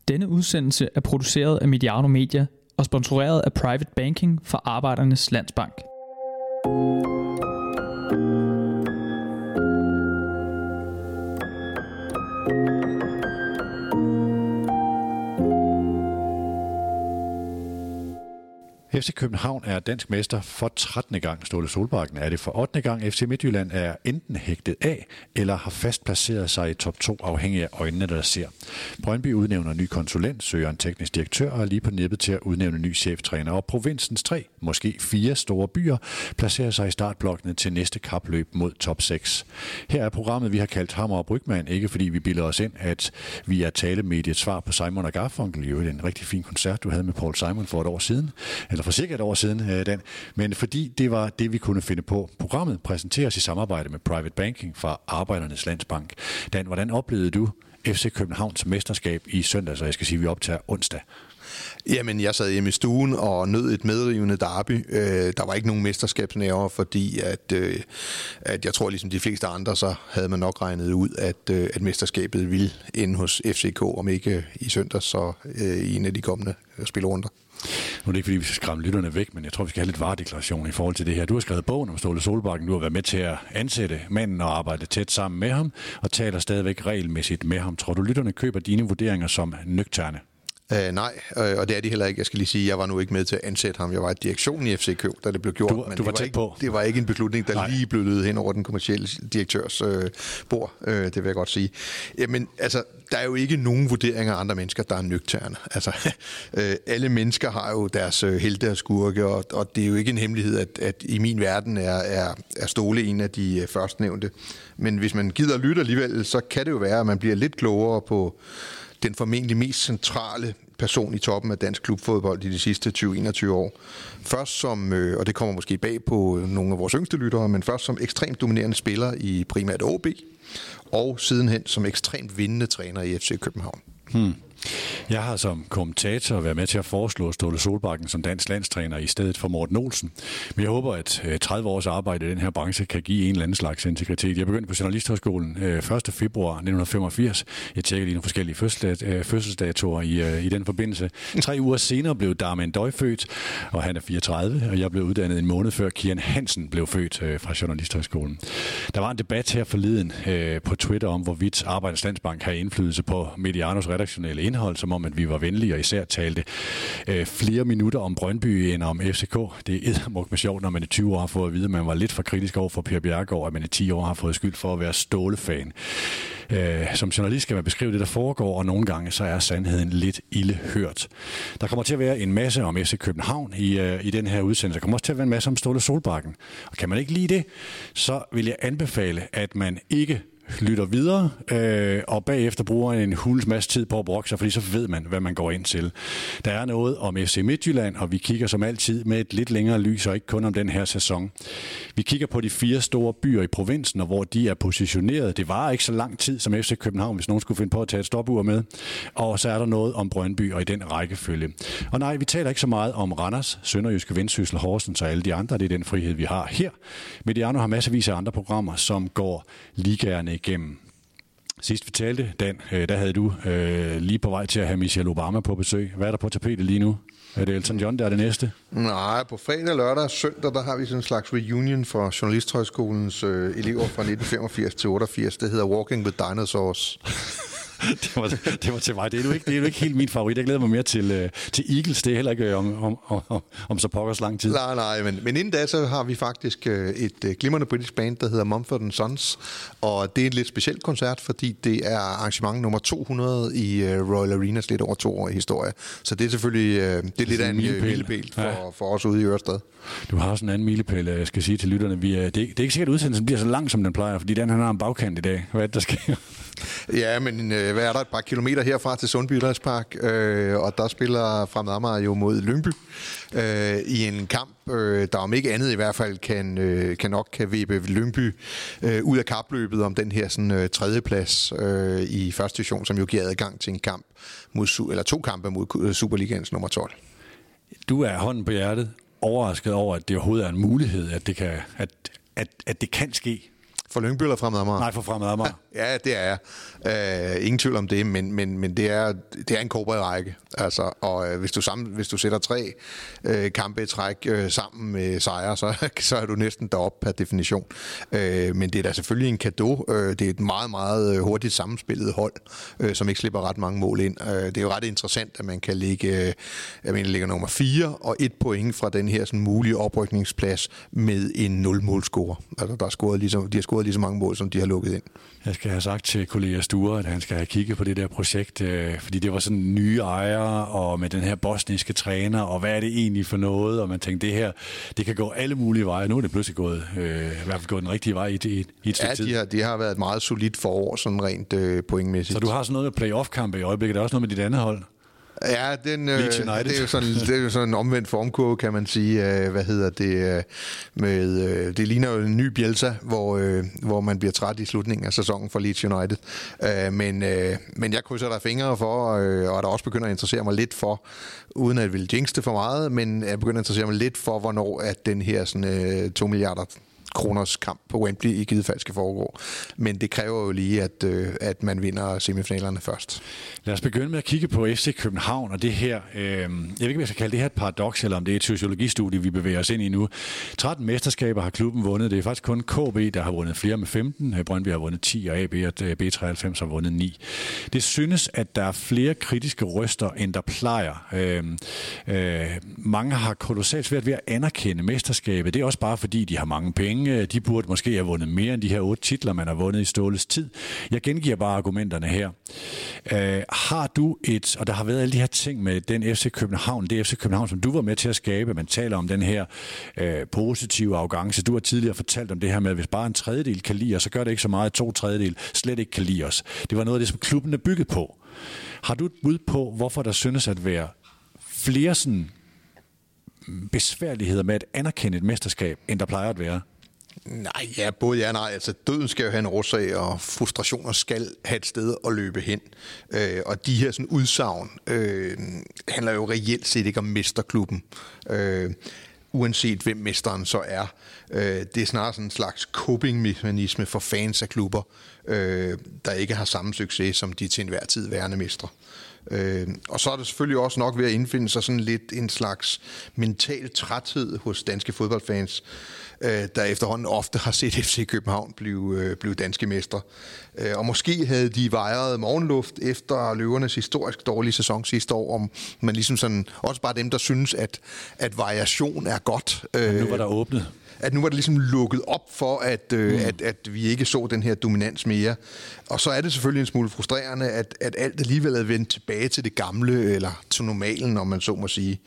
Denne udsendelse er produceret af Mediano Media og sponsoreret af Private Banking for Arbejdernes Landsbank. FC København er dansk mester for 13. gang. Ståle Solbakken er det for 8. gang. FC Midtjylland er enten hægtet af, eller har fast placeret sig i top 2, afhængig af øjnene, der ser. Brøndby udnævner ny konsulent, søger en teknisk direktør og er lige på nippet til at udnævne ny cheftræner. Og provinsens 3, måske 4 store byer, placerer sig i startblokkene til næste kapløb mod top 6. Her er programmet, vi har kaldt Hammer og Brygman, ikke fordi vi bilder os ind, at vi er talemediet svar på Simon og Garfunkel. Det er jo en rigtig fin koncert, du havde med Paul Simon for et år siden, eller for cirka et år siden, Dan. Men fordi det var det, vi kunne finde på. Programmet præsenteres i samarbejde med Private Banking fra Arbejdernes Landsbank. Dan, hvordan oplevede du FC Københavns mesterskab i søndag, så jeg skal sige, at vi optager onsdag? Jamen, jeg sad hjemme i stuen og nød et medrivende derby. Der var ikke nogen mesterskabsnerver, fordi at jeg tror, ligesom de fleste andre, så havde man nok regnet ud, at mesterskabet ville ende hos FCK, om ikke i søndag, så i en af de kommende spilrunder. Nu er det ikke, fordi vi skal skræmme lytterne væk, men jeg tror, vi skal have lidt varedeklaration i forhold til det her. Du har skrevet bogen om Ståle Solbakken. Du har været med til at ansætte manden og arbejde tæt sammen med ham, og taler stadigvæk regelmæssigt med ham. Tror du, lytterne køber dine vurderinger som nøgterne? Nej, og det er de heller ikke. Jeg skal lige sige, jeg var nu ikke med til at ansætte ham. Jeg var i direktionen i FCK, da det blev gjort. Du var tæt på. Det var ikke en beslutning, der lige blev løbet hen over den kommercielle direktørs bord. Det vil jeg godt sige. Jamen, altså, der er jo ikke nogen vurderinger af andre mennesker, der er nøgterne. Altså, alle mennesker har jo deres helte og skurke, og det er jo ikke en hemmelighed, at i min verden er Ståle en af de førstnævnte. Men hvis man gider at lytte alligevel, så kan det jo være, at man bliver lidt klogere på den formentlig mest centrale person i toppen af dansk klubfodbold i de sidste 20-21 år. Først som, og det kommer måske bag på nogle af vores yngste lyttere, men først som ekstremt dominerende spiller i primært OB, og sidenhen som ekstremt vindende træner i FC København. Jeg har som kommentator været med til at foreslå Ståle Solbakken som dansk landstræner i stedet for Morten Olsen. Men jeg håber, at 30 års arbejde i den her branche kan give en eller anden slags integritet. Jeg begyndte på Journalisthøjskolen 1. februar 1985. Jeg tjekkede lige nogle forskellige fødselsdatoer i den forbindelse. 3 uger senere blev Darman Døj født, og han er 34, og jeg blev uddannet en måned før Kian Hansen blev født fra Journalisthøjskolen. Der var en debat her forleden på Twitter om, hvorvidt Arbejdernes Landsbank har indflydelse på Medianos redaktionelle indhold, som om, at vi var venlige og især talte flere minutter om Brøndby end om FCK. Det er eddermukt med sjovt, når man i 20 år har fået at vide, at man var lidt for kritisk over for Per Bjerregaard, at man i 10 år har fået skyld for at være Ståle-fan. Som journalist skal man beskrive det, der foregår, og nogle gange så er sandheden lidt ildehørt. Der kommer til at være en masse om FC København i den her udsendelse. Der kommer også til at være en masse om Ståle Solbakken. Og kan man ikke lide det, så vil jeg anbefale, at man ikke lytter videre, og bagefter bruger en hulens masse tid på at brokke sig, fordi så ved man, hvad man går ind til. Der er noget om FC Midtjylland, og vi kigger som altid med et lidt længere lys, og ikke kun om den her sæson. Vi kigger på de 4 store byer i provinsen, og hvor de er positioneret. Det var ikke så lang tid som FC København, hvis nogen skulle finde på at tage et stopur med. Og så er der noget om Brøndby, og i den rækkefølge. Og nej, vi taler ikke så meget om Randers, Sønderjyske, Vendsyssel, Horsens og alle de andre. Det er den frihed, vi har her. Mediano har masservis af andre programmer, som går ligaerne igennem. Sidst vi talte, Dan, der havde du lige på vej til at have Michelle Obama på besøg. Hvad er der på tapetet lige nu? Er det Elton John, der er det næste? Nej, på fredag, lørdag og søndag, der har vi sådan en slags reunion for Journalisthøjskolens elever fra 1985 til 88. Det hedder Walking with Dinosaurs. det var til mig. Det er jo ikke helt min favorit. Jeg glæder mig mere til Eagles. Det er heller ikke om så pokkers lang tid. Nej, men inden da, så har vi faktisk et glimrende britisk band, der hedder Mumford & Sons. Og det er en lidt speciel koncert, fordi det er arrangement nummer 200 i Royal Arenas lidt over 2 år i historie. Så det er selvfølgelig det er lidt af en milepæl for os ude i Ørsted. Du har sådan en anden milepæl, jeg skal sige til lytterne. Det er ikke sikkert, at udsendelsen bliver så lang, som den plejer, fordi han har en bagkant i dag. Hvad er det, der sker? Ja, men hvad er der et par kilometer herfra til Sundby Idrætspark, og der spiller Fremad Amager jo mod Lyngby i en kamp, der om ikke andet i hvert fald kan vippe Lyngby ud af kapløbet om den her sådan, 3. plads i første division, som jo giver adgang til en kamp eller 2 kampe mod Superligaens nummer 12. Du er hånden på hjertet overrasket over, at det overhovedet er en mulighed, at det kan ske. For Lyngby eller Fremad Amager? Nej, for Fremad Amager. Ja, det er jeg. Ingen tvivl om det, men det er en kobberrække. Altså, og hvis du sætter 3 kampe i træk sammen med sejre, så er du næsten deroppe per definition. Men det er da selvfølgelig en cadeau. Det er et meget, meget hurtigt sammenspillet hold, som ikke slipper ret mange mål ind. Det er jo ret interessant, at man kan ligge nummer 4 og 1 point fra den her sådan mulige oprykningsplads med en 0-målscorer. Altså, de har scoret lige så mange mål, som de har lukket ind. Jeg skal have sagt til kollega Sture, at han skal have kigget på det der projekt, fordi det var sådan nye ejere, og med den her bosniske træner, og hvad er det egentlig for noget? Og man tænkte, det her, det kan gå alle mulige veje. Nu er det pludselig gået, i hvert fald gået den rigtige vej i et stykke tid. Ja, de har været et meget solidt forår, sådan rent pointmæssigt. Så du har sådan noget med playoff-kampe i øjeblikket. Der er også noget med dit andet hold. Ja, det er jo sådan en omvendt formkurve, kan man sige. Det ligner jo en ny Bielsa, hvor man bliver træt i slutningen af sæsonen for Leeds United. Men jeg krydser der fingre for, og der også begynder at interessere mig lidt for, uden at vil jinx det for meget, men jeg begynder at interessere mig lidt for, hvornår at den her sådan, 2 milliarder kroners kamp på Wembley i givet fald skal foregå. Men det kræver jo lige, at man vinder semifinalerne først. Lad os begynde med at kigge på FC København, og det her, jeg ved ikke, om jeg skal kalde det her et paradoks, eller om det er et sociologistudie, vi bevæger os ind i nu. 13 mesterskaber har klubben vundet. Det er faktisk kun KB, der har vundet flere med 15. Brøndby har vundet 10, og AB og B93 har vundet 9. Det synes, at der er flere kritiske røster, end der plejer. Mange har kolossalt svært ved at anerkende mesterskabet. Det er også bare fordi, de har mange penge. De burde måske have vundet mere end de her 8 titler, man har vundet i Ståles tid. Jeg gengiver bare argumenterne her. Har du og der har været alle de her ting med den FC København, det FC København, som du var med til at skabe. Man taler om den her positive arrogance. Du har tidligere fortalt om det her med, at hvis bare en tredjedel kan lide os, så gør det ikke så meget, at 2/3 slet ikke kan lide os. Det var noget af det, som klubben er bygget på. Har du et bud på, hvorfor der synes at være flere sådan besværligheder med at anerkende et mesterskab, end der plejer at være? Nej, ja, både ja og nej. Altså, døden skal jo have en årsag, og frustrationer skal have et sted at løbe hen. Og de her sådan udsagn handler jo reelt set ikke om mesterklubben. Uanset hvem mesteren så er. Det er snarere sådan en slags coping-mekanisme for fans af klubber, der ikke har samme succes som de til enhver tid værende mestre. Og så er det selvfølgelig også nok ved at indfinde sig sådan lidt en slags mental træthed hos danske fodboldfans, der efterhånden ofte har set FC København blive danske mestre. Og måske havde de vejret morgenluft efter Løvernes historisk dårlige sæson sidste år, om man ligesom sådan, også bare dem, der synes, at variation er godt. Nu var der åbnet. At nu var det ligesom lukket op for, at vi ikke så den her dominans mere. Og så er det selvfølgelig en smule frustrerende, at alt alligevel er vendt tilbage til det gamle, eller til normalen, om man så må sige.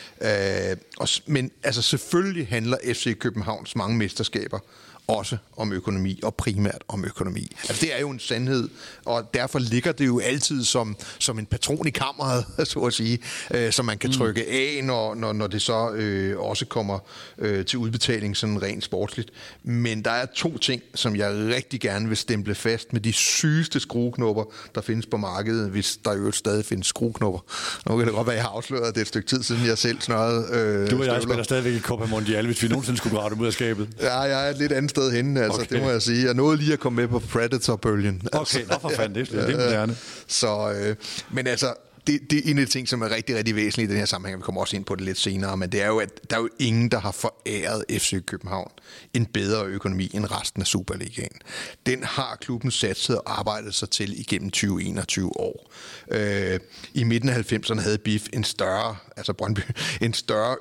Men altså selvfølgelig handler FC Københavns mange mesterskaber også om økonomi, og primært om økonomi. Altså, det er jo en sandhed, og derfor ligger det jo altid som en patron i kammeret, så at sige, som man kan trykke af, når det så også kommer til udbetaling sådan rent sportsligt. Men der er 2 ting, som jeg rigtig gerne vil stemple fast med de sygeste skrueknopper, der findes på markedet, hvis der jo stadig findes skrueknopper. Nu kan det godt være, at jeg har afsløret det et stykke tid siden, jeg selv snørrede Du og jeg spiller stadigvæk i Copa Mundial, hvis vi nogensinde skulle grave dem ud af skabet. Ja, jeg er et lidt andet sted henne, altså, okay. Det må jeg sige. Jeg nåede lige at komme med på Predator-bølgen. Okay, nå for fanden, det er moderne. Men altså, det er en af de ting, som er rigtig, rigtig væsentligt i den her sammenhæng. Vi kommer også ind på det lidt senere, men det er jo, at der er jo ingen, der har foræret FC København en bedre økonomi end resten af Superligaen. Den har klubben satset og arbejdet sig til igennem 20-21 år. I midten af 90'erne havde BIF Brøndby, en større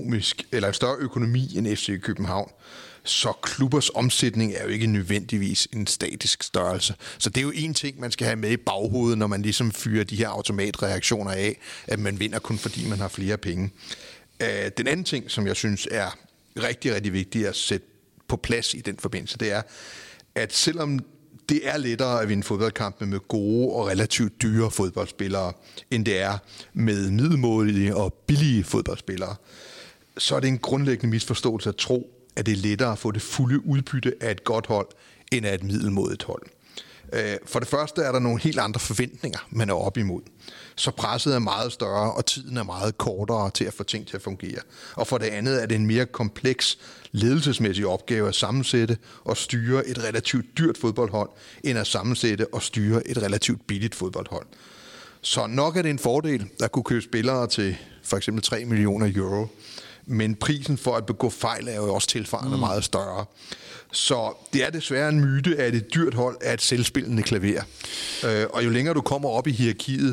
økonomi end FC København. Så klubbers omsætning er jo ikke nødvendigvis en statisk størrelse. Så det er jo en ting, man skal have med i baghovedet, når man ligesom fyrer de her automatreaktioner af, at man vinder kun fordi man har flere penge. Den anden ting, som jeg synes er rigtig, rigtig vigtigt at sætte på plads i den forbindelse, det er, at selvom det er lettere at vinde fodboldkampe med gode og relativt dyre fodboldspillere, end det er med middelmådige og billige fodboldspillere, så er det en grundlæggende misforståelse at tro, at det er lettere at få det fulde udbytte af et godt hold, end af et middelmådigt hold. For det første er der nogle helt andre forventninger, man er op imod. Så presset er meget større, og tiden er meget kortere til at få ting til at fungere. Og for det andet er det en mere kompleks ledelsesmæssig opgave at sammensætte og styre et relativt dyrt fodboldhold, end at sammensætte og styre et relativt billigt fodboldhold. Så nok er det en fordel at kunne købe spillere til for eksempel 3 millioner euro, men prisen for at begå fejl er jo også tilsvarende meget større. Så det er desværre en myte, at et dyrt hold er et selvspillende klaver. Og jo længere du kommer op i hierarkiet,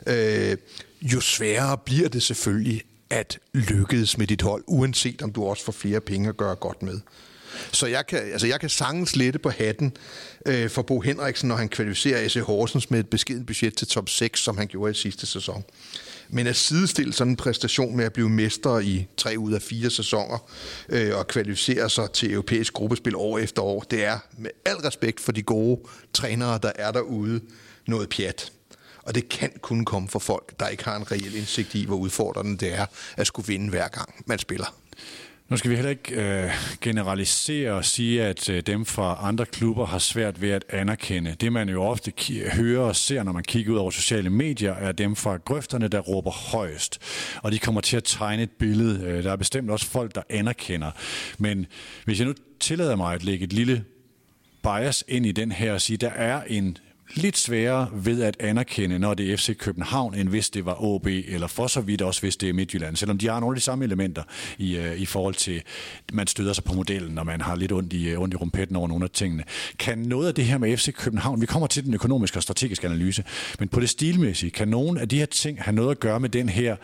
jo sværere bliver det selvfølgelig at lykkes med dit hold, uanset om du også får flere penge at gøre godt med. Så jeg kan sagtens lette på hatten for Bo Henriksen, når han kvalificerer AC Horsens med et beskedent budget til top 6, som han gjorde i sidste sæson. Men at sidestille sådan en præstation med at blive mester i 3 ud af 4 sæsoner og kvalificere sig til europæisk gruppespil år efter år, det er med al respekt for de gode trænere, der er derude, noget pjat. Og det kan kun komme fra folk, der ikke har en reel indsigt i, hvor udfordrende det er at skulle vinde hver gang man spiller. Nu skal vi heller ikke generalisere og sige, at dem fra andre klubber har svært ved at anerkende. Det man jo ofte hører og ser, når man kigger ud over sociale medier, er dem fra grøfterne, der råber højest. Og de kommer til at tegne et billede. Der er bestemt også folk, der anerkender. Men hvis jeg nu tillader mig at lægge et lille bias ind i den her og sige, der er en lidt sværere ved at anerkende, når det er FC København, end hvis det var OB, eller for så vidt også, hvis det er Midtjylland. Selvom de har nogle af de samme elementer i forhold til, man støder sig på modellen, når man har lidt ondt i rumpetten over nogle af tingene. Kan noget af det her med FC København, vi kommer til den økonomiske og strategiske analyse, men på det stilmæssige, kan nogle af de her ting have noget at gøre med den her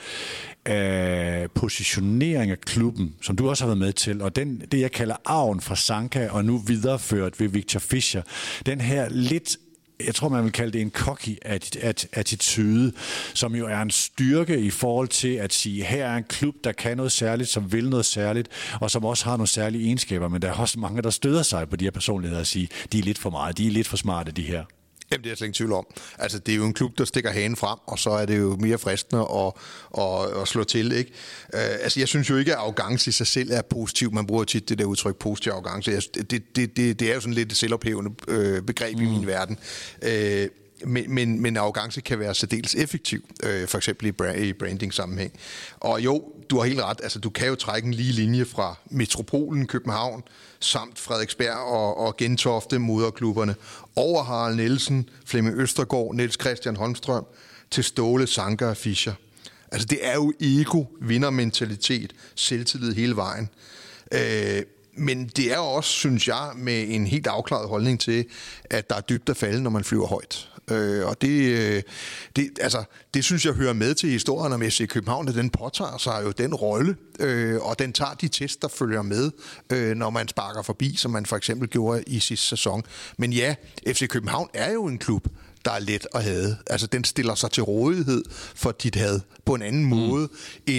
positionering af klubben, som du også har været med til, og det jeg kalder arven fra Sanka, og nu videreført ved Victor Fischer, den her lidt, jeg tror, man vil kalde det en cocky attitude, som jo er en styrke i forhold til at sige, her er en klub, der kan noget særligt, som vil noget særligt, og som også har nogle særlige egenskaber, men der er også mange, der støder sig på de her personligheder og sige, de er lidt for meget, de er lidt for smarte, de her. Jamen, det er jeg slet ikke tvivl om. Altså, det er jo en klub, der stikker hagen frem, og så er det jo mere fristende at slå til, ikke? Altså, jeg synes jo ikke, at arrogance i sig selv er positiv. Man bruger tit det der udtryk positiv arrogance. Det er jo sådan lidt et selvophævende begreb i min verden. Men arrogance kan være særdeles effektiv, for eksempel i branding-sammenhæng. Og jo, du har helt ret, altså du kan jo trække en lige linje fra metropolen København, samt Frederiksberg og Gentofte, moderklubberne, over Harald Nielsen, Flemming Østergaard, Niels Christian Holmstrøm, til Ståle, Sanka og Fischer. Altså det er jo ego, vindermentalitet, selvtillid hele vejen. Men det er også, synes jeg, med en helt afklaret holdning til, at der er dybt at falde, når man flyver højt. Og det synes jeg hører med til historien om FC København, at den påtager sig jo den rolle, og den tager de test, der følger med, når man sparker forbi, som man for eksempel gjorde i sidste sæson. Men ja, FC København er jo en klub, der er let at hade. Altså, den stiller sig til rådighed for dit had på en anden måde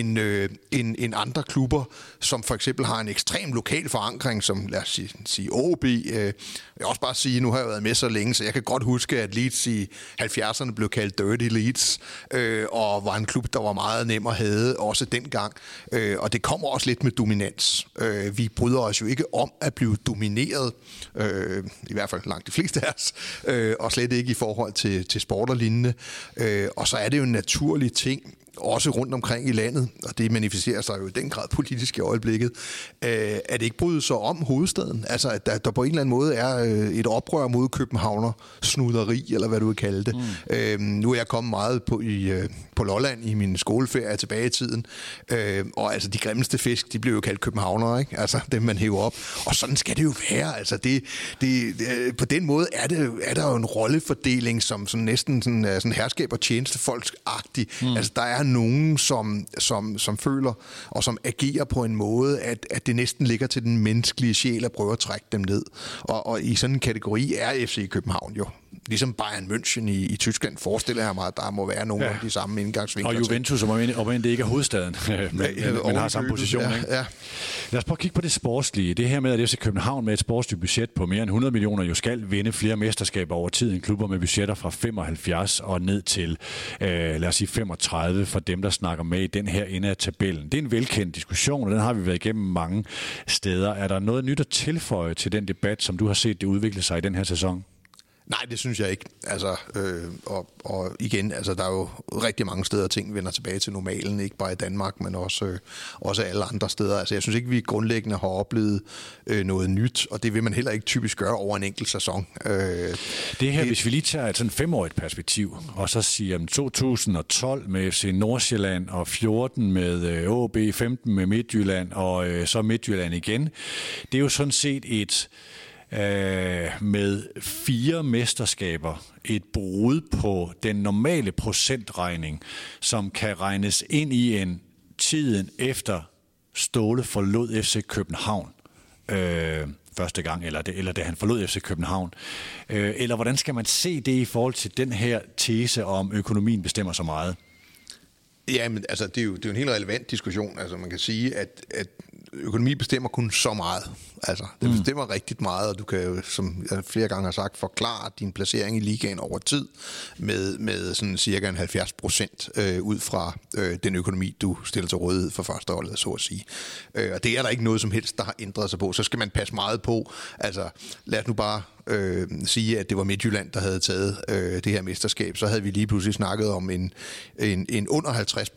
end andre klubber, som for eksempel har en ekstrem lokal forankring, som lad os sige OB. Jeg vil også bare sige, nu har jeg været med så længe, så jeg kan godt huske, at Leeds i 70'erne blev kaldt Dirty Leeds, og var en klub, der var meget nem at hade, også dengang. Og det kommer også lidt med dominans. Vi bryder os jo ikke om at blive domineret, i hvert fald langt de fleste af os, og slet ikke i forhold til sport og lignende. Og så er det jo en naturlig ting, også rundt omkring i landet, og det manifesterer sig jo i den grad politisk i øjeblikket, at det ikke bryder sig om hovedstaden. Altså, at der på en eller anden måde er et oprør mod københavner snuderi, eller hvad du vil kalde det. Nu er jeg kommet meget på Lolland i min skoleferie tilbage i tiden, og altså de grimmeste fisk, de blev jo kaldt københavnere, ikke? Altså dem man hæver op. Og sådan skal det jo være. Altså på den måde er der jo en rollefordeling, som sådan næsten sådan herskab og tjenestefolksagtig. Altså der er nogen, som føler og som agerer på en måde, at det næsten ligger til den menneskelige sjæl at prøve at trække dem ned. Og i sådan en kategori er FC København jo. Ligesom Bayern München i Tyskland, forestiller jeg mig, at der må være nogle af de samme indgangsvinkler. Og Juventus, om det ikke er hovedstaden, men har samme position. Ja. Lad os prøve at kigge på det sportslige. Det her med, at FC København med et sportsligt budget på mere end 100 millioner jo skal vinde flere mesterskaber over tid end klubber med budgetter fra 75 og ned til, lad os sige 35 for dem, der snakker med i den her ende af tabellen. Det er en velkendt diskussion, og den har vi været igennem mange steder. Er der noget nyt at tilføje til den debat, som du har set det udvikle sig i den her sæson? Nej, det synes jeg ikke. Altså, og igen, altså, der er jo rigtig mange steder, ting vender tilbage til normalen, ikke bare i Danmark, men også alle andre steder. Altså, jeg synes ikke, vi grundlæggende har oplevet noget nyt, og det vil man heller ikke typisk gøre over en enkelt sæson. Det her, hvis vi lige tager et sådan 5-årigt perspektiv, og så siger 2012 med FC Nordsjælland, og 14 med AaB, 15 med Midtjylland, og så Midtjylland igen. Det er jo sådan set et med 4 mesterskaber, et brud på den normale procentregning, som kan regnes ind i en tiden efter Ståle forlod FC København første gang, eller da han forlod FC København. Eller hvordan skal man se det i forhold til den her tese om økonomien bestemmer så meget? Ja, men altså, det er jo en helt relevant diskussion. Altså, man kan sige, at økonomi bestemmer kun så meget. Altså, det bestemmer rigtig meget, og du kan jo, som jeg flere gange har sagt, forklare din placering i ligaen over tid med sådan cirka 70% ud fra den økonomi, du stiller til rådighed for førsteholdet, så at sige. Og det er der ikke noget som helst, der har ændret sig på. Så skal man passe meget på. Altså, lad os nu bare sige, at det var Midtjylland, der havde taget det her mesterskab, så havde vi lige pludselig snakket om en under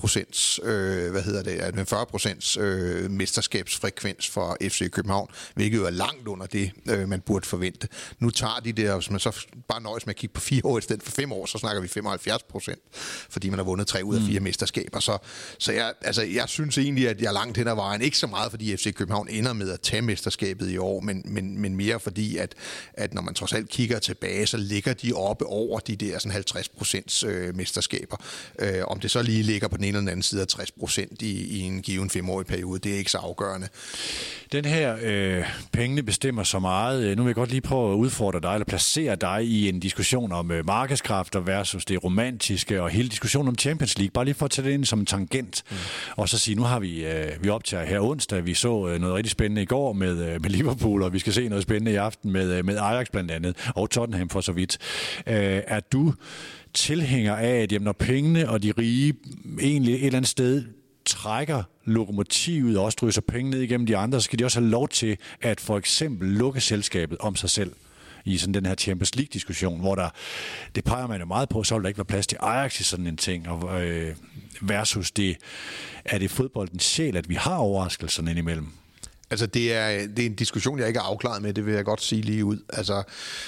50%, 40% mesterskabsfrekvens for FC København, hvilket jo er langt under det, man burde forvente. Nu tager de det, og hvis man så bare nøjes med at kigge på 4 år i stedet for 5 år, så snakker vi 75%, fordi man har vundet 3 ud af 4 mesterskaber. Så jeg synes egentlig, at jeg er langt hen ad vejen, ikke så meget fordi FC København ender med at tage mesterskabet i år, men mere fordi, at når man trods alt kigger tilbage, så ligger de oppe over de der sådan 50% mesterskaber. Om det så lige ligger på den ene eller den anden side af 60% i en given 5-årig periode, det er ikke så afgørende. Den her pengene bestemmer så meget. Nu vil jeg godt lige prøve at udfordre dig, eller placere dig i en diskussion om markedskræfter versus det romantiske, og hele diskussionen om Champions League. Bare lige for at tage det ind som en tangent. Og så sige, nu har vi optager her onsdag, vi så noget rigtig spændende i går med Liverpool, og vi skal se noget spændende i aften med Ajax blandt andet, og Tottenham for så vidt. Er du tilhænger af, at når pengene og de rige egentlig et eller andet sted trækker lokomotivet og også drysser penge ned igennem de andre, så skal de også have lov til at for eksempel lukke selskabet om sig selv i sådan den her Champions League-diskussion, hvor det peger man jo meget på, så vil der ikke være plads til Ajax i sådan en ting, og versus det, er det fodboldens sjæl, at vi har overraskelserne indimellem? Altså, det er en diskussion, jeg ikke er afklaret med, det vil jeg godt sige lige ud. Altså,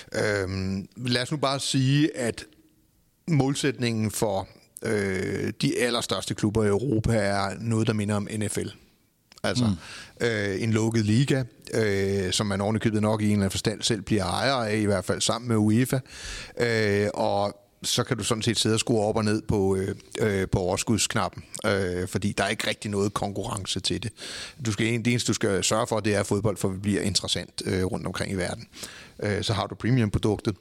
lad os nu bare sige, at målsætningen for de allerstørste klubber i Europa er noget, der minder om NFL. Altså en lukket liga, som man ovenikøbet nok i en eller anden forstand selv bliver ejer af, i hvert fald sammen med UEFA. Og så kan du sådan set sidde og skrue op og ned på overskudsknappen, fordi der er ikke rigtig noget konkurrence til det. Det eneste, du skal sørge for, det er, at fodbold for bliver interessant rundt omkring i verden. Så har du premium-produktet.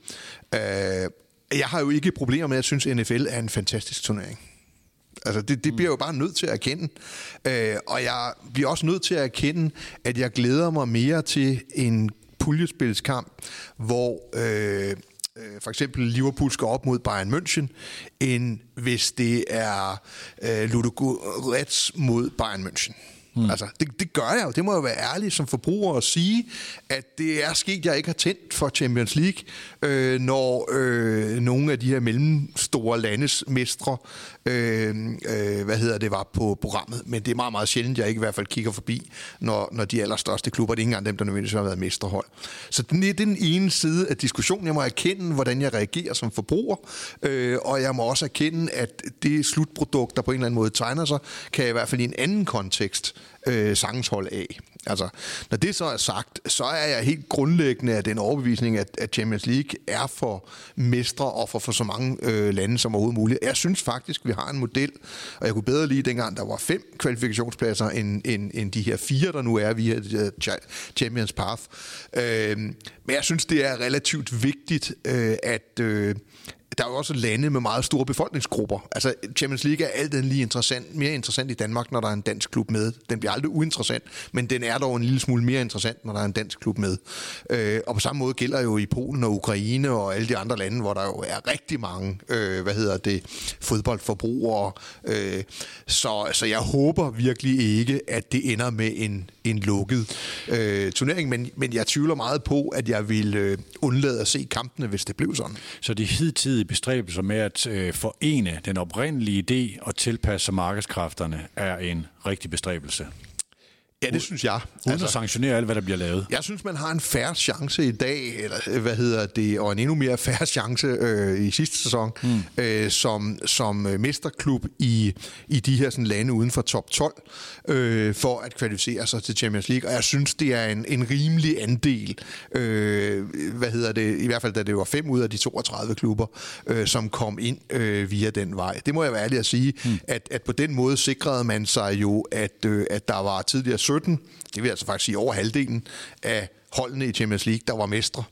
Jeg har jo ikke problemer med, at jeg synes, at NFL er en fantastisk turnering. Altså, det bliver jeg jo bare nødt til at erkende. Og jeg bliver også nødt til at erkende, at jeg glæder mig mere til en puljespilskamp, hvor for eksempel Liverpool skal op mod Bayern München, end hvis det er Ludogorets mod Bayern München. Altså, det gør jeg jo. Det må jo være ærligt som forbruger at sige, at det er sket, jeg ikke har tændt for Champions League, når nogle af de her mellemstore landes mestre var på programmet. Men det er meget, meget sjældent, jeg ikke i hvert fald kigger forbi, når de allerstørste klubber, det er ikke engang dem, der nødvendigvis har været mesterhold. Så det er den ene side af diskussionen. Jeg må erkende, hvordan jeg reagerer som forbruger, og jeg må også erkende, at det slutprodukt, der på en eller anden måde tegner sig, kan jeg i hvert fald i en anden kontekst sagtens holde af. Altså, når det så er sagt, så er jeg helt grundlæggende af den overbevisning, at Champions League er for mestre og for så mange lande som overhovedet muligt. Jeg synes faktisk, vi har en model, og jeg kunne bedre lide dengang, der var 5 kvalifikationspladser, end de her 4, der nu er via Champions Path. Men jeg synes, det er relativt vigtigt, der er jo også lande med meget store befolkningsgrupper. Altså, Champions League er alt andet lige mere interessant i Danmark, når der er en dansk klub med. Den bliver aldrig uinteressant, men den er dog en lille smule mere interessant, når der er en dansk klub med. Og på samme måde gælder jo i Polen og Ukraine og alle de andre lande, hvor der jo er rigtig mange, fodboldforbrugere. Så jeg håber virkelig ikke, at det ender med en lukket turnering, men jeg tvivler meget på, at jeg vil undlade at se kampene, hvis det blev sådan. Så de hidtidige bestræbelser med at forene den oprindelige idé og tilpasse markedskræfterne er en rigtig bestræbelse? Ja, det synes jeg. Uden at sanktionere alt, hvad der bliver lavet. Jeg synes, man har en fair chance i dag, eller og en endnu mere fair chance i sidste sæson, som mesterklub i de her sådan, lande uden for top 12, for at kvalificere sig til Champions League. Og jeg synes, det er en rimelig andel, i hvert fald da det var 5 ud af de 32 klubber, som kom ind via den vej. Det må jeg være ærlig at sige, at på den måde sikrede man sig jo, at der var tidligere 17, det vil altså faktisk sige over halvdelen af holdene i Champions League, der var mestre.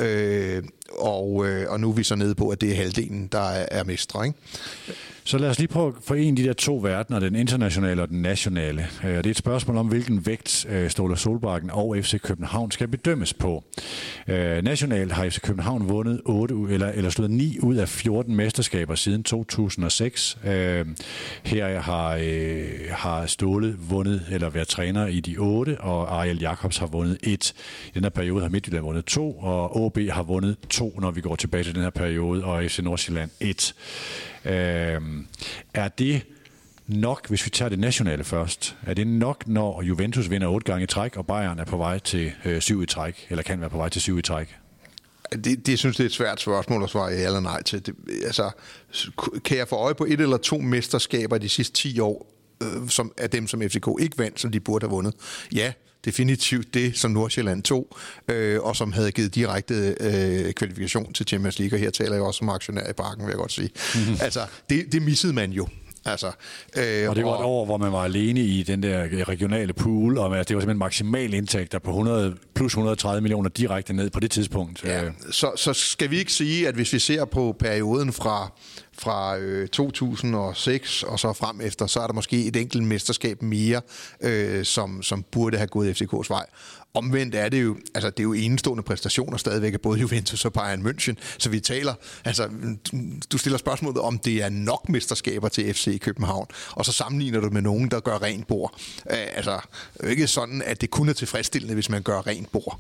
Og nu er vi så nede på, at det er halvdelen, der er mestre, ikke? Så lad os lige prøve at forene de der to verdener, den internationale og den nationale. Det er et spørgsmål om, hvilken vægt Ståle Solbakken og FC København skal bedømmes på. Nationalt har FC København vundet 9 ud af 14 mesterskaber siden 2006. Her har Ståle vundet eller været træner i de 8, og Ariel Jacobs har vundet 1. I den her periode har Midtjylland vundet 2, og AB har vundet 2, når vi går tilbage til den her periode, og FC Nordsjælland 1. Er det nok, hvis vi tager det nationale først, er det nok, når Juventus vinder 8 gange i træk, og Bayern er på vej til 7 i træk, eller kan være på vej til 7 i træk? Det synes jeg er et svært spørgsmål at svare ja eller nej til. Kan jeg få øje på 1 eller 2 mesterskaber de sidste 10 år, som er dem, som FCK ikke vandt, som de burde have vundet? Ja, definitivt det, som Nordsjælland tog, og som havde givet direkte kvalifikation til Champions League, og her taler jeg også om aktionær i Parken, vil jeg godt sige. Mm-hmm. Altså, det missede man jo. Altså, og det var et år, hvor man var alene i den der regionale pool, og det var simpelthen maksimal indtægter på plus 130 millioner direkte ned på det tidspunkt. Ja, så skal vi ikke sige, at hvis vi ser på perioden fra 2006 og så frem efter, så er der måske et enkelt mesterskab mere, som burde have gået FCK's vej. Omvendt er det jo, altså det er jo enestående præstationer stadigvæk af både Juventus og Bayern München, så vi taler, altså du stiller spørgsmålet om det er nok mesterskaber til FC København, og så sammenligner du med nogen, der gør rent bord. Altså, det er ikke sådan, at det kun er tilfredsstillende, hvis man gør rent bord.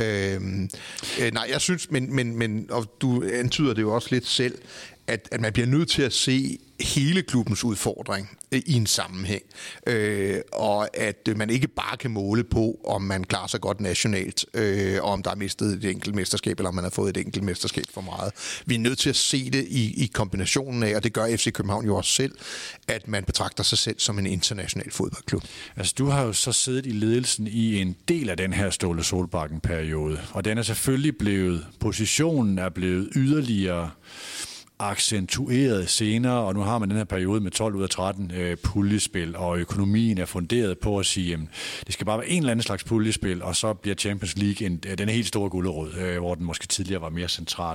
Nej, jeg synes, men og du antyder det jo også lidt selv, at man bliver nødt til at se hele klubbens udfordring i en sammenhæng, og at man ikke bare kan måle på, om man klarer sig godt nationalt, og om der er mistet et enkelt mesterskab, eller om man har fået et enkelt mesterskab for meget. Vi er nødt til at se det i kombinationen af, og det gør FC København jo også selv, at man betragter sig selv som en international fodboldklub. Altså, du har jo så siddet i ledelsen i en del af den her Ståle Solbakken-periode, og den er selvfølgelig positionen er blevet yderligere accentueret senere, og nu har man den her periode med 12 ud af 13 puljespil, og økonomien er funderet på at sige, jamen, det skal bare være en eller anden slags puljespil, og så bliver Champions League den helt store gulerod, hvor den måske tidligere var mere central.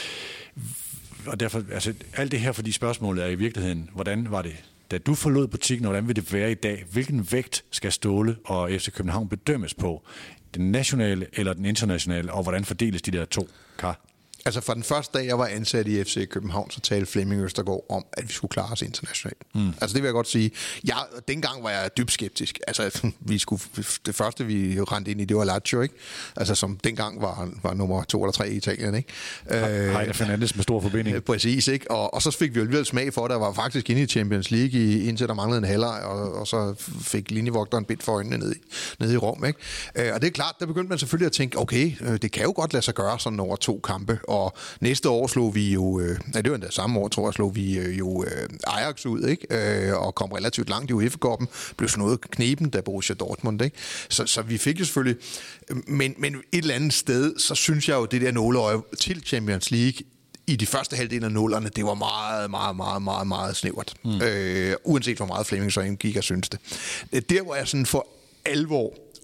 Og derfor, altså, alt det her, fordi spørgsmålet er i virkeligheden, hvordan var det, da du forlod butikken, og hvordan vil det være i dag? Hvilken vægt skal Ståle og FC København bedømmes på? Den nationale eller den internationale, og hvordan fordeles de der to kar? Altså fra den første dag, jeg var ansat i FC København, så talte Flemming Østergaard om, at vi skulle klare os internationalt. Altså det vil jeg godt sige. Dengang var jeg dybt skeptisk. Altså det første, vi rendte ind i, det var Lazio, ikke? Altså som dengang var nummer 2 eller 3 i Italien, ikke? Heine Fernandes med stor forbinding. Præcis, ikke? Og så fik vi jo alligevel smag for, der var faktisk inde i Champions League, indtil der manglede en halvleg, og så fik linjevogteren bind for øjnene nede i Rom, ikke? Og det er klart, der begyndte man selvfølgelig at tænke, okay, det kan jo godt lade sig gøre sådan over 2 kampe. Og næste år slog vi jo, det var endda samme år, tror jeg, slog vi jo Ajax ud, ikke? Og kom relativt langt i UEFA-cupen, blev slået knepen, da Borussia Dortmund, ikke? Så vi fik jo selvfølgelig, men et eller andet sted, så synes jeg jo, det der nåleøje til Champions League, i de første halvdel af nullerne, det var meget, meget, meget, meget, meget snævert. Uanset hvor meget Flemming så indgik og synes det. Der, hvor jeg sådan for alvor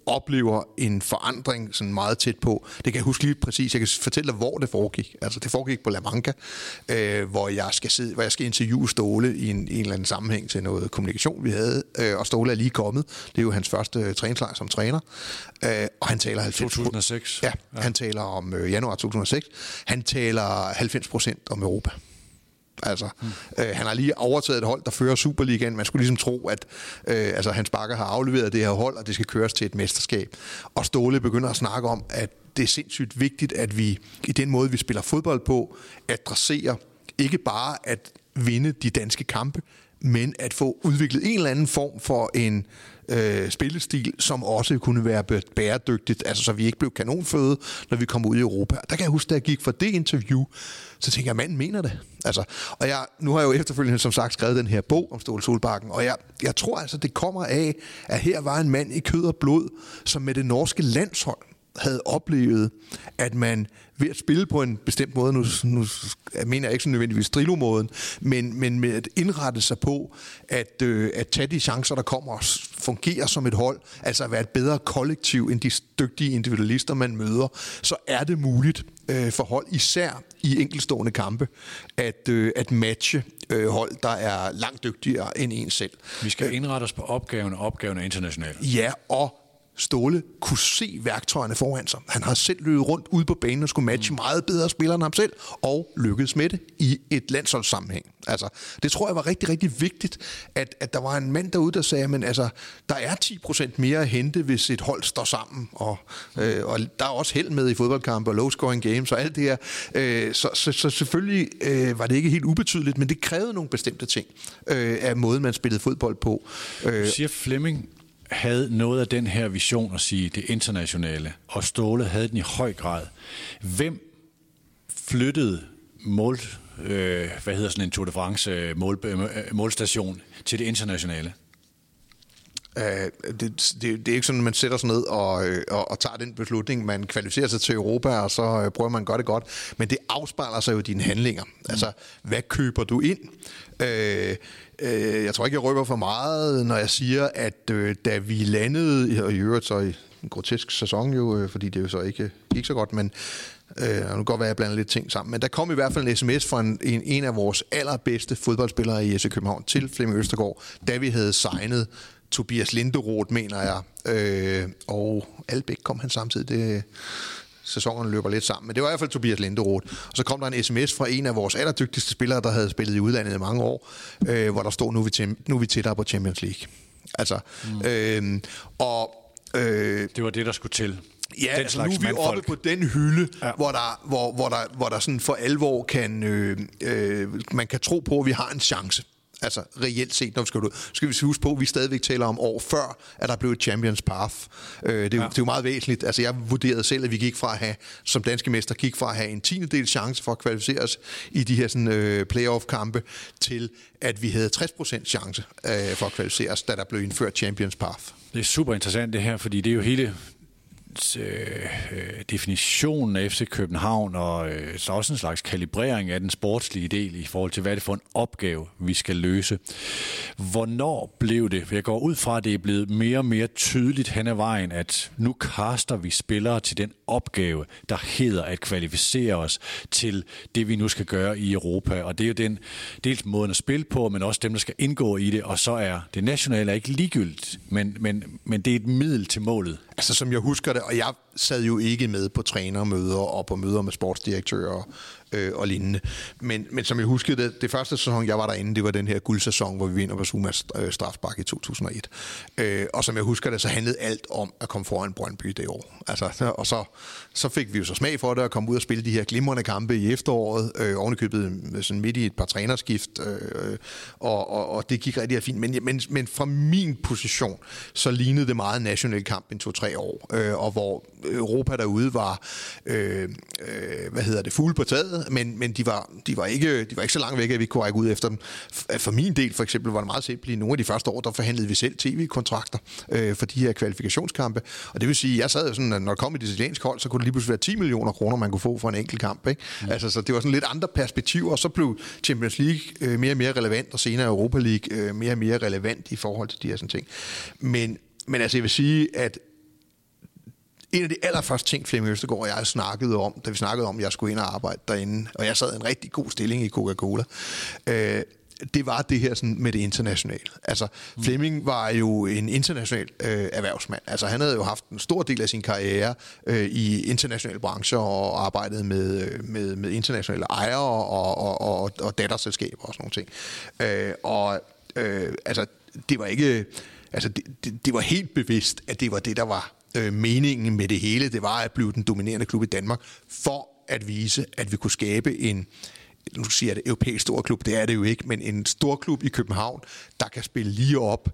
oplever en forandring sådan meget tæt på. Det kan jeg huske lige præcis. Jeg kan fortælle dig, hvor det foregik. Altså, det foregik på La Manga, hvor jeg skal interviewe Ståle i en eller anden sammenhæng til noget kommunikation, vi havde. Og Ståle er lige kommet. Det er jo hans første træningslejr som træner. Og han taler 2006. Ja, han taler om januar 2006. Han taler 90% om Europa. Altså, han har lige overtaget et hold, der fører Superligaen. Man skulle ligesom tro, at Hans Bakker har afleveret det her hold, og det skal køres til et mesterskab. Og Ståle begynder at snakke om, at det er sindssygt vigtigt, at vi i den måde, vi spiller fodbold på, adresserer ikke bare at vinde de danske kampe, men at få udviklet en eller anden form for en spillestil, som også kunne være bæredygtigt, altså så vi ikke blev kanonføde, når vi kom ud i Europa. Der kan jeg huske, da jeg gik fra det interview, så tænker jeg, manden mener det. Altså, og nu har jeg jo efterfølgende, som sagt, skrevet den her bog om Ståle Solbakken, og jeg tror altså, det kommer af, at her var en mand i kød og blod, som med det norske landshold havde oplevet, at man ved at spille på en bestemt måde, nu mener jeg ikke så nødvendigvis Drillo-måden, men med at indrette sig på, at tage de chancer, der kommer, og fungere som et hold, altså at være et bedre kollektiv end de dygtige individualister, man møder, så er det muligt for hold, især i enkeltstående kampe, at matche hold, der er langt dygtigere end en selv. Vi skal indrette os på opgaven, og opgaven er international. Ja, og Ståle kunne se værktøjerne foran sig. Han har selv løbet rundt ude på banen og skulle matche meget bedre spillere end ham selv, og lykkedes med det i et landsholdssammenhæng. Altså, det tror jeg var rigtig, rigtig vigtigt, at der var en mand derude, der sagde, men altså, der er 10% mere at hente, hvis et hold står sammen, og der er også held med i fodboldkampe og low-scoring games og alt det her. Så selvfølgelig var det ikke helt ubetydeligt, men det krævede nogle bestemte ting af måden, man spillede fodbold på. Siger Flemming havde noget af den her vision at sige, det internationale, og Ståle havde den i høj grad. Hvem flyttede sådan en Tour de France målstation til det internationale? Det er ikke sådan, at man sætter sig ned og tager den beslutning. Man kvalificerer sig til Europa, og så prøver man at gøre det godt. Men det afspejler sig jo dine handlinger. Altså, hvad køber du ind? Jeg tror ikke, jeg røber for meget, når jeg siger, at da vi landede, og i øvrigt så i en grotesk sæson jo, fordi det jo så ikke gik så godt, men nu kan godt være, at jeg blander lidt ting sammen. Men der kom i hvert fald en sms fra en af vores allerbedste fodboldspillere i FC København til Flemming Østergaard, da vi havde signet Tobias Linderoth, mener jeg, og Albæk kom han samtidig. Sæsonerne løber lidt sammen, men det var i hvert fald Tobias Linderoth. Og så kom der en sms fra en af vores allerdygtigste spillere, der havde spillet i udlandet i mange år, hvor der stod, nu er vi tættere på Champions League. Altså, det var det, der skulle til. Ja, altså nu er vi oppe på den hylde, ja, hvor der sådan for alvor kan man kan tro på, at vi har en chance. Altså reelt set, når skal vi huske på, at vi stadigvæk taler om år før, at der blev et Champions Path. Det er jo meget væsentligt. Altså jeg vurderede selv, at vi gik fra at have, som danske mester, gik fra at have en 10. chance for at kvalificere os i de her sådan, playoff-kampe, til at vi havde 60% chance for at kvalificere os, da der blev indført Champions Path. Det er super interessant det her, fordi det er jo hele definitionen af FC København, og så også en slags kalibrering af den sportslige del i forhold til, hvad det er for en opgave, vi skal løse. Hvornår blev det? For jeg går ud fra, at det er blevet mere og mere tydeligt hen ad vejen, at nu kaster vi spillere til den opgave, der hedder at kvalificere os til det, vi nu skal gøre i Europa. Og det er jo den dels måden at spille på, men også dem, der skal indgå i det, og så er det nationale ikke ligegyldigt, men det er et middel til målet. Altså som jeg husker det, og jeg sad jo ikke med på trænermøder og på møder med sportsdirektører og lignende. Men som jeg husker det første sæson, jeg var derinde, det var den her guldsæson, hvor vi vinder på Sumas strafspark i 2001. Og som jeg husker det, så handlede alt om at komme foran Brøndby det år. Altså, og så fik vi jo så smag for det at komme ud og spille de her glimrende kampe i efteråret, ovenikøbet sådan midt i et par trænerskift, og det gik rigtig fint. Men fra min position, så lignede det meget national kamp en 2-3 år, og hvor Europa derude var fugle på taget, men de var ikke så langt væk, at vi kunne række ud efter dem. For min del for eksempel var det meget simpelt. I nogle af de første år, der forhandlede vi selv tv-kontrakter for de her kvalifikationskampe, og det vil sige, jeg sad sådan, at når der kom et italiensk hold, så kunne det lige pludselig være 10 millioner kroner, man kunne få for en enkelt kamp, ikke? Altså, så det var sådan lidt andre perspektiver, og så blev Champions League mere og mere relevant, og senere Europa League mere og mere relevant i forhold til de her sådan ting. Men altså, jeg vil sige, at en af de allerførste ting, Flemming Østergaard og jeg snakkede om, da vi snakkede om, at jeg skulle ind og arbejde derinde, og jeg sad i en rigtig god stilling i Coca-Cola, det var det her sådan med det internationale. Altså, Flemming var jo en international erhvervsmand. Altså, han havde jo haft en stor del af sin karriere i internationale brancher og arbejdet med internationale ejere og datterselskaber og sådan nogle ting. Altså, det var ikke... Altså, det var helt bevidst, at det var det, der var meningen med det hele. Det var at blive den dominerende klub i Danmark, for at vise, at vi kunne skabe en, nu siger jeg det, europæisk stor klub, det er det jo ikke, men en stor klub i København, der kan spille lige op,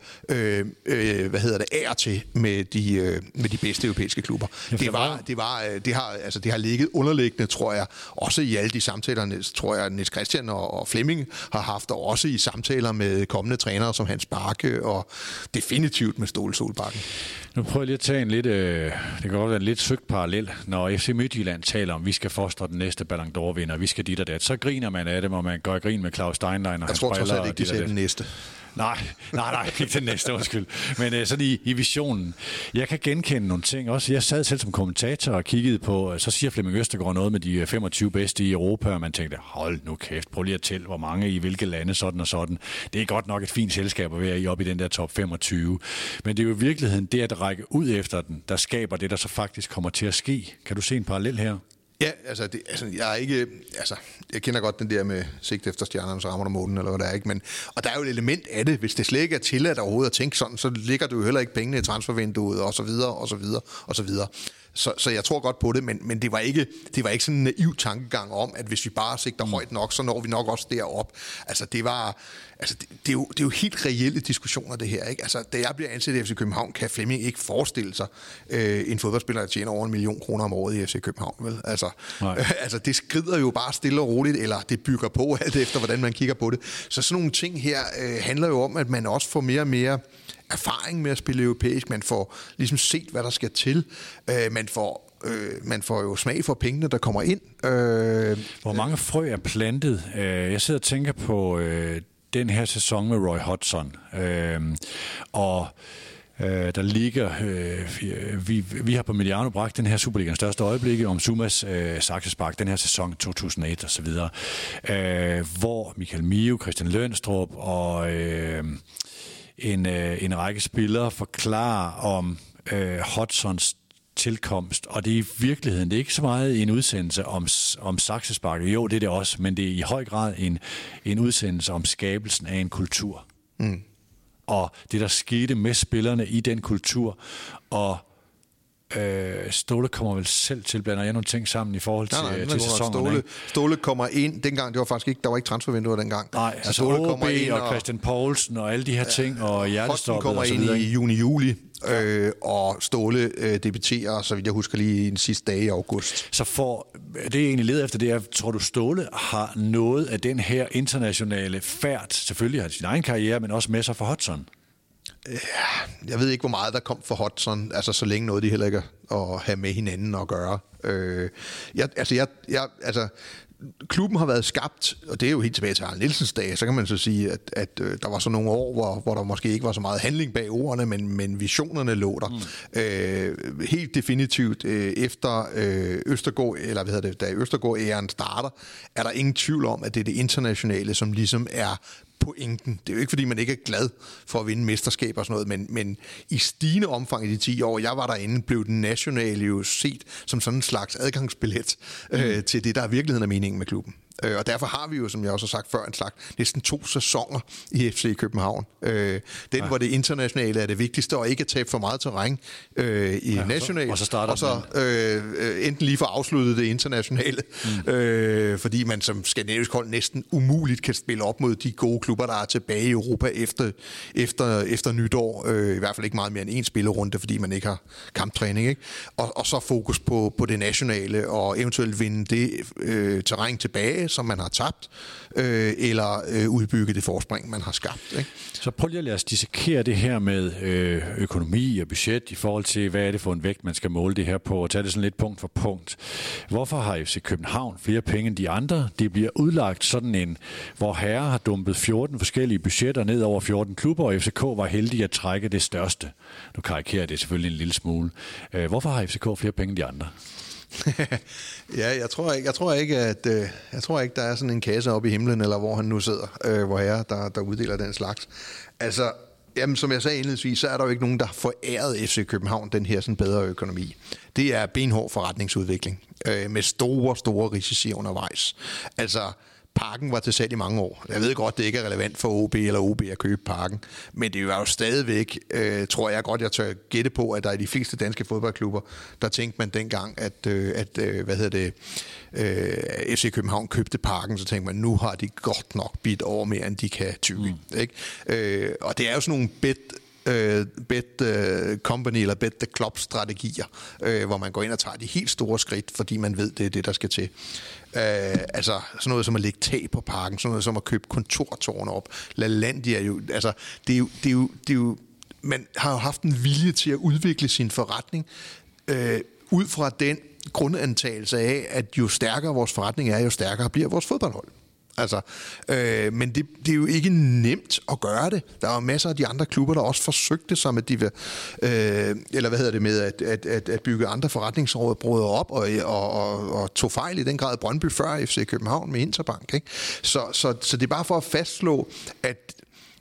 til med de bedste europæiske klubber. Det har ligget underliggende, tror jeg, også i alle de samtaler, tror jeg, Niels Christian og Flemming har haft, og også i samtaler med kommende trænere som Hans Barke, og definitivt med Ståle Solbakken. Nu prøver jeg lige at tage en lidt, det kan godt være en lidt søgt parallel. Når FC Midtjylland taler om, at vi skal fostre den næste Ballon d'Or-vinder, vi skal dit og dat, så griner man af dem, og man gør grin med Claus Steinlein og hans briller. Jeg tror trods alt ikke, de sagde den næste. Nej, ikke den næste, undskyld. Men sådan i visionen. Jeg kan genkende nogle ting også. Jeg sad selv som kommentator og kiggede på, så siger Flemming Østergaard noget med de 25 bedste i Europa, og man tænkte, hold nu kæft, prøv lige at tælle, hvor mange i hvilke lande, sådan og sådan. Det er godt nok et fint selskab at være i op i den der top 25. Men det er jo i virkeligheden det at række ud efter den, der skaber det, der så faktisk kommer til at ske. Kan du se en parallel her? Ja, jeg kender godt den der med sigt efter stjernerne, så rammer der månen, eller hvad der er, ikke? Men, og der er jo et element af det. Hvis det slet ikke er tilladt overhovedet at tænke sådan, så ligger du jo heller ikke pengene i transfervinduet, og så videre, og så videre, og så videre. Så jeg tror godt på det, men det var ikke sådan en naiv tankegang om, at hvis vi bare sigter højt nok, så når vi nok også derop. Altså, det er jo helt reelle diskussioner, det her, ikke? Altså, da jeg bliver ansat i FC København, kan Flemming ikke forestille sig en fodboldspiller, der tjener over 1 million kroner om året i FC København, vel? Altså, det skrider jo bare stille og roligt, eller det bygger på alt efter, hvordan man kigger på det. Så sådan nogle ting her handler jo om, at man også får mere og mere erfaring med at spille europæisk. Man får ligesom set, hvad der skal til. Man får jo smag for pengene, der kommer ind. Hvor mange frø er plantet? Jeg sidder og tænker på den her sæson med Roy Hodgson. Der ligger, vi har på Mediano bragt den her Superligaens største øjeblikke om Sumas Saxespark, den her sæson 2001 og så videre, hvor Michael Mio, Christian Lønstrup og en række spillere forklarer om Hodgsons tilkomst, og det er i virkeligheden, det er ikke så meget en udsendelse om Saxesparket, jo det er det også, men det er i høj grad en udsendelse om skabelsen af en kultur. Og det der skete med spillerne i den kultur, og Ståle kommer vel selv til, blander jeg nogle ting sammen i forhold til sæsonen. Ståle kommer ind, dengang, det var faktisk ikke, der var ikke transfervinduer dengang. Nej, altså Ståle kommer ind, og Christian Poulsen og alle de her ting, og hjertestoppet og så videre. Kommer ind i juni-juli, og Ståle debuterer, så vidt jeg husker, lige i den sidste dag i august. Så det jeg egentlig leder efter, det er, tror du Ståle har noget af den her internationale færd, selvfølgelig har sin egen karriere, men også med sig for Hodgson? Jeg ved ikke, hvor meget der kom for Hodgson, altså så længe noget de heller ikke at have med hinanden at gøre. Klubben har været skabt, og det er jo helt tilbage til Arne Nielsens dage, så kan man så sige, at der var så nogle år, hvor der måske ikke var så meget handling bag ordene, men visionerne lå der. Helt definitivt efter Østergaard, eller hvad hedder det, da Østergaard-æren starter, er der ingen tvivl om, at det er det internationale, som ligesom er pointen. Det er jo ikke, fordi man ikke er glad for at vinde mesterskab og sådan noget, men i stigende omfang i de 10 år, jeg var derinde, blev den nationale jo set som sådan en slags adgangsbillet til det, der er virkeligheden af meningen med klubben. Og derfor har vi jo, som jeg også har sagt før, en slags næsten 2 sæsoner i FC København. Hvor det internationale er det vigtigste, og ikke at tabe for meget terræn i national, og så enten lige få afsluttet det internationale, fordi man som skandinavisk hold næsten umuligt kan spille op mod de gode klubber, der er tilbage i Europa efter nytår. I hvert fald ikke meget mere end en spillerunde, fordi man ikke har kamptræning, ikke? Og så fokus på det nationale, og eventuelt vinde det terræn tilbage, tilbage, som man har tabt, eller udbygge det forspring, man har skabt. Ikke? Så prøv lige at lade os dissekere det her med økonomi og budget i forhold til, hvad er det for en vægt, man skal måle det her på, og tage det sådan lidt punkt for punkt. Hvorfor har FC København flere penge end de andre? Det bliver udlagt sådan en, hvor herrer har dumpet 14 forskellige budgetter ned over 14 klubber, og FCK var heldig at trække det største. Nu karikerer det selvfølgelig en lille smule. Hvorfor har FCK flere penge end de andre? Ja, jeg tror ikke, der er sådan en kasse oppe i himlen, eller hvor han nu sidder, hvor herre, der uddeler den slags. Altså, jamen, som jeg sagde indledningsvis, så er der jo ikke nogen, der har foræret FC København den her sådan bedre økonomi. Det er benhård forretningsudvikling, med store risici undervejs. Altså, Parken var til salg i mange år. Jeg ved godt, det ikke er relevant for OB eller OB at købe Parken, men det var jo stadigvæk, tror jeg godt, jeg tør gætte på, at der i de fleste danske fodboldklubber, der tænkte man dengang, at FC København købte Parken, så tænkte man, nu har de godt nok bidt over mere, end de kan tygge. Ikke? Og det er jo sådan nogle bet company eller bet the club strategier, hvor man går ind og tager de helt store skridt, fordi man ved, det er det, der skal til. Altså sådan noget som at lægge tag på Parken, sådan noget som at købe kontortårne op. LaLandia er jo, altså det er jo man har jo haft en vilje til at udvikle sin forretning ud fra den grundantagelse af, at jo stærkere vores forretning er, jo stærkere bliver vores fodboldhold. Altså, men det er jo ikke nemt at gøre det. Der er jo masser af de andre klubber, der også forsøgte sig med at bygge andre forretningsområder op og tog fejl i den grad Brøndby før FC København med Interbank. Ikke? Så det er bare for at fastslå, at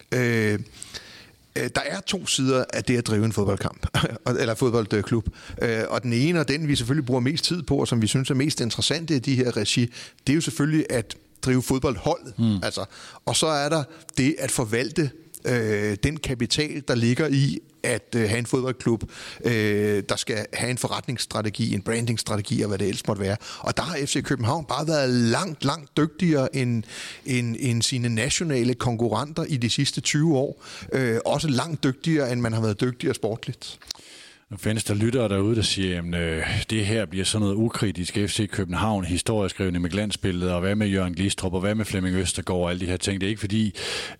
der er to sider af det at drive en fodboldkamp, eller fodboldklub. Og den ene, og den vi selvfølgelig bruger mest tid på, og som vi synes er mest interessante i de her regi, det er jo selvfølgelig at drive fodboldholdet. Altså, og så er der det at forvalte den kapital, der ligger i at have en fodboldklub, der skal have en forretningsstrategi, en brandingstrategi og hvad det ellers måtte være. Og der har FC København bare været langt dygtigere end sine nationale konkurrenter i de sidste 20 år. Også langt dygtigere, end man har været dygtigere sportligt. Nu findes der lyttere derude, der siger, at det her bliver sådan noget ukritisk FC København, historieskrivende med glansbilleder, og hvad med Jørgen Glistrup, og hvad med Flemming Østergaard og alle de her ting. Det er ikke fordi,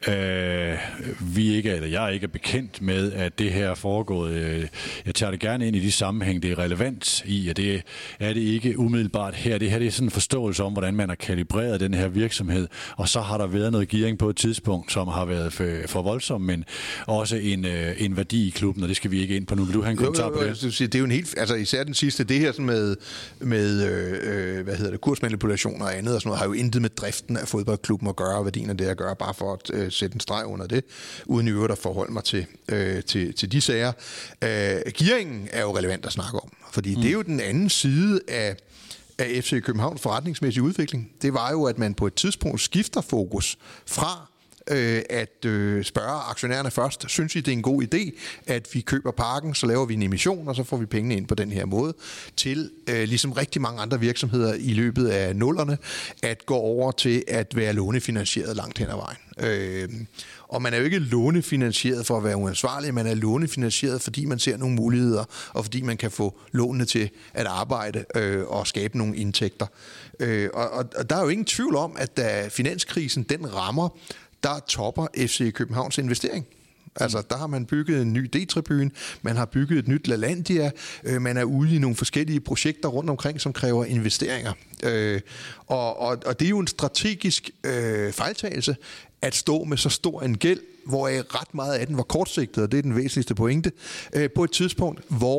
jeg ikke er bekendt med, at det her er foregået. Jeg tager det gerne ind i de sammenhæng, det er relevant i, og det er det ikke umiddelbart her. Det her det er sådan en forståelse om, hvordan man har kalibreret den her virksomhed, og så har der været noget gearing på et tidspunkt, som har været for voldsom, men også en værdi i klubben, og det skal vi ikke ind på nu. Vil du have en kommentar? Det er jo en helt, altså især den sidste, det her sådan med kursmanipulationer og andet og sådan noget, har jo intet med driften af fodboldklubben at gøre, og værdien af det at gøre, bare for at sætte en streg under det, uden i øvrigt at forholde mig til de sager. Gearingen er jo relevant at snakke om, fordi det er jo den anden side af FC Københavns forretningsmæssige udvikling. Det var jo, at man på et tidspunkt skifter fokus fra at spørge aktionærerne først, synes I det er en god idé, at vi køber Parken, så laver vi en emission, og så får vi pengene ind på den her måde, til ligesom rigtig mange andre virksomheder i løbet af nullerne, at gå over til at være lånefinansieret langt hen ad vejen. Og man er jo ikke lånefinansieret for at være uansvarlig, man er lånefinansieret, fordi man ser nogle muligheder, og fordi man kan få lånene til at arbejde og skabe nogle indtægter. Og der er jo ingen tvivl om, at da finanskrisen den rammer, der topper FC Københavns investering. Altså, der har man bygget en ny D-tribune, man har bygget et nyt LaLandia, man er ude i nogle forskellige projekter rundt omkring, som kræver investeringer. Og det er jo en strategisk fejltagelse at stå med så stor en gæld, hvor ret meget af den var kortsigtet, og det er den væsentligste pointe, på et tidspunkt,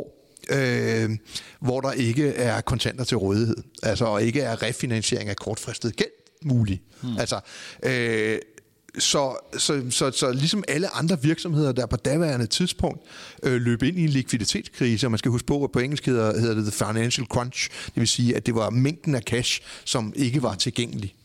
hvor der ikke er kontanter til rådighed, altså, og ikke er refinansiering af kortfristet gæld mulig. Altså, Så ligesom alle andre virksomheder, der på daværende tidspunkt løb ind i en likviditetskrise, og man skal huske på, at på engelsk hedder det the financial crunch, det vil sige, at det var mængden af cash, som ikke var tilgængelig.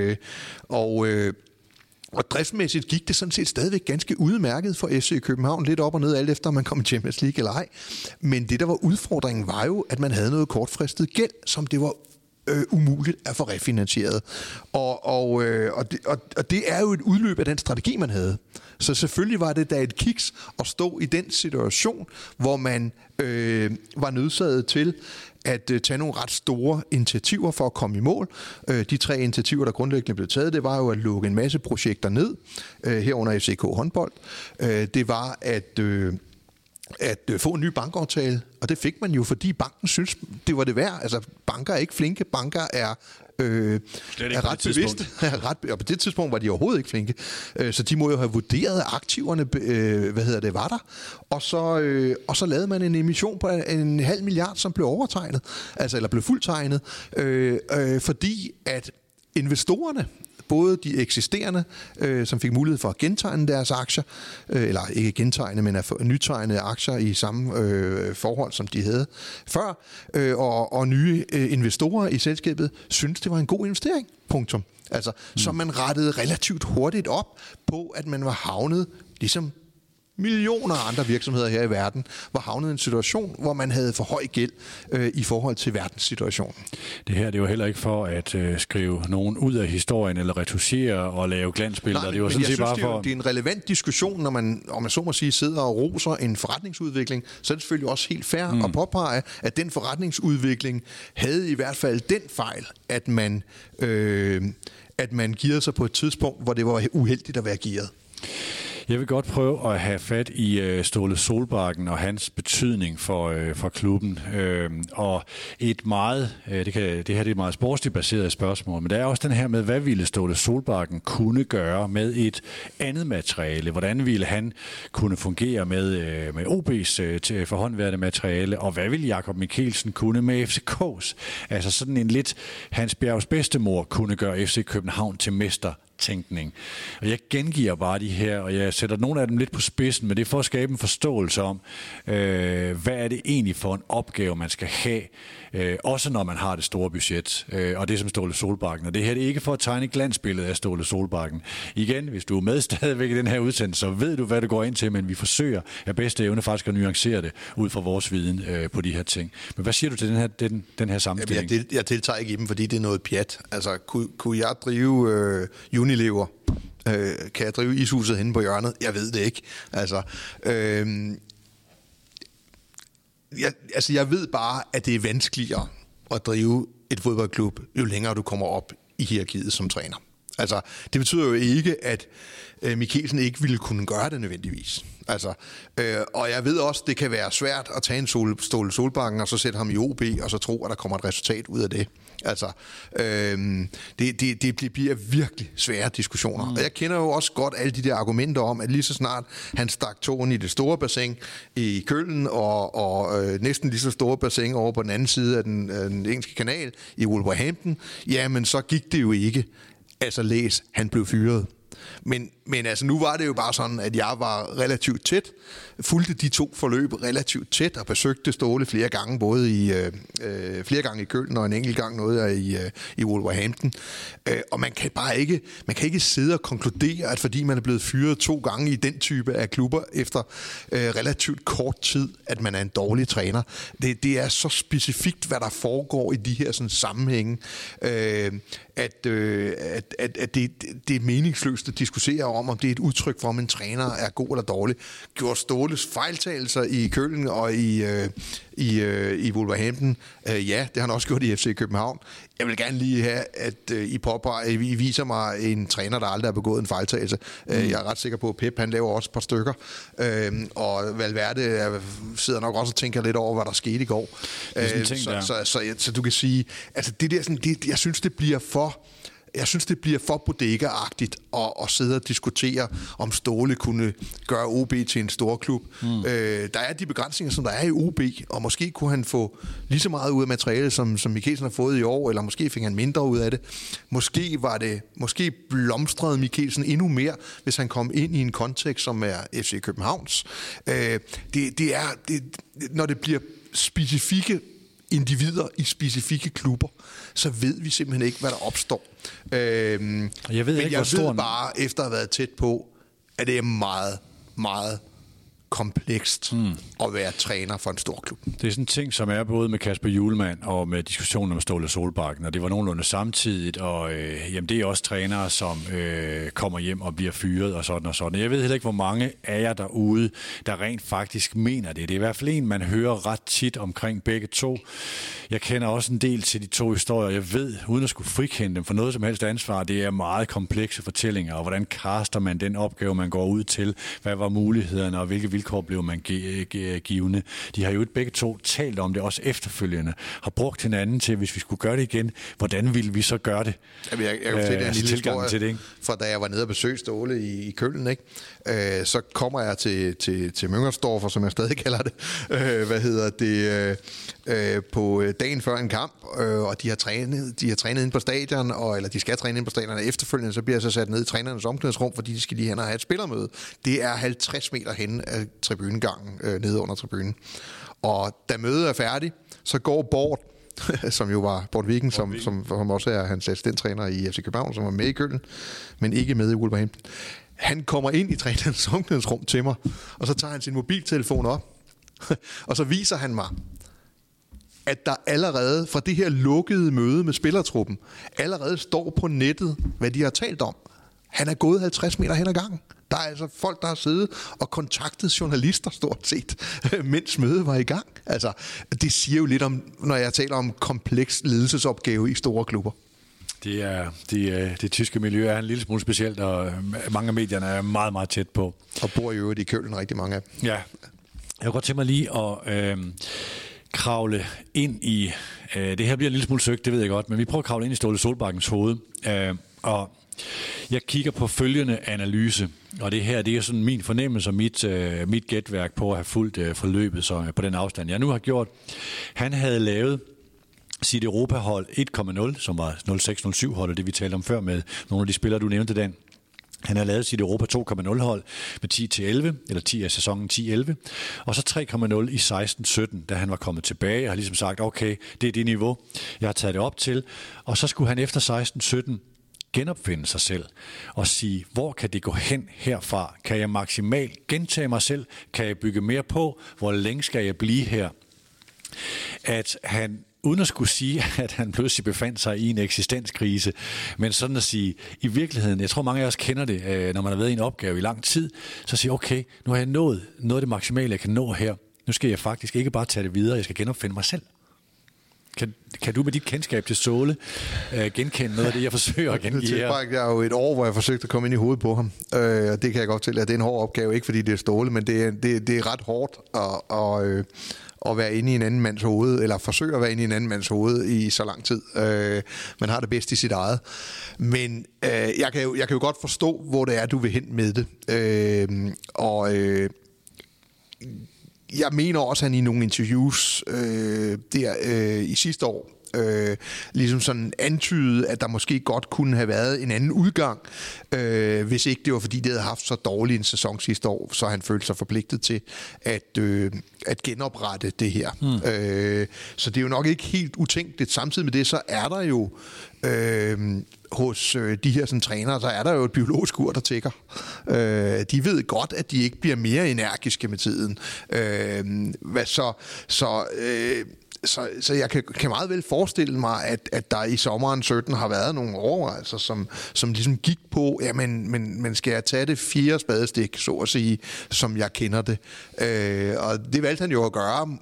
Og driftsmæssigt gik det sådan set stadigvæk ganske udmærket for FC København, lidt op og ned, alt efter om man kom i Champions League eller ej. Men det, der var udfordringen, var jo, at man havde noget kortfristet gæld, som det var umuligt at få refinansieret. Og det er jo et udløb af den strategi, man havde. Så selvfølgelig var det da et kiks at stå i den situation, hvor man var nødsaget til at tage nogle ret store initiativer for at komme i mål. De 3 initiativer, der grundlæggende blev taget, det var jo at lukke en masse projekter ned, herunder FCK håndbold. Det var at få en ny bankaftale, og det fik man jo, fordi banken synes, det var det værd. Altså, banker er ikke flinke, banker er ret bevidste. Og på det tidspunkt var de overhovedet ikke flinke. Så de må jo have vurderet, at aktiverne var der. Og så lavede man en emission på 0,5 milliard, som blev overtegnet, altså eller blev fuldtegnet, fordi at investorerne, både de eksisterende, som fik mulighed for at gentegne deres aktier, eller ikke gentegne, men at nytegne aktier i samme forhold, som de havde før, og nye investorer i selskabet, synes det var en god investering. Punktum. Altså, så man rettede relativt hurtigt op på, at man var havnet, ligesom millioner af andre virksomheder her i verden, var havnet i en situation, hvor man havde for høj gæld i forhold til verdenssituationen. Det her det er jo heller ikke for at skrive nogen ud af historien, eller retuschere og lave glansbilleder. Nej, det var sådan set bare for... Det er en relevant diskussion, når man, om man så må sige, sidder og roser en forretningsudvikling, så er det selvfølgelig også helt fair at påpege, at den forretningsudvikling havde i hvert fald den fejl, at man gearede sig på et tidspunkt, hvor det var uheldigt at være gearet. Jeg vil godt prøve at have fat i Ståle Solbakken og hans betydning for klubben. Og et meget, det her det er et meget sportsligt baseret spørgsmål, men der er også den her med, hvad ville Ståle Solbakken kunne gøre med et andet materiale? Hvordan ville han kunne fungere med OB's til forhåndværende materiale? Og hvad ville Jakob Mikkelsen kunne med FCK's? Altså sådan en lidt Hans Bjergs bedstemor kunne gøre FC København til mester. Tænkning. Og jeg gengiver bare de her, og jeg sætter nogle af dem lidt på spidsen, men det er for at skabe en forståelse om, hvad er det egentlig for en opgave, man skal have, også når man har det store budget, og det er som Ståle Solbakken. Og det her det er ikke for at tegne et glansbillede af Ståle Solbakken. Igen, hvis du er med stadigvæk i den her udsendelse, så ved du, hvad det går ind til, men vi forsøger af bedste evne faktisk at nuancere det ud fra vores viden på de her ting. Men hvad siger du til den her sammenstilling? Jeg deltager ikke i dem, fordi det er noget pjat. Altså, kunne jeg drive Unilever? Kan jeg drive ishuset henne på hjørnet? Jeg ved det ikke. Altså, jeg ved bare, at det er vanskeligere at drive et fodboldklub, jo længere du kommer op i hierarkiet som træner. Altså, det betyder jo ikke, at Mikkelsen ikke ville kunne gøre det nødvendigvis. Altså, og jeg ved også, det kan være svært at tage en Ståle Solbakken og så sætte ham i OB, og så tro, at der kommer et resultat ud af det. Altså, det bliver virkelig svære diskussioner. Og jeg kender jo også godt alle de der argumenter om, at lige så snart han stak tåen i det store bassin i Køln, og næsten lige så store bassin over på den anden side af den engelske kanal i Wolverhampton, jamen så gik det jo ikke. Altså han blev fyret. Men altså nu var det jo bare sådan, at jeg var relativt tæt, fulgte de 2 forløb relativt tæt og besøgte Ståle flere gange, både flere gange i Køln og en enkelt gang noget i Wolverhampton. Og man kan ikke sidde og konkludere, at fordi man er blevet fyret 2 gange i den type af klubber efter relativt kort tid, at man er en dårlig træner. Det er så specifikt, hvad der foregår i de her sådan sammenhænge, at det er meningsløst at diskutere om det er et udtryk for, om en træner er god eller dårlig. Gjorde Ståles fejltagelser i Køln og i Wolverhampton? Ja, det har han også gjort i FC København. Jeg vil gerne lige have, at I viser mig en træner, der aldrig har begået en fejltagelse. Jeg er ret sikker på, at Pep han laver også et par stykker. Og Valverde sidder nok også og tænker lidt over, hvad der skete i går. Så du kan sige, altså det der sådan, jeg synes, det bliver for bodega-agtigt at sidde og diskutere, om Ståle kunne gøre OB til en stor klub. Der er de begrænsninger, som der er i OB, og måske kunne han få lige så meget ud af materialet, som Mikkelsen har fået i år, eller måske fik han mindre ud af det. Måske blomstrede Mikkelsen endnu mere, hvis han kom ind i en kontekst, som er FC Københavns. Når det bliver specifikke individer i specifikke klubber, så ved vi simpelthen ikke, hvad der opstår. Jeg ved bare, efter at have været tæt på, at det er meget, meget komplekst at være træner for en stor klub. Det er sådan en ting, som er både med Kasper Hjulmand og med diskussionen om Ståle Solbakken, og det var nogenlunde samtidigt, og jamen, det er også trænere, som kommer hjem og bliver fyret og sådan og sådan. Jeg ved heller ikke, hvor mange af jer derude, der rent faktisk mener det. Det er i hvert fald en, man hører ret tit omkring begge to. Jeg kender også en del til de to historier. Jeg ved, uden at skulle frikende dem for noget som helst ansvar, det er meget komplekse fortællinger, og hvordan kaster man den opgave, man går ud til, hvad var mulighederne, og hvilke vilkår blev man givende. De har jo begge to talt om det, også efterfølgende, har brugt hinanden til, hvis vi skulle gøre det igen, hvordan ville vi så gøre det? Jamen, jeg kan fortælle en lille historie til det, fra da jeg var nede og besøgte Ståle i Køln, ikke? Så kommer jeg til Müngersdorfer, som jeg stadig kalder det, på dagen før en kamp, og de har trænet ind på stadion, eller de skal træne ind på stadion, og efterfølgende så bliver jeg så sat ned i trænernes omklædningsrum, fordi de skal lige hen og have et spillermøde. Det er 50 meter hen af tribunegangen, nede under tribunen. Og da mødet er færdigt, så går Bort, som jo var Bort Viking, som også er hans assistenttræner i FC København, som var med i Køln, men ikke med i Wolverhampton. Han kommer ind i trænerens omklædningsrum til mig, og så tager han sin mobiltelefon op, og så viser han mig, at der allerede fra det her lukkede møde med spillertruppen, allerede står på nettet, hvad de har talt om. Han er gået 50 meter hen ad gangen. Der er altså folk, der har siddet og kontaktet journalister stort set, mens mødet var i gang. Altså, det siger jo lidt om, når jeg taler om kompleks ledelsesopgave i store klubber. Det tyske miljø er en lille smule specielt, og mange af medierne er meget, meget tæt på. Og bor jo i Køln rigtig mange af dem. Ja, jeg kunne godt tænke mig lige at kravle ind i, det her bliver en lille smule søgt, det ved jeg godt, men vi prøver at kravle ind i Ståle Solbakkens hoved, og jeg kigger på følgende analyse, og det her, det er sådan min fornemmelse og mit gætværk på at have fulgt forløbet så på den afstand, jeg nu har gjort. Han havde lavet sit Europahold 1,0, som var 06-07-holdet, det vi talte om før med nogle af de spillere, du nævnte, Dan. Han har lavet sit Europa 2,0-hold med 10-11, eller 10 af sæsonen 10-11, og så 3,0 i 16-17, da han var kommet tilbage. Jeg har ligesom sagt, okay, det er det niveau, jeg har taget det op til. Og så skulle han efter 16-17 genopfinde sig selv og sige, hvor kan det gå hen herfra? Kan jeg maksimalt gentage mig selv? Kan jeg bygge mere på? Hvor længe skal jeg blive her? At han, uden at skulle sige, at han pludselig befandt sig i en eksistenskrise, men sådan at sige, i virkeligheden, jeg tror mange af os kender det, når man har været i en opgave i lang tid, så siger okay, nu har jeg nået noget af det maksimale, jeg kan nå her. Nu skal jeg faktisk ikke bare tage det videre, jeg skal genopfinde mig selv. Kan du med dit kendskab til Ståle genkende noget af det, jeg forsøger at gengive her? Det er jo et år, hvor jeg forsøgte at komme ind i hovedet på ham. Og det kan jeg godt til, at det er en hård opgave, ikke fordi det er Ståle, men det er ret hårdt at være inde i en anden mands hoved, eller forsøge at være inde i en anden mands hoved i så lang tid. Man har det bedst i sit eget. Men jeg kan jo godt forstå, hvor det er, du vil hen med det. Jeg mener også, at han i nogle interviews i sidste år ligesom sådan antydet, at der måske godt kunne have været en anden udgang, hvis ikke det var, fordi det havde haft så dårlig en sæson sidste år, så han følte sig forpligtet til at genoprette det her. Så det er jo nok ikke helt utænkeligt. Samtidig med det, så er der jo hos de her sådan, trænere, så er der jo et biologisk ur, der tikker. De ved godt, at de ikke bliver mere energiske med tiden. Så jeg kan meget vel forestille mig, at der i sommeren 17 har været nogle overvejelser, som ligesom gik på, men skal jeg tage det 4. spadestik, så at sige, som jeg kender det. Og det valgte han jo at gøre,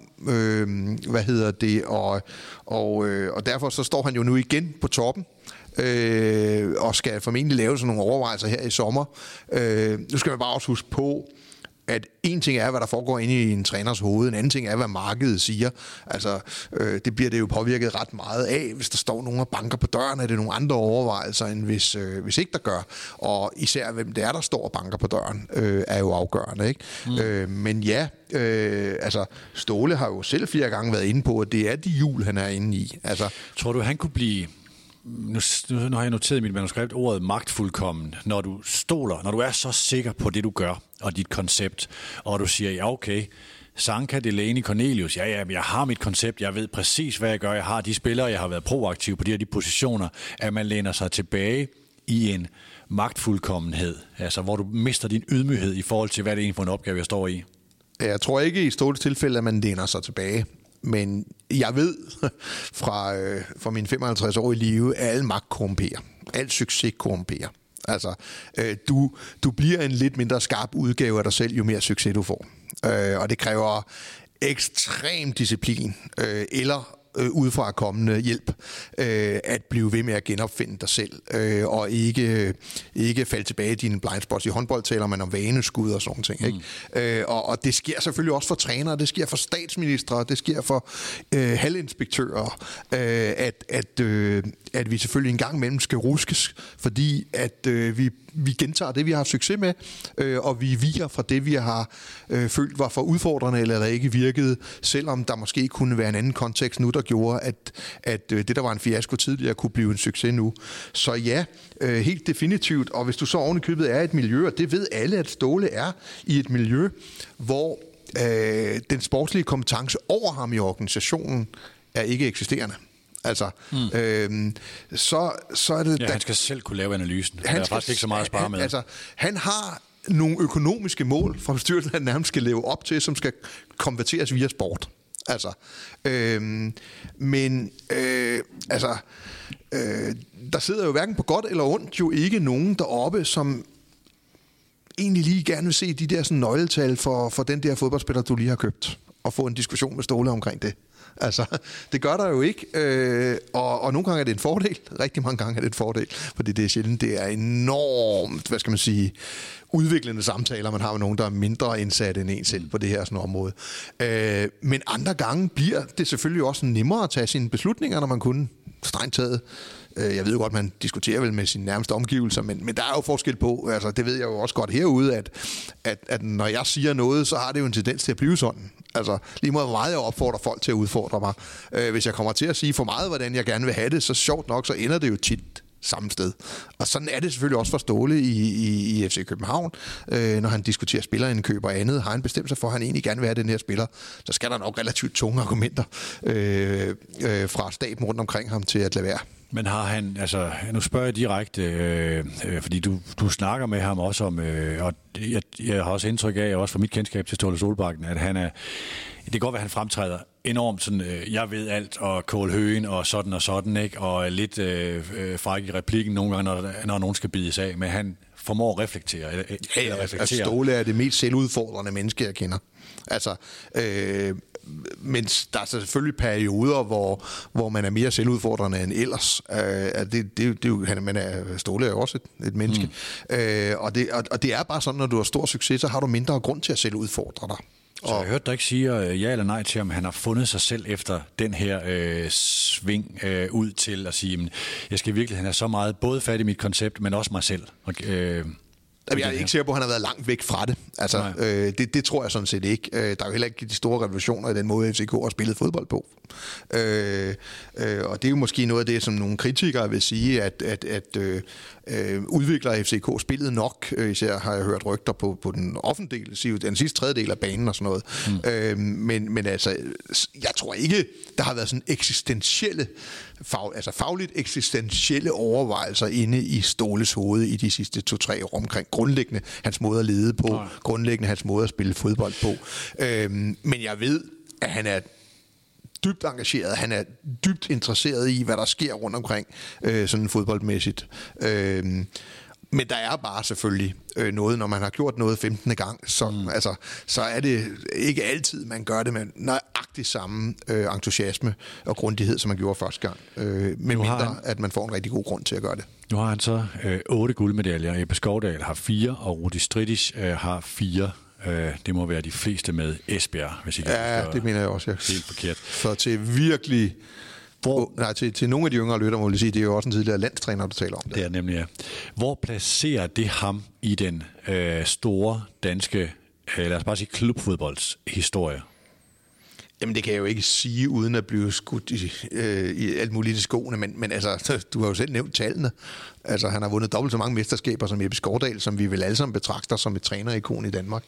og derfor så står han jo nu igen på toppen, og skal formentlig lave sådan nogle overvejelser her i sommer. Nu skal man bare også huske på, at en ting er, hvad der foregår inde i en træners hoved, en anden ting er, hvad markedet siger. Altså, det bliver det jo påvirket ret meget af. Hvis der står nogen og banker på døren, er det nogle andre overvejelser, end hvis ikke der gør. Og især, hvem det er, der står og banker på døren, er jo afgørende, ikke? Men ja, altså, Ståle har jo selv 4 gange været inde på, at det er de hjul, han er inde i. Altså, tror du, han kunne blive... Nu har jeg noteret i mit manuskript ordet magtfuldkommen, når du er så sikker på det, du gør, og dit koncept, og du siger, ja okay, Sanka, Delaney, Cornelius, ja, jeg har mit koncept, jeg ved præcis, hvad jeg gør, jeg har de spillere, jeg har været proaktiv på de her de positioner, at man læner sig tilbage i en magtfuldkommenhed, altså hvor du mister din ydmyghed i forhold til, hvad det er for en opgave, jeg står i. Jeg tror ikke i Ståles tilfælde, at man læner sig tilbage. Men jeg ved fra mine 55 år i live, at al magt korrumperer. Al succes korrumperer. Altså, du bliver en lidt mindre skarp udgave af dig selv, jo mere succes du får. Og det kræver ekstrem disciplin, eller udefra kommende hjælp, at blive ved med at genopfinde dig selv, og ikke falde tilbage i dine blindspots. I håndbold taler man om vaneskud og sådan ting. Ikke? Og det sker selvfølgelig også for trænere, det sker for statsministre, det sker for halvinspektører, at vi selvfølgelig en gang imellem skal ruskes, fordi at vi gentager det, vi har haft succes med, og vi viger fra det, vi har følt var for udfordrende, eller der ikke virkede, selvom der måske kunne være en anden kontekst nu, der gjorde, at det, der var en fiasko tidligere, kunne blive en succes nu. Så ja, helt definitivt. Og hvis du så oven i købet er et miljø, og det ved alle, at Ståle er i et miljø, hvor den sportslige kompetence over ham i organisationen er ikke eksisterende. Altså, så er det... Ja, han skal selv kunne lave analysen. Han er faktisk ikke så meget at spare med. Altså, han har nogle økonomiske mål fra bestyrelsen, han nærmest skal leve op til, som skal konverteres via sport. Altså, der sidder jo hverken på godt eller ondt jo ikke nogen deroppe, som egentlig lige gerne vil se de der sådan nøgletal for den der fodboldspiller, du lige har købt, og få en diskussion med Ståle omkring det. Altså, det gør der jo ikke, og nogle gange er det en fordel, rigtig mange gange er det en fordel, fordi det er sjældent, det er enormt, hvad skal man sige, udviklende samtaler, man har med nogen, der er mindre indsat end en selv på det her sådan område. Men andre gange bliver det selvfølgelig også nemmere at tage sine beslutninger, når man kunne strengt taget. Jeg ved jo godt, man diskuterer vel med sine nærmeste omgivelser, men der er jo forskel på, altså det ved jeg jo også godt herude, at når jeg siger noget, så har det jo en tendens til at blive sådan. Altså lige meget hvor meget jeg opfordrer folk til at udfordre mig. Hvis jeg kommer til at sige for meget, hvordan jeg gerne vil have det, så sjovt nok, så ender det jo tit samme sted. Og sådan er det selvfølgelig også for Ståle i FC København, når han diskuterer spillerindkøb og andet. Har han bestemt sig for, at han egentlig gerne vil have den her spiller, så skal der nok relativt tunge argumenter fra staben rundt omkring ham til at lade være. Men har han, altså nu spørger jeg direkte, fordi du snakker med ham også om, og jeg har også indtryk af, også fra mit kendskab til Ståle Solbakken, at han er, det kan godt være, at han fremtræder enormt sådan, jeg ved alt, og Kål Høgen, og sådan, ikke? Og lidt fræk i replikken nogle gange, når nogen skal bides af, men han formår at reflektere. Altså, Ståle er det mest selvudfordrende menneske, jeg kender. Altså, mens der er selvfølgelig perioder, hvor man er mere selvudfordrende end ellers. Ståle er jo også et menneske. Og det er bare sådan, når du har stor succes, så har du mindre grund til at selv udfordre dig. Så jeg hørte dig ikke sige ja eller nej til, om han har fundet sig selv efter den her sving ud til at sige, jeg skal virkelig have så meget både fat i mit koncept, men også mig selv. Jeg er ikke sikker på, at han har været langt væk fra det. Altså, det tror jeg sådan set ikke. Der er jo heller ikke de store revolutioner i den måde, FCK har spillet fodbold på. Og det er jo måske noget af det, som nogle kritikere vil sige, at udvikler FCK spillet nok. Især har jeg hørt rygter på den offentlige del, den sidste tredjedel af banen og sådan noget. Men altså, jeg tror ikke, der har været sådan eksistentielle, fagligt eksistentielle overvejelser inde i Ståles hoved i de sidste 2-3 år omkring grundlæggende hans måde at lede på, grundlæggende hans måde at spille fodbold på. Men jeg ved, at han er dybt engageret, han er dybt interesseret i, hvad der sker rundt omkring sådan fodboldmæssigt. Men der er bare selvfølgelig noget, når man har gjort noget 15. gang, så er det ikke altid, man gør det med nøjagtig samme entusiasme og grundighed, som man gjorde første gang. Men mindre, at man får en rigtig god grund til at gøre det. Nu har han så 8 guldmedaljer. Ebbe Skovdal har 4, og Rudi Stridic har 4. Det må være de fleste med Esbjerg, hvis ikke det mener jeg også. Helt forkert. Så til virkelig... til nogle af de yngre lytter, må jeg sige, det er jo også en tidligere landstræner, du taler om det. Det er nemlig, ja. Hvor placerer det ham i den store danske, lad os bare sige, klubfodbolds historie? Jamen det kan jeg jo ikke sige, uden at blive skudt i alt muligt i skoene, men altså, du har jo selv nævnt tallene. Altså, han har vundet dobbelt så mange mesterskaber som Ebbe Skovdal, som vi vel alle sammen betragter som et trænerikon i Danmark.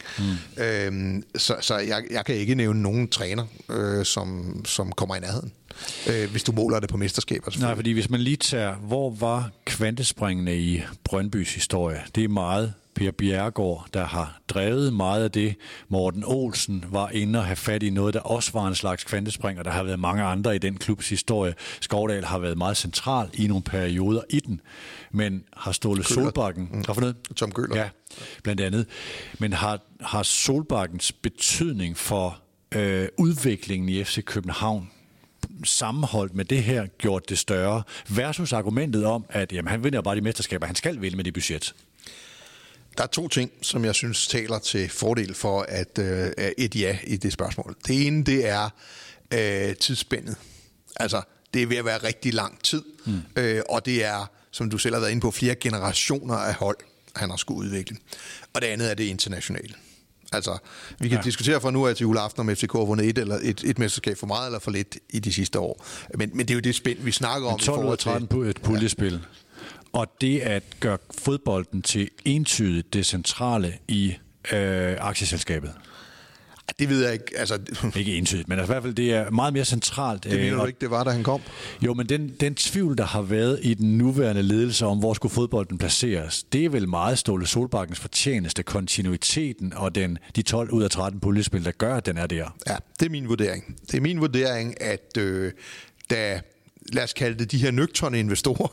Så jeg kan ikke nævne nogen træner, som kommer i nærheden, hvis du måler det på mesterskaber. Nej, fordi hvis man lige tager, hvor var kvantespringene i Brøndbys historie? Det er meget Per Bjerregaard, der har drevet meget af det. Morten Olsen var inde og have fat i noget, der også var en slags kvantespring, og der har været mange andre i den klubs historie. Skovdal har været meget central i nogle perioder i den, men har Ståle Solbakken... Tom Køller. Ja, blandt andet. Men har Solbakkens betydning for udviklingen i FC København sammenholdt med det her gjort det større, versus argumentet om, at jamen, han vinder bare de mesterskaber, han skal vælge med det budget? Der er 2 ting, som jeg synes taler til fordel for at et ja i det spørgsmål. Det ene, det er tidsspændet. Altså, det er ved at være rigtig lang tid, og det er, som du selv har været inde på, flere generationer af hold, han har skulle udvikle. Og det andet er det internationale. Altså, vi kan diskutere fra nu af til juleaften, om FCK har vundet et mesterskab for meget eller for lidt i de sidste år. Men det er jo det spænd, vi snakker om. 12 ud af 13 på et puljespil. Og det at gøre fodbolden til entydigt det centrale i aktieselskabet. Det ved jeg ikke. Altså, ikke entydigt, men i hvert fald det er meget mere centralt. Det mener du ikke, det var, da han kom? Jo, men den tvivl, der har været i den nuværende ledelse om, hvor skulle fodbolden placeres, det er vel meget Ståle Solbakkens fortjeneste, kontinuiteten og de 12 ud af 13 puljespil, der gør, at den er der. Ja, det er min vurdering. Det er min vurdering, at da, lad os kalde det, de her nøgterne investorer,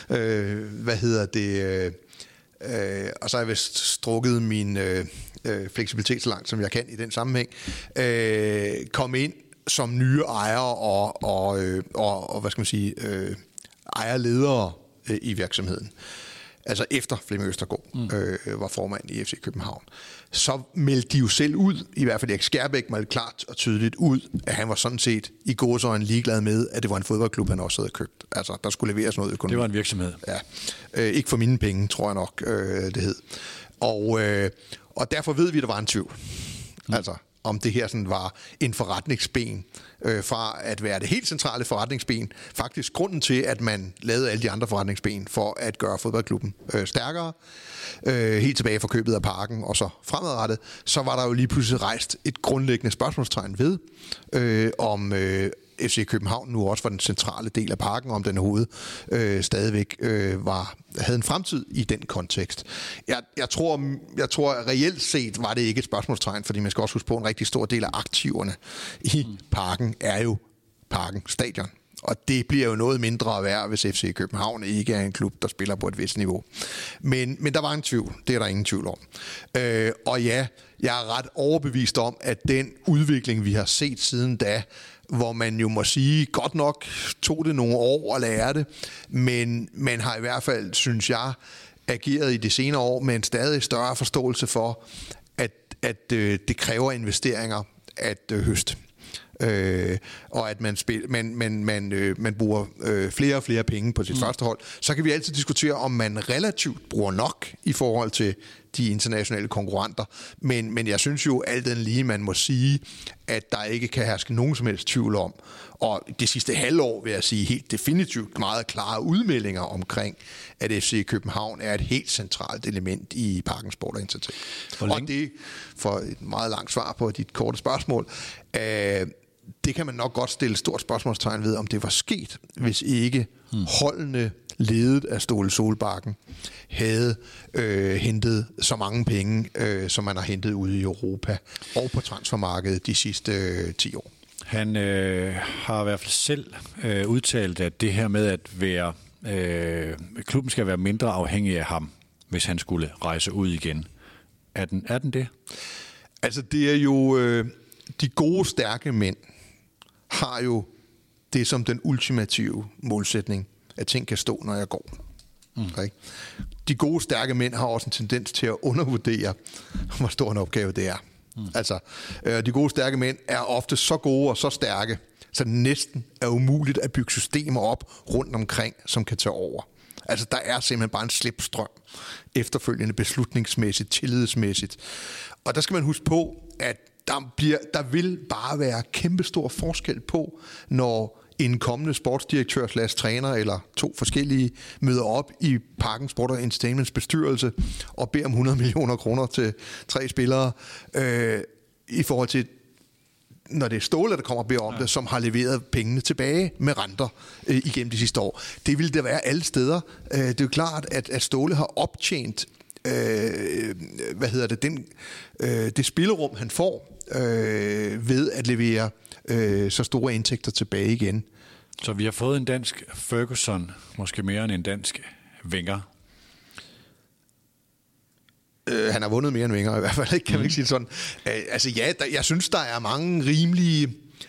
og så har jeg vist strukket min fleksibilitet så langt, som jeg kan i den sammenhæng, komme ind som nye ejere og hvad skal man sige, ejerledere i virksomheden. Altså efter Flemming Østergaard var formand i FC København. Så meldte de jo selv ud, i hvert fald Erik Skærbæk meldte klart og tydeligt ud, at han var sådan set i gåseøjne ligeglad med, at det var en fodboldklub, han også havde købt. Altså, der skulle leveres noget økonomi. Det var en virksomhed. Ja. Ikke for mine penge, tror jeg nok, det hed. Og derfor ved vi, at der var en tvivl. Altså, om det her sådan var en forretningsben, fra at være det helt centrale forretningsben. Faktisk grunden til, at man lavede alle de andre forretningsben for at gøre fodboldklubben stærkere, helt tilbage fra købet af Parken og så fremadrettet, så var der jo lige pludselig rejst et grundlæggende spørgsmålstegn ved, om FC København nu også var den centrale del af Parken, om den overhovedet stadigvæk havde en fremtid i den kontekst. Jeg tror at reelt set var det ikke et spørgsmålstegn, fordi man skal også huske på, en rigtig stor del af aktiverne i Parken er jo Parken Stadion. Og det bliver jo noget mindre værd, hvis FC København ikke er en klub, der spiller på et vist niveau. Men der var en tvivl. Det er der ingen tvivl om. Og ja, jeg er ret overbevist om, at den udvikling, vi har set siden da, hvor man jo må sige, godt nok tog det nogle år at lære det, men man har i hvert fald, synes jeg, ageret i de senere år med en stadig større forståelse for, at det kræver investeringer at høste. Og at man bruger flere og flere penge på sit første hold, så kan vi altid diskutere, om man relativt bruger nok i forhold til de internationale konkurrenter. Men jeg synes jo alt den lige, man må sige, at der ikke kan herske nogen som helst tvivl om. Og det sidste halvår vil jeg sige helt definitivt meget klare udmeldinger omkring, at FC København er et helt centralt element i Parken Sport og Entertainment. Og det, for et meget langt svar på dit korte spørgsmål, det kan man nok godt stille stort spørgsmålstegn ved, om det var sket, hvis ikke holdene ledet af Ståle Solbakken havde hentet så mange penge, som man har hentet ude i Europa og på transfermarkedet de sidste 10 år. Han har i hvert fald selv udtalt, at det her med at være klubben skal være mindre afhængig af ham, hvis han skulle rejse ud igen. Er den det? Altså det er jo de gode, stærke mænd har jo det som den ultimative målsætning, at ting kan stå, når jeg går. Okay? De gode, stærke mænd har også en tendens til at undervurdere, hvor stor en opgave det er. Altså, de gode, stærke mænd er ofte så gode og så stærke, så det næsten er umuligt at bygge systemer op rundt omkring, som kan tage over. Altså, der er simpelthen bare en slipstrøm efterfølgende beslutningsmæssigt, tillidsmæssigt. Og der skal man huske på, at der vil bare være kæmpestor forskel på, når en kommende sportsdirektør/træner eller 2 forskellige møder op i Parken Sport og Entertainments bestyrelse og beder om 100 millioner kroner til 3 spillere, i forhold til, når det er Ståle, der kommer og beder om det, som har leveret pengene tilbage med renter igennem de sidste år. Det vil det være alle steder. Det er jo klart, at Ståle har optjent det spillerum, han får ved at levere så store indtægter tilbage igen. Så vi har fået en dansk Ferguson, måske mere end en dansk Wenger. Han har vundet mere end Wenger, i hvert fald ikke, kan man ikke sige sådan. Jeg synes, der er mange rimelige...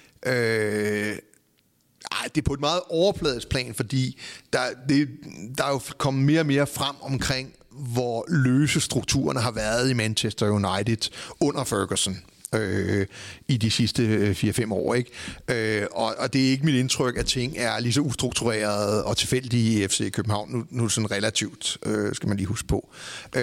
det er på et meget overfladisk plan, fordi der er jo kommet mere og mere frem omkring, hvor løse strukturerne har været i Manchester United under Ferguson i de sidste 4-5 år, ikke? Og det er ikke mit indtryk, at ting er lige så ustrukturerede og tilfældige i FC København. Nu er det sådan relativt, skal man lige huske på.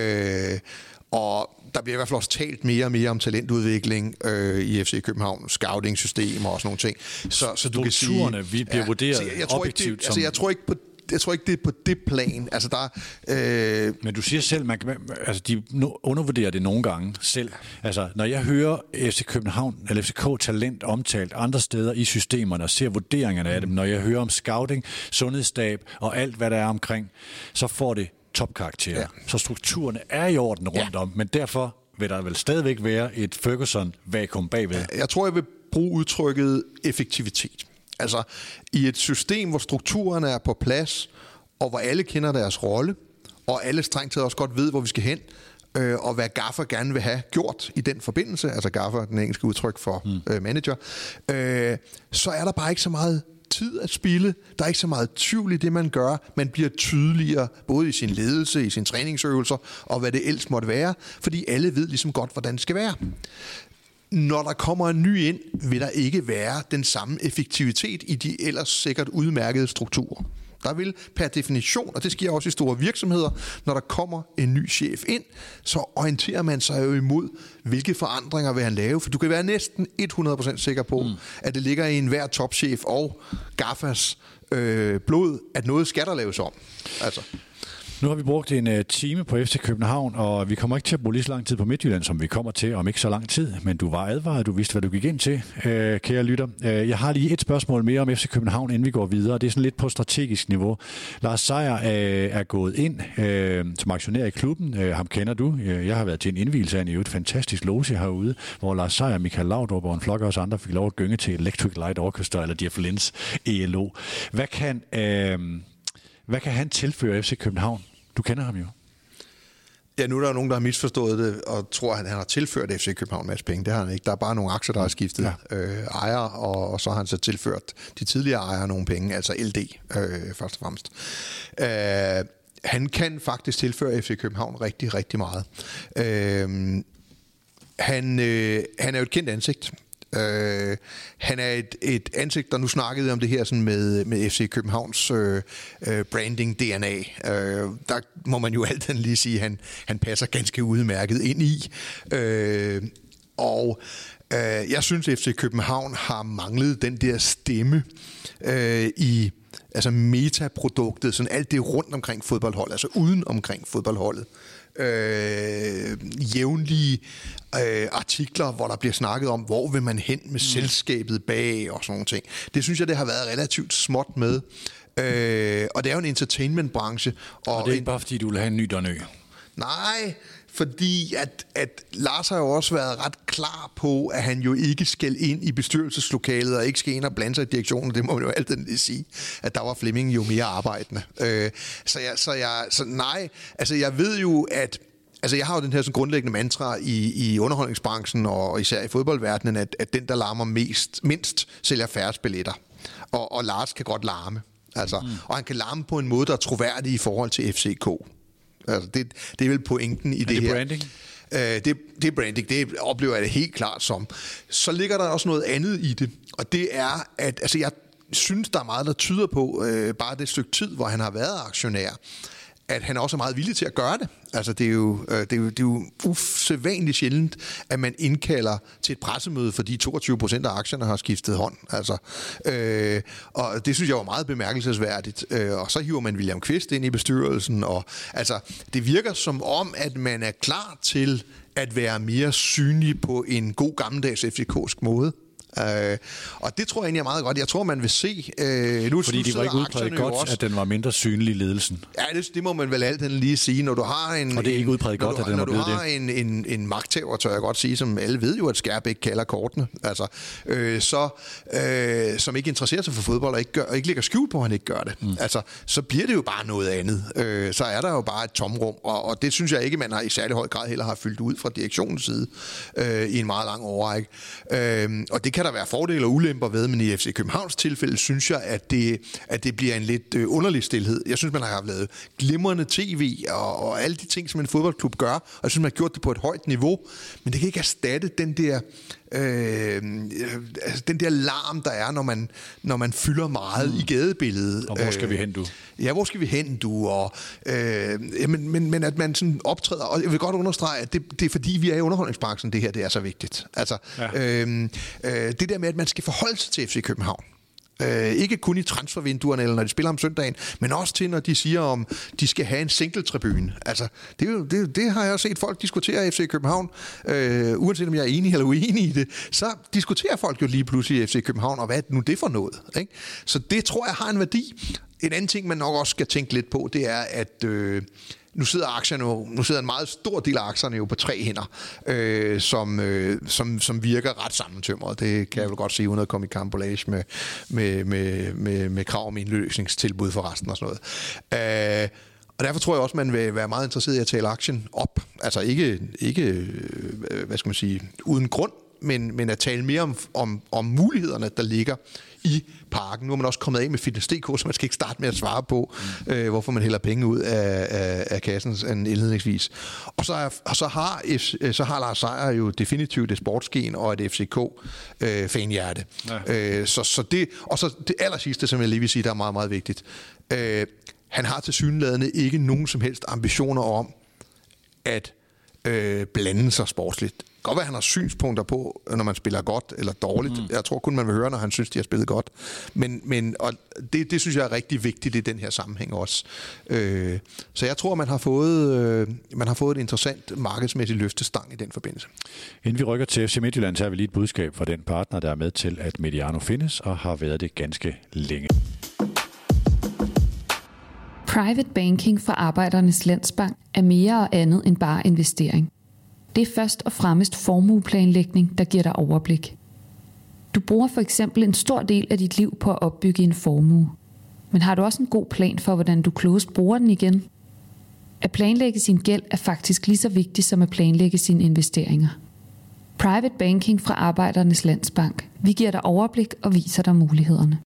Og der bliver i hvert fald også talt mere og mere om talentudvikling i FC København, scouting-systemer og sådan nogle ting. Så du kan sige, vi bliver vurderet objektivt som... Jeg tror ikke, det er på det plan. Altså, Men du siger selv, de undervurderer det nogle gange selv. Altså, når jeg hører FC København eller FCK talent omtalt andre steder i systemerne og ser vurderingerne af dem, når jeg hører om scouting, sundhedsstab og alt, hvad der er omkring, så får det topkarakterer. Ja. Så strukturerne er i orden rundt om, men derfor vil der vel stadigvæk være et Ferguson-vakuum bagved. Jeg tror, jeg vil bruge udtrykket effektivitet. Altså, i et system, hvor strukturerne er på plads, og hvor alle kender deres rolle, og alle strengt taget også godt ved, hvor vi skal hen, og hvad Gaffer gerne vil have gjort i den forbindelse, altså Gaffer, den engelske udtryk for manager, så er der bare ikke så meget tid at spille. Der er ikke så meget tvivl i det, man gør. Man bliver tydeligere, både i sin ledelse, i sine træningsøvelser, og hvad det ellers måtte være, fordi alle ved ligesom godt, hvordan det skal være. Når der kommer en ny ind, vil der ikke være den samme effektivitet i de ellers sikkert udmærkede strukturer. Der vil per definition, og det sker også i store virksomheder, når der kommer en ny chef ind, så orienterer man sig jo imod, hvilke forandringer vil han lave. For du kan være næsten 100% sikker på, at det ligger i enhver topchef og Gaffas blod, at noget skal der laves om. Altså. Nu har vi brugt en time på FC København, og vi kommer ikke til at bruge lige så lang tid på Midtjylland, som vi kommer til om ikke så lang tid. Men du var advaret, du vidste, hvad du gik ind til, kære lytter. Jeg har lige et spørgsmål mere om FC København, inden vi går videre. Det er sådan lidt på strategisk niveau. Lars Seier er gået ind som aktionær i klubben. Ham kender du. Jeg har været til en indvielse af et fantastisk loge herude, hvor Lars Seier, Michael Laudrup og en flok af os andre fik lov at gynge til Electric Light Orchestra eller Jeff Lynne's ELO. Hvad kan han tilføre FC København? Du kender ham jo. Ja, nu er der nogen, der har misforstået det, og tror, at han har tilført FC København en masse penge. Det har han ikke. Der er bare nogle aktier, der har skiftet ejere, og så har han så tilført de tidligere ejere nogle penge, altså LD først og fremmest. Han kan faktisk tilføre FC København rigtig, rigtig meget. Han er jo et kendt ansigt. Han er et ansigt, der nu snakkede om det her sådan med FC Københavns branding DNA. Der må man jo altid lige sige, at han passer ganske udmærket ind i. Jeg synes, at FC København har manglet den der stemme i altså metaproduktet, sådan alt det rundt omkring fodboldholdet, altså uden omkring fodboldholdet. Jævnlige artikler, hvor der bliver snakket om, hvor vil man hen med selskabet bag og sådan nogle ting. Det synes jeg, det har været relativt småt med. Og det er jo en entertainmentbranche. Og det er ikke bare fordi, du vil have en ny Donø. Nej, fordi at Lars har jo også været ret klar på, at han jo ikke skal ind i bestyrelseslokalet og ikke skal ind og blande sig i direktionen. Det må man jo altid sige, at der var Flemming jo mere arbejdende. Så nej, altså jeg ved jo, at altså jeg har jo den her sådan grundlæggende mantra i underholdningsbranchen og især i fodboldverdenen, at den, der larmer mindst, sælger færrest billetter. Og Lars kan godt larme. Altså, og han kan larme på en måde, der er troværdig i forhold til FCK. Altså, det er vel pointen i det her. Branding? Det er branding, det oplever jeg det helt klart som. Så ligger der også noget andet i det, og det er, at altså, jeg synes, der er meget, der tyder på, bare det stykke tid, hvor han har været aktionær, at han også er meget villig til at gøre det. Altså, det er jo usædvanligt sjældent, at man indkalder til et pressemøde, fordi 22% af aktierne har skiftet hånd. Altså, og det synes jeg var meget bemærkelsesværdigt. Og så hiver man William Kvist ind i bestyrelsen. Og, altså, det virker som om, at man er klar til at være mere synlig på en god gammeldags FCK'sk måde. Og det tror jeg egentlig er meget godt. Jeg tror, man vil se... Fordi de var ikke udpræget godt, også, at den var mindre synlig i ledelsen. Ja, det må man vel alt lige sige. Når du har en... Og det er ikke udpræget godt, at den var blevet det. Når du har en magthaver, tør jeg godt sige, som alle ved jo, at Skærbæk kalder kortene, altså, som ikke interesserer sig for fodbold og ikke lægger skjul på, at han ikke gør det. Altså, så bliver det jo bare noget andet. Så er der jo bare et tomrum, og det synes jeg ikke, man har i særlig høj grad heller har fyldt ud fra direktionens side i en meget lang årrække. Og det kan der være fordele og ulemper ved, men i FC Københavns tilfælde synes jeg, at det bliver en lidt underlig stilhed. Jeg synes, man har lavet glimrende tv og alle de ting, som en fodboldklub gør, og jeg synes, man har gjort det på et højt niveau, men det kan ikke erstatte den der larm, der er, når man fylder meget i gadebilledet. Og hvor skal vi hen, du? Ja, hvor skal vi hen, du? Og, men at man sådan optræder, og jeg vil godt understrege, at det er fordi, vi er i underholdningsbranchen, det her, det er så vigtigt. Altså, det der med, at man skal forholde sig til FC København. Ikke kun i transfervinduerne, eller når de spiller om søndagen, men også til, når de siger, om de skal have en single-tribune. Altså, det har jeg også set folk diskutere i FC København. Uanset om jeg er enig eller uenig i det, så diskuterer folk jo lige pludselig i FC København, og hvad er nu det for noget? Ikke? Så det tror jeg har en værdi. En anden ting, man nok også skal tænke lidt på, det er, at nu sidder en meget stor del af aktierne jo på 3 hænder, som virker ret sammentømret. Det kan jeg vel godt sige, uden at komme i karambolage med krav om indløsningstilbud for resten og sådan noget. Og derfor tror jeg også, man vil være meget interesseret i at tale aktien op. Altså ikke hvad skal man sige, uden grund, men at tale mere om mulighederne, der ligger i parken. Nu er man også kommet af med Fitness.dk, så man skal ikke starte med at svare på, hvorfor man hælder penge ud af kassen indledningsvis. Og så har Lars Seier jo definitivt et sportsgen og et FCK-fanhjerte. Så det allersidste, som jeg lige vil sige, der er meget, meget vigtigt. Han har tilsyneladende ikke nogen som helst ambitioner om at blande sig sportsligt. Godt være, han har synspunkter på, når man spiller godt eller dårligt. Jeg tror kun, man vil høre, når han synes, de har spillet godt. Men det synes jeg er rigtig vigtigt i den her sammenhæng også. Så jeg tror, man har fået et interessant markedsmæssigt løftestang i den forbindelse. Inden vi rykker til FC Midtjylland, så har vi lige et budskab fra den partner, der er med til, at Mediano findes og har været det ganske længe. Private banking fra Arbejdernes Landsbank er mere og andet end bare investering. Det er først og fremmest formueplanlægning, der giver dig overblik. Du bruger for eksempel en stor del af dit liv på at opbygge en formue. Men har du også en god plan for, hvordan du klogest bruger den igen? At planlægge sin gæld er faktisk lige så vigtigt som at planlægge sine investeringer. Private banking fra Arbejdernes Landsbank. Vi giver dig overblik og viser dig mulighederne.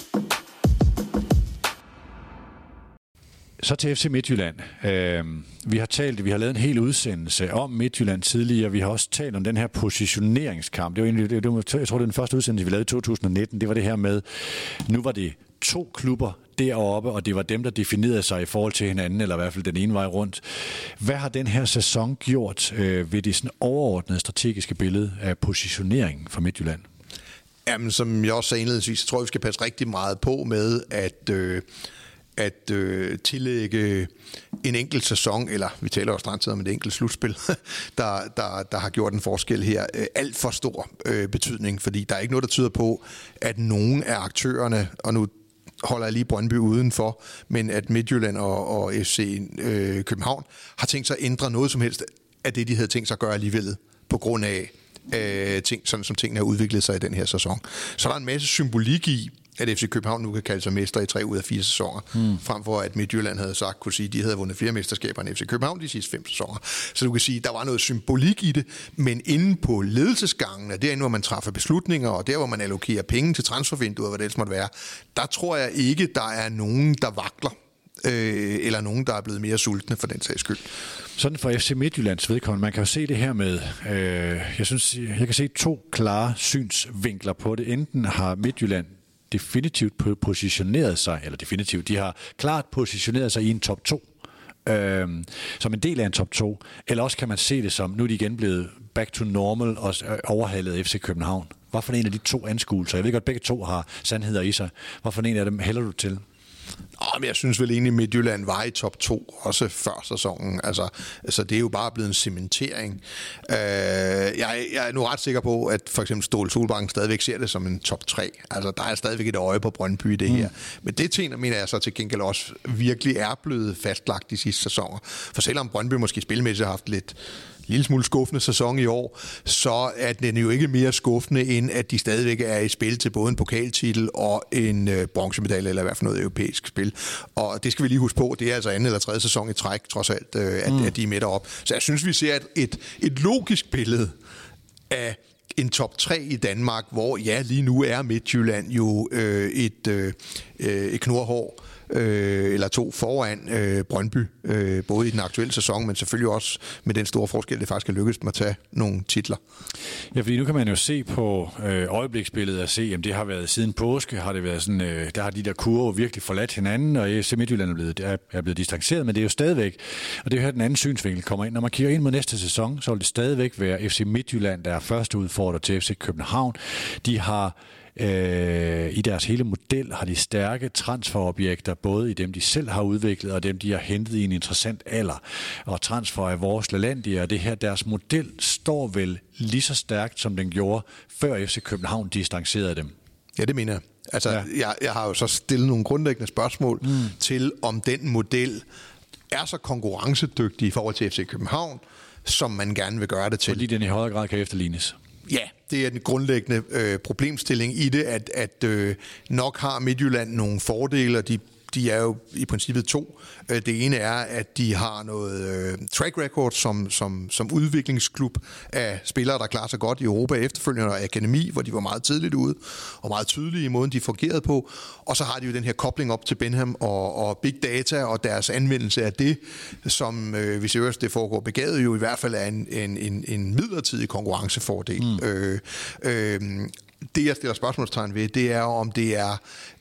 Så til FC Midtjylland. Vi har lavet en hel udsendelse om Midtjylland tidligere. Vi har også talt om den her positioneringskamp. Jeg tror, det er den første udsendelse, vi lavede i 2019. Det var det her med, nu var det 2 klubber deroppe, og det var dem, der definerede sig i forhold til hinanden, eller i hvert fald den ene vej rundt. Hvad har den her sæson gjort ved det sådan overordnede strategiske billede af positioneringen for Midtjylland? Jamen, som jeg også sagde indledningsvis, så tror jeg, vi skal passe rigtig meget på med at tillægge en enkelt sæson, eller vi taler jo strandtid om et enkelt slutspil, der har gjort en forskel her, alt for stor betydning, fordi der er ikke noget, der tyder på, at nogen af aktørerne, og nu holder jeg lige Brøndby udenfor, men at Midtjylland og FC København har tænkt sig at ændre noget som helst af det, de havde tænkt sig at gøre alligevel, på grund af ting, sådan som tingene har udviklet sig i den her sæson. Så der er en masse symbolik i, at FC København nu kan kalde sig mester i 3 ud af 4 sæsoner, frem for at Midtjylland havde sagt, kunne sige, at de havde vundet flere mesterskaber end FC København de sidste 5 sæsoner. Så du kan sige, at der var noget symbolik i det, men inde på ledelsesgangen, derinde hvor man træffer beslutninger, og der hvor man allokerer penge til transfervinduet, hvad det ellers måtte være, der tror jeg ikke, der er nogen, der vakler, eller nogen, der er blevet mere sultne for den sags skyld. Sådan for FC Midtjyllands vedkommende, man kan jo se det her med, jeg kan se 2 klare synsvinkler på det. Enten har Midtjylland definitivt positioneret sig, de har klart positioneret sig i en top 2, som en del af en top 2, eller også kan man se det som, nu er de igen blevet back to normal og overhalet FC København. Hvorfor en af de 2 anskuelser? Jeg ved godt, begge 2 har sandheder i sig. Hvorfor en af dem hælder du til? Men jeg synes vel egentlig, Midtjylland var i top 2, også før sæsonen. Altså det er jo bare blevet en cementering. Jeg er nu ret sikker på, at for eksempel Ståle Solbakken stadigvæk ser det som en top 3. Altså, der er stadigvæk et øje på Brøndby i det her. Men det mener jeg så til gengæld også virkelig er blevet fastlagt de sidste sæsoner. For selvom Brøndby måske spilmæssigt har haft lille smule skuffende sæson i år, så er den jo ikke mere skuffende, end at de stadigvæk er i spil til både en pokaltitel og en bronzemedalje, eller i hvert fald noget europæisk spil. Og det skal vi lige huske på, det er altså anden eller tredje sæson i træk, trods alt, at de er med derop. Så jeg synes, vi ser et logisk billede af en top 3 i Danmark, hvor lige nu er Midtjylland jo et knurhår eller 2 foran Brøndby, både i den aktuelle sæson, men selvfølgelig også med den store forskel, det faktisk er lykkedes med at tage nogle titler. Ja, fordi nu kan man jo se på øjebliksbilledet og se, at det har været siden påske, har det været sådan, der har de der kurver virkelig forladt hinanden, og FC Midtjylland er blevet distanceret, men det er jo stadigvæk, og det er jo her den anden synsvinkel kommer ind. Når man kigger ind mod næste sæson, så vil det stadigvæk være FC Midtjylland, der er første udfordrer til FC København. De har i deres hele model har de stærke transferobjekter, både i dem, de selv har udviklet, og dem, de har hentet i en interessant alder. Og transfer af vores LaLandia, og det her, deres model står vel lige så stærkt, som den gjorde, før FC København distancerede dem. Ja, det mener jeg. Altså, jeg har jo så stillet nogle grundlæggende spørgsmål til, om den model er så konkurrencedygtig i forhold til FC København, som man gerne vil gøre det til. Fordi den i højere grad kan efterlignes. Ja, det er den grundlæggende problemstilling i det, at nok har Midtjylland nogle fordele, og de er jo i princippet 2. Det ene er, at de har noget track record som udviklingsklub af spillere, der klarer sig godt i Europa efterfølgende, og akademi, hvor de var meget tidligt ude, og meget tydelige i måden, de fungerede på. Og så har de jo den her kobling op til Benham og Big Data, og deres anvendelse af det, som hvis det foregår begavet, jo i hvert fald er en midlertidig konkurrencefordel. Det, jeg stiller spørgsmålstegn ved, det er, om det er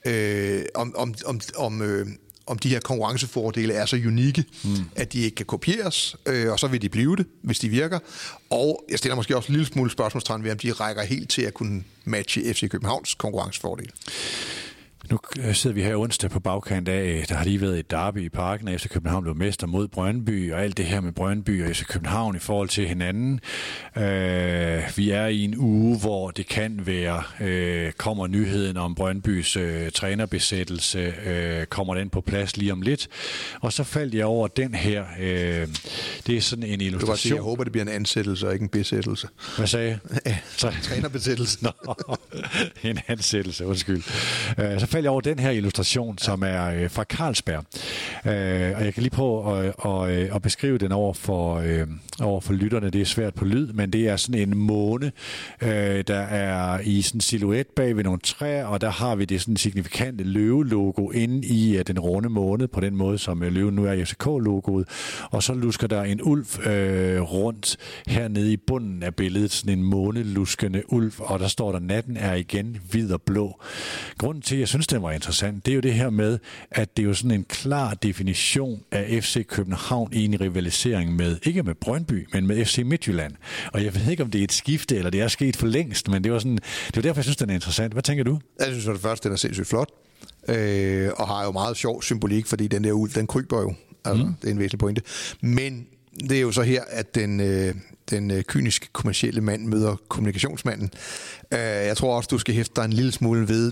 om de her konkurrencefordele er så unikke, at de ikke kan kopieres, og så vil de blive det, hvis de virker. Og jeg stiller måske også en lille smule spørgsmålstegn ved, om de rækker helt til at kunne matche FC Københavns konkurrencefordel. Nu sidder vi her onsdag på bagkant af, der har lige været et derby i Parken, og FC København blev mester mod Brøndby, og alt det her med Brøndby og FC København i forhold til hinanden. Vi er i en uge, hvor det kan være, kommer nyheden om Brøndbys trænerbesættelse, kommer den på plads lige om lidt. Og så faldt jeg over den her. Det er sådan en illustration. Sige, jeg håber, det bliver en ansættelse og ikke en besættelse. Hvad sagde jeg? Trænerbesættelse. En ansættelse, undskyld. Så faldt jeg over den her illustration, som er fra Carlsberg. Og jeg kan lige prøve at beskrive den over for lytterne. Det er svært på lyd, men det er sådan en måne, der er i sådan en silhuet bag ved nogle træer, og der har vi det sådan signifikante løvelogo inde i den runde måne, på den måde, som løven nu er i FCK-logoet. Og så lusker der en ulv rundt hernede i bunden af billedet, sådan en måneluskende ulv, og der står der, natten er igen hvid og blå. Grunden til, jeg synes, det var interessant, det er jo det her med, at det er jo sådan en klar definition af FC København i en rivalisering med, ikke med Brøndby, men med FC Midtjylland. Og jeg ved ikke, om det er et skifte, eller det er sket for længst, men det var derfor, jeg synes, den er interessant. Hvad tænker du? Jeg synes for det første, den er sindssygt flot, og har jo meget sjov symbolik, fordi den der ulv, den kryber jo. Altså, det er en væsentlig pointe. Men det er jo så her, at den kyniske kommercielle mand møder kommunikationsmanden. Jeg tror også, du skal hæfte dig en lille smule ved,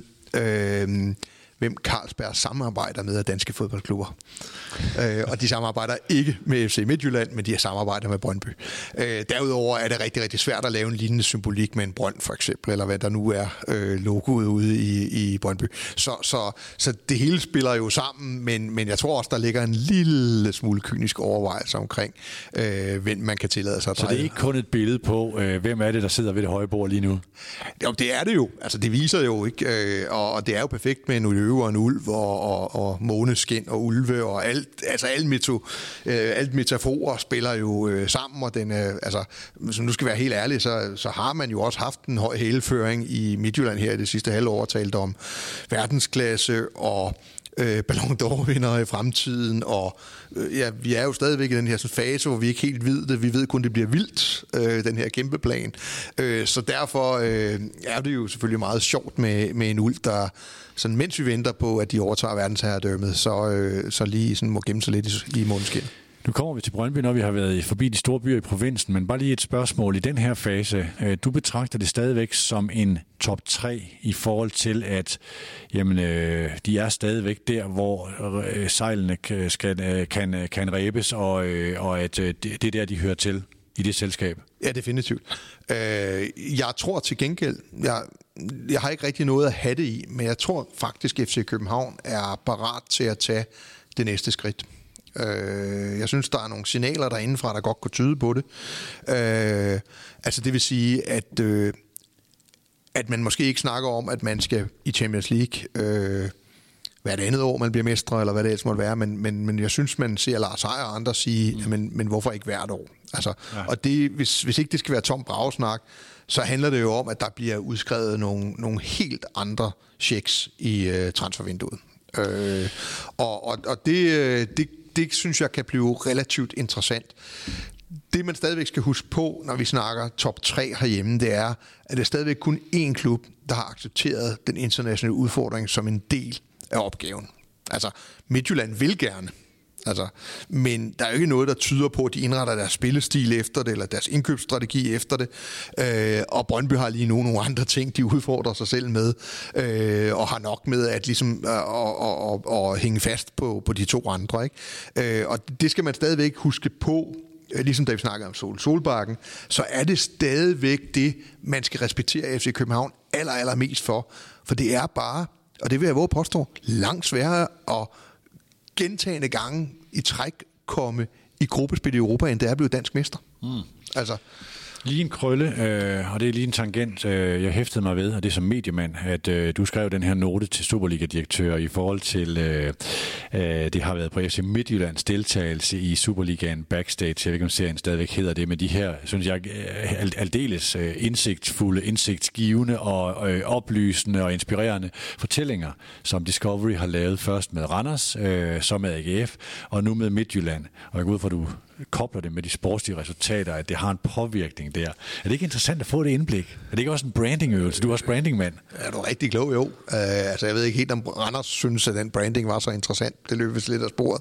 hvem Carlsberg samarbejder med af danske fodboldklubber. Og de samarbejder ikke med FC Midtjylland, men de samarbejder med Brøndby. Derudover er det rigtig, rigtig svært at lave en lignende symbolik med en brønd, for eksempel, eller hvad der nu er logoet ude i Brøndby. Så det hele spiller jo sammen, men jeg tror også, der ligger en lille smule kynisk overvejelse omkring, hvem man kan tillade sig at dreje. Så det er ikke kun et billede på, hvem er det, der sidder ved det høje bord lige nu? Jo, det er det jo. Altså, det viser jo ikke, og det er jo perfekt med en løve og en ulv og måneskin og ulve og alt. Altså alt metaforer spiller jo sammen, og den, altså, som nu skal være helt ærlig, så har man jo også haft en høj hælføring i Midtjylland her i det sidste halve år, talt om verdensklasse og Ballon d'Or-vindere i fremtiden, og vi er jo stadigvæk i den her sådan fase, hvor vi ikke helt ved det. Vi ved kun, det bliver vildt, den her kæmpe plan. Så derfor er det jo selvfølgelig meget sjovt med en ulv, der sådan, mens vi venter på, at de overtager verdensherredømmet, så lige sådan må gemme sig lidt i måneskin. Nu kommer vi til Brøndby, når vi har været forbi de store byer i provinsen, men bare lige et spørgsmål i den her fase. Du betragter det stadigvæk som en top 3 i forhold til, at jamen, de er stadigvæk der, hvor sejlene kan ræbes, og at det er der, de hører til i det selskab. Ja, definitivt. Jeg tror til gengæld, jeg har ikke rigtig noget at have det i, men jeg tror faktisk, at FC København er parat til at tage det næste skridt. Jeg synes, der er nogle signaler derindefra, der godt kunne tyde på det. Altså det vil sige, at man måske ikke snakker om, at man skal i Champions League hvert andet år, man bliver mestre, eller hvad det ellers måtte være, men jeg synes, man ser Lars Seier og andre sige, men hvorfor ikke hvert år? Altså, ja. Og det, hvis ikke det skal være tom bragesnak, så handler det jo om, at der bliver udskrevet nogle helt andre checks i transfervinduet. Og det synes jeg kan blive relativt interessant. Det man stadigvæk skal huske på, når vi snakker top 3 herhjemme, det er, at det er stadigvæk kun én klub, der har accepteret den internationale udfordring som en del af opgaven. Altså, Midtjylland vil gerne. Altså, men der er jo ikke noget, der tyder på, at de indretter deres spillestil efter det, eller deres indkøbsstrategi efter det. Og Brøndby har lige nu nogle andre ting, de udfordrer sig selv med, og har nok med at ligesom at hænge fast på de to andre. Ikke? Og det skal man stadigvæk huske på, ligesom da vi snakker om Solbakken, så er det stadigvæk det, man skal respektere FC København allermest for. For det er bare, og det vil jeg våge påstå, langt sværere at gentagende gange i træk komme i gruppespil i Europa, end det er blevet dansk mester. Altså. Lige en krølle, og det er lige en tangent, jeg hæftede mig ved, og det er som mediemand, at du skrev den her note til Superliga-direktør i forhold til, det har været på FC Midtjyllands deltagelse i Superligaen Backstage. Jeg ved ikke, om serien stadigvæk hedder det, men de her, synes jeg, aldeles indsigtsfulde, indsigtsgivende og oplysende og inspirerende fortællinger, som Discovery har lavet først med Randers, så med AGF, og nu med Midtjylland. Og jeg går ud fra, at du kobler det med de sportslige resultater, at det har en påvirkning der. Er det ikke interessant at få det indblik? Er det ikke også en brandingøvelse? Du er også brandingmand. Er du rigtig klog, jo. Altså, jeg ved ikke helt, om Randers synes, at den branding var så interessant. Det løb vist lidt af sporet.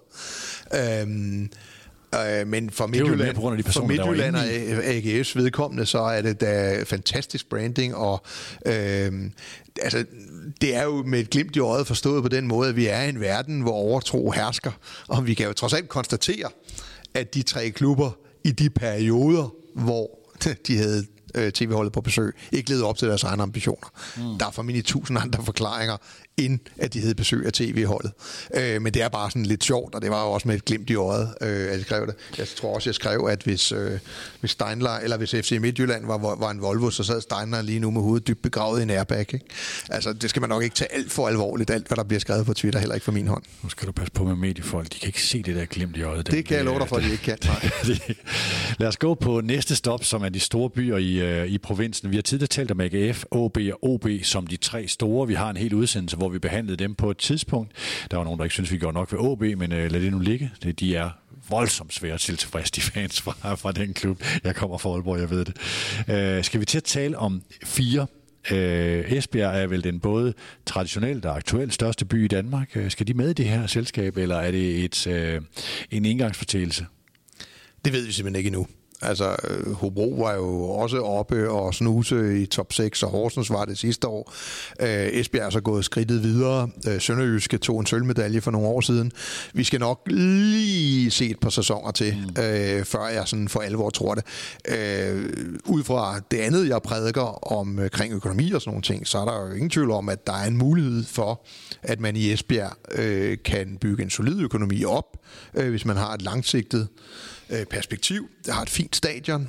Men for Midtjylland og AGF's vedkommende, så er det da fantastisk branding, og altså, det er jo med et glimt i øjet forstået på den måde, at vi er i en verden, hvor overtro hersker, og vi kan jo trods alt konstatere, at de 3 klubber i de perioder, hvor de havde tv-holdet på besøg, ikke levede op til deres egne ambitioner. Der er formentlig 1000 andre forklaringer, end at de havde besøg af tv-holdet. Men det er bare sådan lidt sjovt, og det var jo også med et glimt i øjet, at jeg skrev det. Jeg tror også, jeg skrev, at hvis Steinler, eller hvis FC Midtjylland var en Volvo, så sad Steinler lige nu med hovedet dybt begravet i en airbag. Ikke? Altså, det skal man nok ikke tage alt for alvorligt, alt hvad der bliver skrevet på Twitter, heller ikke fra min hånd. Nu skal du passe på med mediefolk. De kan ikke se det der glimt i øjet. Det kan jeg love dig for, at de ikke kan. Lad os gå på næste stop, som er de store byer i provinsen. Vi har tidligere talt om AGF, AB og OB som de 3 store. Vi har en hel udsendelse, hvor vi behandlede dem på et tidspunkt. Der var nogen, der ikke synes, vi gjorde nok ved OB, men lad det nu ligge. De er voldsomt svære til tilfreds, de fans fra den klub. Jeg kommer fra Aalborg, jeg ved det. Skal vi til at tale om 4? Esbjerg er vel den både traditionelt og aktuelt største by i Danmark. Skal de med i det her selskab, eller er det en engangsfortægelse? Det ved vi simpelthen ikke endnu. Altså, Hobro var jo også oppe og snuse i top 6, og Horsens var det sidste år. Esbjerg er så gået skridtet videre. Sønderjyske tog en sølvmedalje for nogle år siden. Vi skal nok lige se et par sæsoner til, før jeg sådan for alvor tror det. Ud fra det andet, jeg prædiker omkring økonomi og sådan nogle ting, så er der jo ingen tvivl om, at der er en mulighed for, at man i Esbjerg kan bygge en solid økonomi op, hvis man har et langsigtet perspektiv. Der har et fint stadion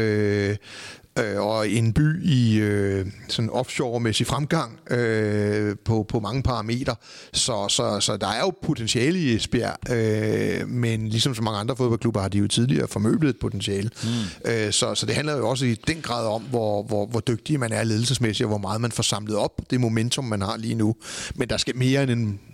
og en by i sådan offshore-mæssig fremgang på mange parametre. Så der er jo potentiale i Esbjerg, men ligesom så mange andre fodboldklubber har de jo tidligere formøblet et potentiale. Så det handler jo også i den grad om, hvor dygtig man er ledelsesmæssigt, og hvor meget man får samlet op det momentum, man har lige nu. Men der skal mere end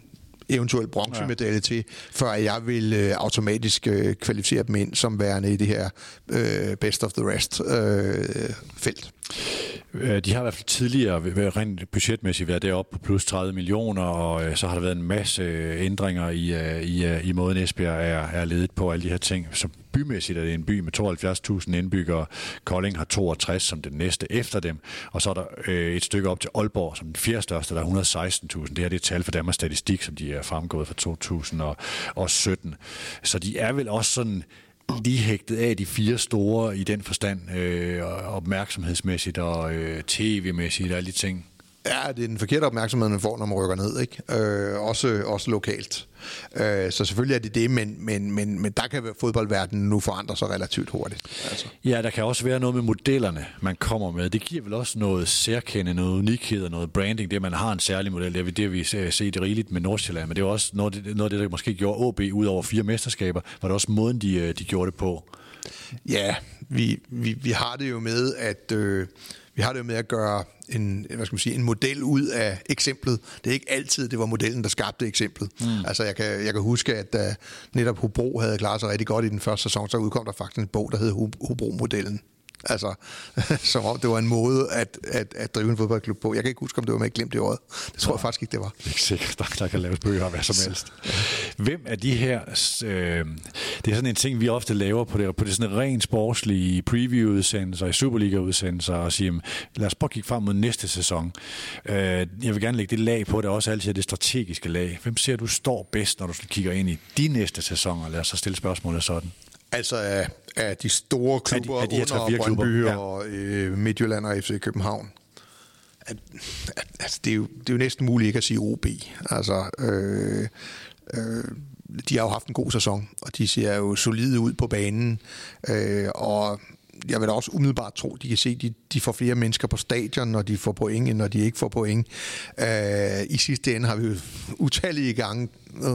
eventuelt bronzemedalje til, før jeg vil automatisk kvalificere dem ind som værende i det her best of the rest felt. De har i hvert fald tidligere rent budgetmæssigt været deroppe på plus 30 millioner, og så har der været en masse ændringer i måden Esbjerg er ledet på, alle de her ting. Så bymæssigt er det en by med 72.000 indbyggere. Kolding har 62 som den næste efter dem, og så er der et stykke op til Aalborg som den fjerde største, der er 116.000. Det her er et tal for Danmarks Statistik, som de er fremgået fra 2017. Så de er vel også sådan lige hægtet af de 4 store i den forstand, opmærksomhedsmæssigt og tv-mæssigt og alle de ting. Ja, det er den forkerte opmærksomhed, man får, når man rykker ned, ikke? Også lokalt. Så selvfølgelig er det det, men der kan fodboldverdenen nu forandre sig relativt hurtigt. Altså. Ja, der kan også være noget med modellerne, man kommer med. Det giver vel også noget særkende, noget unikhed og noget branding, det man har en særlig model. Det har vi set rigeligt med Nordsjælland, men det er også noget af det, der måske gjorde AB ud over 4 mesterskaber, var det også måden, de gjorde det på. Ja, vi har det jo med at gøre en model ud af eksemplet. Det er ikke altid, det var modellen, der skabte eksemplet. Altså, jeg kan huske, at da netop Hobro havde klaret sig rigtig godt i den første sæson, så udkom der faktisk en bog, der hed Hobro-modellen. Altså, som om det var en måde at drive en fodboldklub på. Jeg kan ikke huske, om det var med glemt i året. Det tror jeg faktisk ikke, det var. Det er ikke sikkert, der kan laves bøger af hvad som helst. Hvem af de her... det er sådan en ting, vi ofte laver på det sådan rent sportslige preview-udsendelser, i Superliga-udsendelser, og sige, lad os prøve at kigge frem mod næste sæson. Jeg vil gerne lægge det lag på, det også altid det strategiske lag. Hvem ser du står bedst, når du kigger ind i de næste sæsoner? Lad os så stille spørgsmålet sådan. Altså af de store klubber af de under Brøndby og Midtjylland og FC København. Altså, det er jo næsten muligt ikke at sige OB. Altså, de har jo haft en god sæson, og de ser jo solide ud på banen. Og jeg vil da også umiddelbart tro, de kan se, at de får flere mennesker på stadion, når de får point, end når de ikke får point. I sidste ende har vi jo utallige gange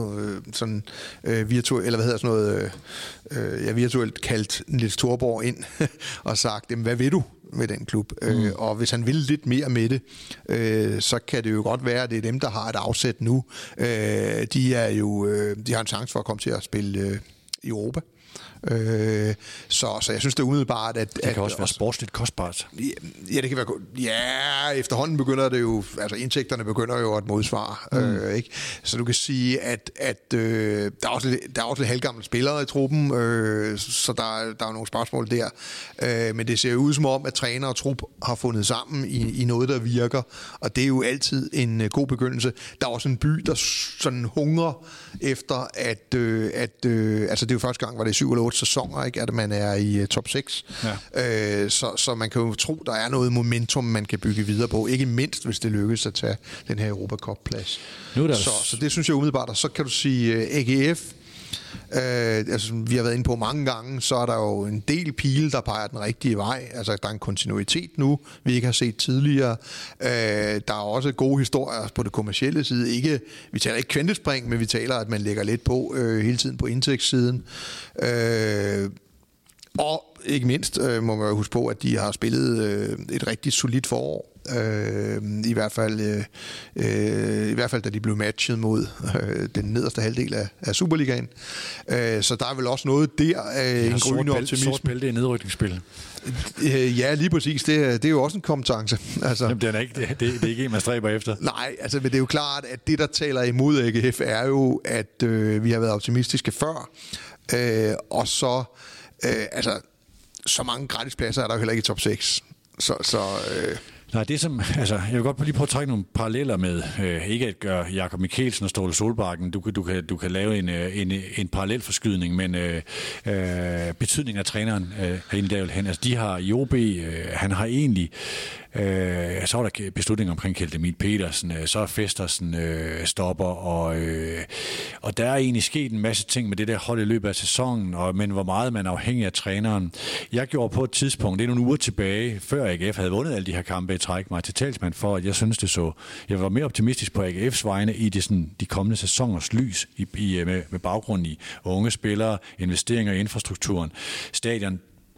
virtuelt kaldt Niels Thorborg ind og sagt, hvad vil du med den klub? Og hvis han vil lidt mere med det, så kan det jo godt være, at det er dem, der har et afsæt nu. De har en chance for at komme til at spille i Europa. Så jeg synes det er umiddelbart, at det kan også være sportsligt kostbart. Ja, det kan være. Ja, efterhånden begynder det jo, altså indtægterne begynder jo at modsvare, ikke? Så du kan sige, at der er også lidt halvgamle spillere i truppen, så der er nogle spørgsmål der. Men det ser jo ud som om, at træner og trup har fundet sammen i noget, der virker, og det er jo altid en god begyndelse. Der er også en by, der sådan hungrer efter, at altså det er jo første gang, var det 7 eller 8 sæsoner, ikke, at man er i top 6. Ja. Så man kan jo tro, der er noget momentum, man kan bygge videre på. Ikke mindst, hvis det lykkes at tage den her Europa Cup-plads. Så det synes jeg umiddelbart. Og så kan du sige AGF. Altså, vi har været inde på mange gange, så er der jo en del pile, der peger den rigtige vej. Altså, der er en kontinuitet nu, vi ikke har set tidligere. Der er også gode historier på det kommercielle side. Vi taler ikke kvantespring, men vi taler, at man lægger lidt på hele tiden på indtægtssiden. Og ikke mindst må man jo huske på, at de har spillet et rigtig solidt forår. I hvert fald da de blev matchet mod den nederste halvdel af Superligaen. Så der er vel også noget der, en gryende optimisme. Sort bælte i nedrykningsspil. Ja, lige præcis. Det er jo også en kompetence. Altså, jamen, det er ikke en, man stræber efter. Nej, altså, men det er jo klart, at det, der taler imod AGF, er jo, at vi har været optimistiske før. Og så så mange gratispladser er der jo heller ikke i top 6. Nej, det som, altså, jeg vil godt lige prøve at trække nogle paralleller med, ikke at gøre Jakob Mikkelsen og Ståle Solbakken, du kan lave en parallel forskydning, men betydningen af træneren er egentlig der hen. Altså, de har i OB, han har egentlig, så var der beslutning omkring Kjeld Emil Petersen, så er Festersen stopper, og der er egentlig sket en masse ting med det der hold i løbet af sæsonen, men hvor meget man er afhængig af træneren. Jeg gjorde på et tidspunkt, det er nogle uger tilbage, før AGF havde vundet alle de her kampe, trække mig til talsmand for, at jeg synes det så. Jeg var mere optimistisk på AGF's vegne i de kommende sæsoners lys med baggrund i unge spillere, investeringer i infrastrukturen, stadion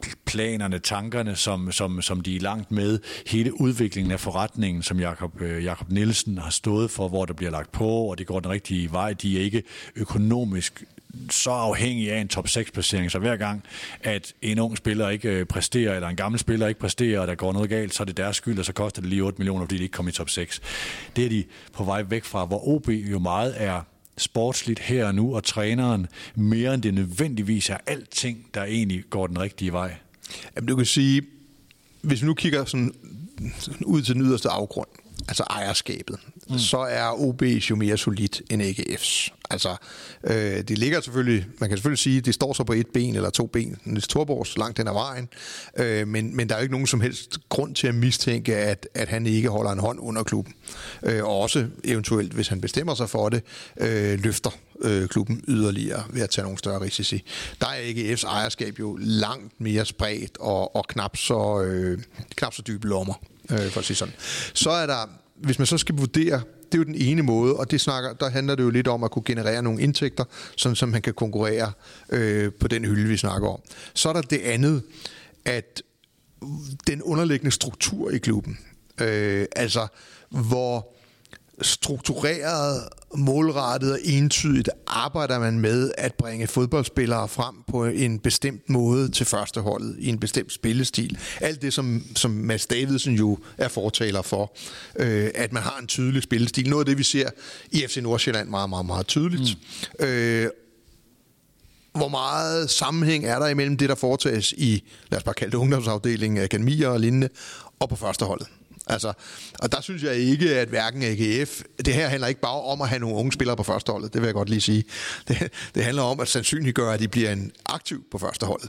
planerne, tankerne, som de er langt med. Hele udviklingen af forretningen, som Jakob Nielsen har stået for, hvor der bliver lagt på, og det går den rigtige vej. De er ikke økonomisk så afhængig af en top 6-placering, så hver gang, at en ung spiller ikke præsterer, eller en gammel spiller ikke præsterer, og der går noget galt, så er det deres skyld, og så koster det lige 8 millioner, fordi de ikke kommer i top 6. Det er de på vej væk fra, hvor OB jo meget er sportsligt her og nu, og træneren mere end det nødvendigvis er alting, der egentlig går den rigtige vej. Jamen, du kan sige, hvis vi nu kigger sådan ud til den yderste afgrund, altså ejerskabet, så er OB jo mere solidt end AGF's. Altså, det ligger selvfølgelig, man kan selvfølgelig sige, det står så på et ben eller to ben, Niels Thorborgs langt hen ad vejen, men der er jo ikke nogen som helst grund til at mistænke, at han ikke holder en hånd under klubben. Og også eventuelt, hvis han bestemmer sig for det, løfter klubben yderligere ved at tage nogle større risici. Der er AGF's ejerskab jo langt mere spredt og knap så dybe lommer, for at sige sådan. Så er der, hvis man så skal vurdere, det er jo den ene måde, og der handler det jo lidt om at kunne generere nogle indtægter, sådan som man kan konkurrere på den hylde, vi snakker om. Så er der det andet, at den underliggende struktur i klubben, altså hvor struktureret, målrettet og entydigt arbejder man med at bringe fodboldspillere frem på en bestemt måde til førsteholdet, i en bestemt spillestil. Alt det, som Mads Davidsen jo er fortaler for, at man har en tydelig spillestil. Noget af det, vi ser i FC Nordsjælland meget, meget, meget tydeligt. Hvor meget sammenhæng er der imellem det, der foretages i, lad os bare kalde det ungdomsafdelingen, akademier og lignende, og på førsteholdet? Altså, og der synes jeg ikke, at hverken AGF, det her handler ikke bare om at have nogle unge spillere på førsteholdet, det vil jeg godt lige sige. Det handler om at sandsynliggøre, at de bliver en aktiv på førsteholdet.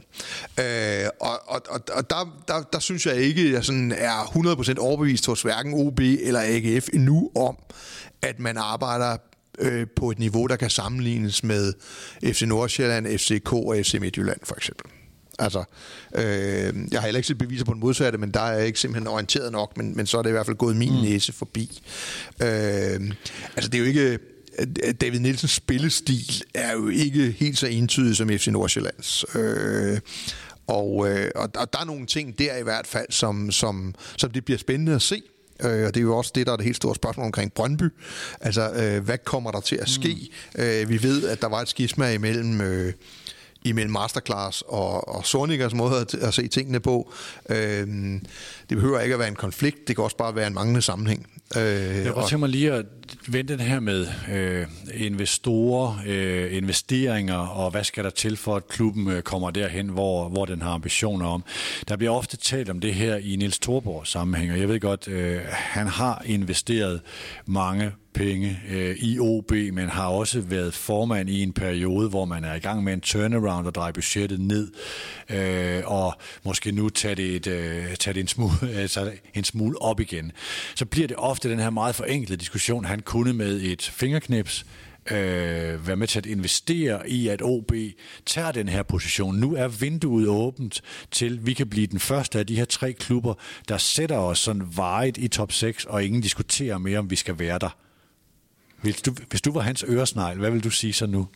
Og der synes jeg ikke, at jeg sådan er 100% overbevist hos hverken OB eller AGF endnu om, at man arbejder på et niveau, der kan sammenlignes med FC Nordsjælland, FCK og FC Midtjylland for eksempel. Altså, jeg har heller ikke set beviser på den modsatte, men der er jeg ikke simpelthen orienteret nok, men så er det i hvert fald gået min næse forbi. Altså, det er jo ikke... David Nielsens spillestil er jo ikke helt så entydig som FC Nordsjællands. Og der er nogle ting der i hvert fald, som det bliver spændende at se. Og det er jo også det, der er det helt store spørgsmål omkring Brøndby. Altså, hvad kommer der til at ske? Vi ved, at der var et skisma imellem Masterclass og Zornigers måde at se tingene på. Det behøver ikke at være en konflikt, det kan også bare være en manglende sammenhæng. Jeg kunne tænke mig lige at vente den her med investorer, investeringer, og hvad skal der til for, at klubben kommer derhen, hvor den har ambitioner om. Der bliver ofte talt om det her i Niels Thorborgs sammenhæng, og jeg ved godt, han har investeret mange penge i OB, men har også været formand i en periode, hvor man er i gang med en turnaround og dreje budgettet ned, og måske nu tage det en smule op igen. Så bliver det ofte den her meget forenklede diskussion, han kunne med et fingerknips være med til at investere i, at OB tager den her position. Nu er vinduet åbent til, vi kan blive den første af de her 3 klubber, der sætter os sådan varigt i top 6, og ingen diskuterer mere, om vi skal være der. Hvis du var hans øresnegl, hvad vil du sige så nu?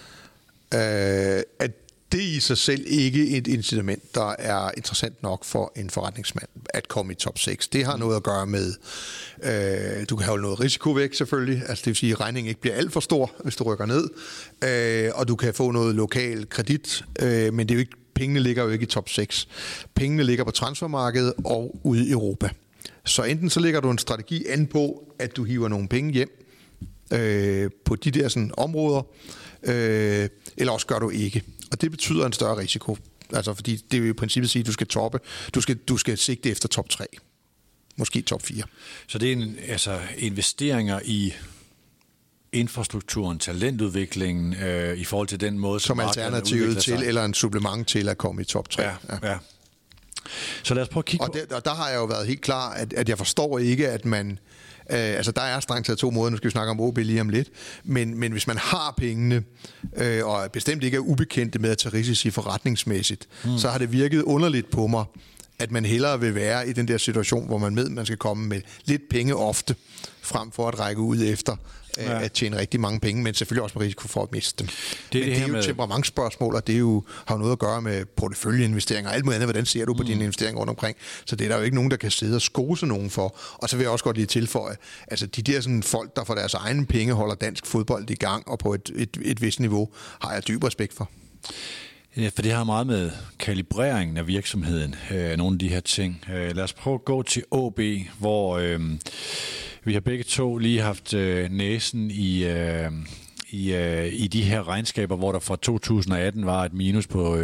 At det i sig selv ikke et incitament, der er interessant nok for en forretningsmand at komme i top 6. Det har noget at gøre med, du kan have noget risiko væk selvfølgelig, altså det vil sige, at regningen ikke bliver alt for stor, hvis du rykker ned, og du kan få noget lokal kredit, men det er jo ikke, pengene ligger jo ikke i top 6. Pengene ligger på transfermarkedet og ude i Europa. Så enten så ligger du en strategi an på, at du hiver nogle penge hjem, på de der sådan områder, eller også gør du ikke. Og det betyder en større risiko. Altså, fordi det vil i princippet sige, at du skal toppe. Du skal sigte efter top 3. Måske top 4. Så det er investeringer i infrastrukturen, talentudviklingen, i forhold til den måde, som alternativet til, eller en supplement til at komme i top 3. Ja. Så lad os prøve at kigge på. Og der har jeg jo været helt klar, at jeg forstår ikke, at man... altså der er strengt taget 2 måder, nu skal vi snakke om OB lige om lidt, men hvis man har pengene, og bestemt ikke er ubekendte med at tage risici forretningsmæssigt, så har det virket underligt på mig, at man hellere vil være i den der situation, hvor man ved, at man skal komme med lidt penge ofte, frem for at række ud efter at tjene rigtig mange penge, men selvfølgelig også med risiko for at miste dem. Det er jo temperamentsspørgsmål, og det er jo, har jo noget at gøre med porteføljeinvesteringer og alt muligt andet. Hvordan ser du på dine investeringer rundt omkring? Så det er der jo ikke nogen, der kan sidde og skose nogen for. Og så vil jeg også godt lige tilføje, altså de der sådan folk, der for deres egne penge holder dansk fodbold i gang og på et vist niveau, har jeg dyb respekt for. Ja, for det har meget med kalibreringen af virksomheden, nogle af de her ting. Lad os prøve at gå til AB, hvor vi har begge to lige haft næsen i de her regnskaber, hvor der fra 2018 var et minus på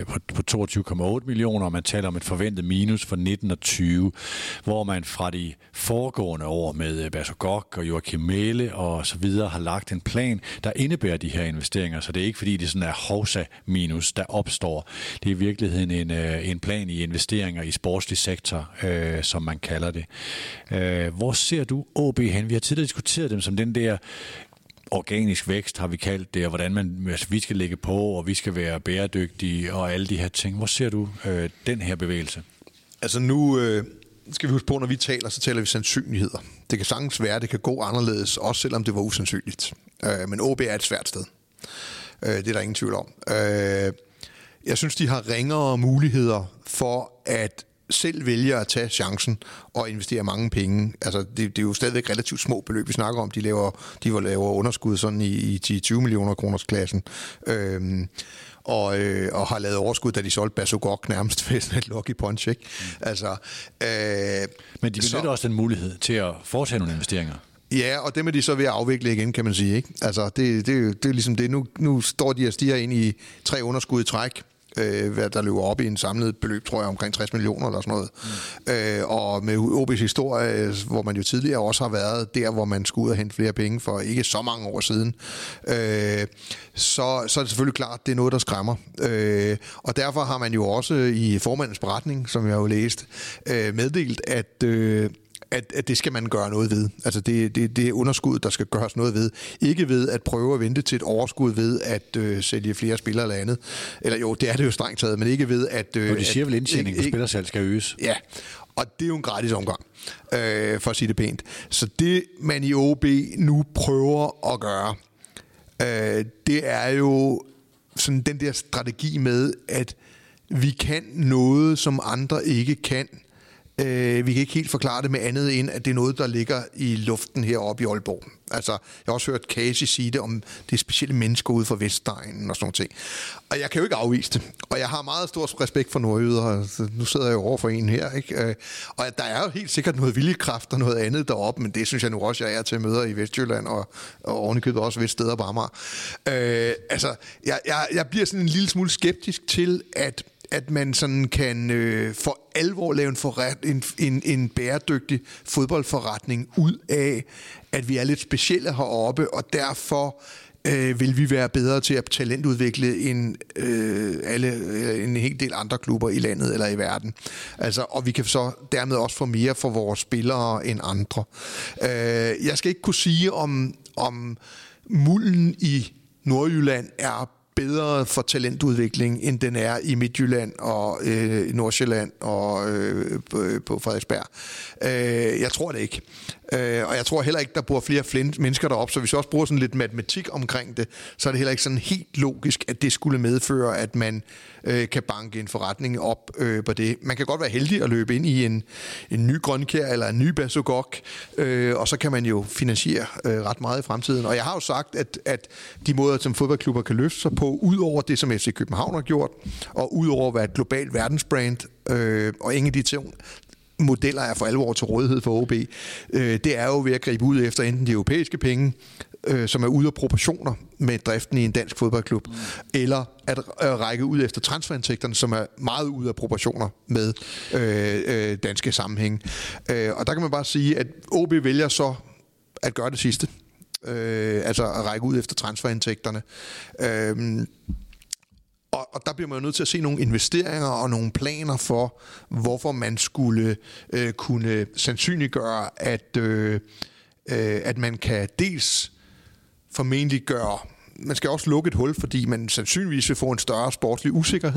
22,8 millioner, og man taler om et forventet minus for 19 og 20, hvor man fra de foregående år med Basso Gok og Joachim Mæhle og så videre har lagt en plan, der indebærer de her investeringer. Så det er ikke fordi, det sådan er hovsa-minus, der opstår. Det er i virkeligheden en plan i investeringer i sportslig sektor, som man kalder det. Hvor ser du AB hen? Vi har tidligere diskuteret dem som den der organisk vækst, har vi kaldt det, og hvordan vi skal lægge på, og vi skal være bæredygtige, og alle de her ting. Hvor ser du den her bevægelse? Altså nu skal vi huske på, når vi taler, så taler vi sandsynligheder. Det kan sagtens være, det kan gå anderledes, også selvom det var usandsynligt. Men AB er et svært sted. Det er der ingen tvivl om. Jeg synes, de har ringere muligheder for at selv vælger at tage chancen og investere mange penge. Altså, det er jo stadigvæk relativt små beløb, vi snakker om. De laver underskud sådan i 10-20 millioner kroners klassen. Og har lavet overskud, da de solgte Basso Gok nærmest ved sådan et lucky punch, ikke? Altså, men de benytter også den mulighed til at foretage nogle investeringer. Ja, og dem er de så ved at afvikle igen, kan man sige, ikke? Altså, det er ligesom det. Nu står de og stiger ind i 3 underskud i træk, der løber op i en samlet beløb, tror jeg, omkring 60 millioner eller sådan noget. Og med OB's historie, hvor man jo tidligere også har været der, hvor man skulle ud og hente flere penge for ikke så mange år siden, så er det selvfølgelig klart, det er noget, der skræmmer. Og derfor har man jo også i formandens beretning, som jeg har jo læst, meddelt, at det skal man gøre noget ved. Altså det er underskud, der skal gøres noget ved. Ikke ved at prøve at vente til et overskud ved at sælge flere spillere eller andet. Eller jo, det er det jo strengt taget, men ikke ved at... de siger vel, indtjening på spillersalg skal øges. Ja, og det er jo en gratis omgang, for at sige det pænt. Så det, man i OB nu prøver at gøre, det er jo sådan den der strategi med, at vi kan noget, som andre ikke kan. Vi kan ikke helt forklare det med andet end, at det er noget, der ligger i luften heroppe i Aalborg. Altså, jeg har også hørt Casey sige det om det specielle mennesker ude fra Vestegnen og sådan noget ting. Og jeg kan jo ikke afvise det. Og jeg har meget stor respekt for nordjyder. Nu sidder jeg jo over for en her, ikke? Og der er jo helt sikkert noget viljekraft og noget andet deroppe, men det synes jeg nu også, jeg er til møder i Vestjylland og ovenikøbet også vist steder på Amager. Altså, jeg bliver sådan en lille smule skeptisk til, at man sådan kan for alvor lave en bæredygtig fodboldforretning ud af, at vi er lidt specielle heroppe, og derfor vil vi være bedre til at talentudvikle end en hel del andre klubber i landet eller i verden. Altså, og vi kan så dermed også få mere for vores spillere end andre. Jeg skal ikke kunne sige, om mulden i Nordjylland er bedre for talentudvikling, end den er i Midtjylland og Nordsjælland og på Frederiksberg. Jeg tror det ikke. Og jeg tror heller ikke, der bor flere mennesker deroppe, så hvis vi også bruger sådan lidt matematik omkring det, så er det heller ikke sådan helt logisk, at det skulle medføre, at man kan banke en forretning op på det. Man kan godt være heldig at løbe ind i en ny Grønkjær eller en ny Basso Gok, og så kan man jo finansiere ret meget i fremtiden. Og jeg har jo sagt, at de måder, som fodboldklubber kan løfte sig på, ud over det, som FC København har gjort, og ud over at være et globalt verdensbrand, og ingen af de ting, modeller er for alvor til rådighed for OB, det er jo ved at gribe ud efter enten de europæiske penge, som er ude af proportioner med driften i en dansk fodboldklub, eller at række ud efter transferindtægterne, som er meget ude af proportioner med danske sammenhæng. Og der kan man bare sige, at OB vælger så at gøre det sidste. Altså at række ud efter transferindtægterne. Og der bliver man jo nødt til at se nogle investeringer og nogle planer for, hvorfor man skulle kunne sandsynliggøre, at man kan dels formentlig gøre... Man skal også lukke et hul, fordi man sandsynligvis vil få en større sportslig usikkerhed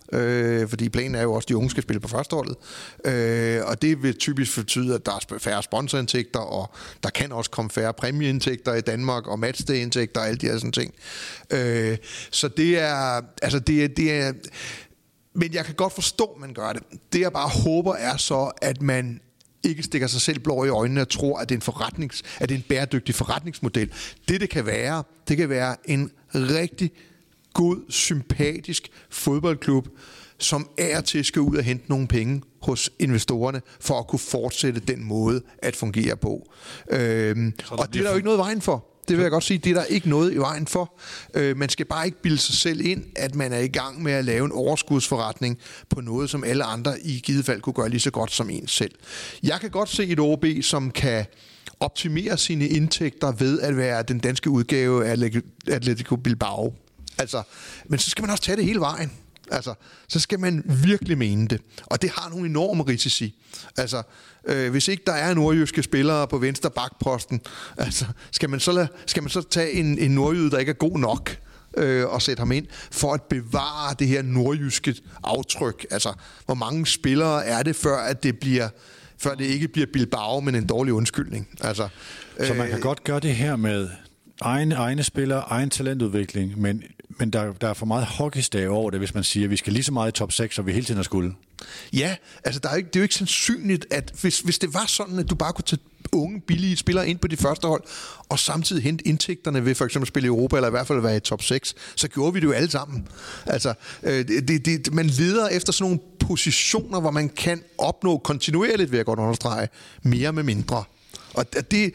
fordi planen er jo også, at de unge skal spille på førsteholdet. Og det vil typisk betyde, at der er færre sponsorindtægter, og der kan også komme færre præmieindtægter i Danmark, og matchday-indtægter og alle de her sådan ting. Så det er... Altså det er men jeg kan godt forstå, at man gør det. Det jeg bare håber er så, at man ikke stikker sig selv blå i øjnene og tror, at det er en bæredygtig forretningsmodel. Det kan være en rigtig god, sympatisk fodboldklub, som er til skal ud og hente nogle penge hos investorerne, for at kunne fortsætte den måde at fungere på. Og det er der jo ikke noget i vejen for. Det vil jeg godt sige, det er der ikke noget i vejen for. Man skal bare ikke bilde sig selv ind, at man er i gang med at lave en overskudsforretning på noget, som alle andre i givet fald kunne gøre lige så godt som en selv. Jeg kan godt se et OB, som kan optimere sine indtægter ved at være den danske udgave af Atletico Bilbao. Altså, men så skal man også tage det hele vejen. Altså, så skal man virkelig mene det. Og det har nogle enorme risici. Altså, hvis ikke der er nordjyske spillere på venstre bakposten, altså, skal man så tage en nordjyde, der ikke er god nok, og sætte ham ind, for at bevare det her nordjyske aftryk? Altså, hvor mange spillere er det, før det ikke bliver Bilbao, men en dårlig undskyldning? Altså, så man kan godt gøre det her med egne spillere, egen talentudvikling, men der er for meget hockeystav over det, hvis man siger, at vi skal lige så meget i top 6, som vi hele tiden har skulle. Ja, altså det er jo ikke sandsynligt, at hvis det var sådan, at du bare kunne tage unge, billige spillere ind på de første hold, og samtidig hente indtægterne ved for eksempel at spille i Europa, eller i hvert fald være i top 6, så gjorde vi det jo alle sammen. Altså, man leder efter sådan nogle positioner, hvor man kan opnå kontinuerligt, vil jeg godt understrege, mere med mindre. Og det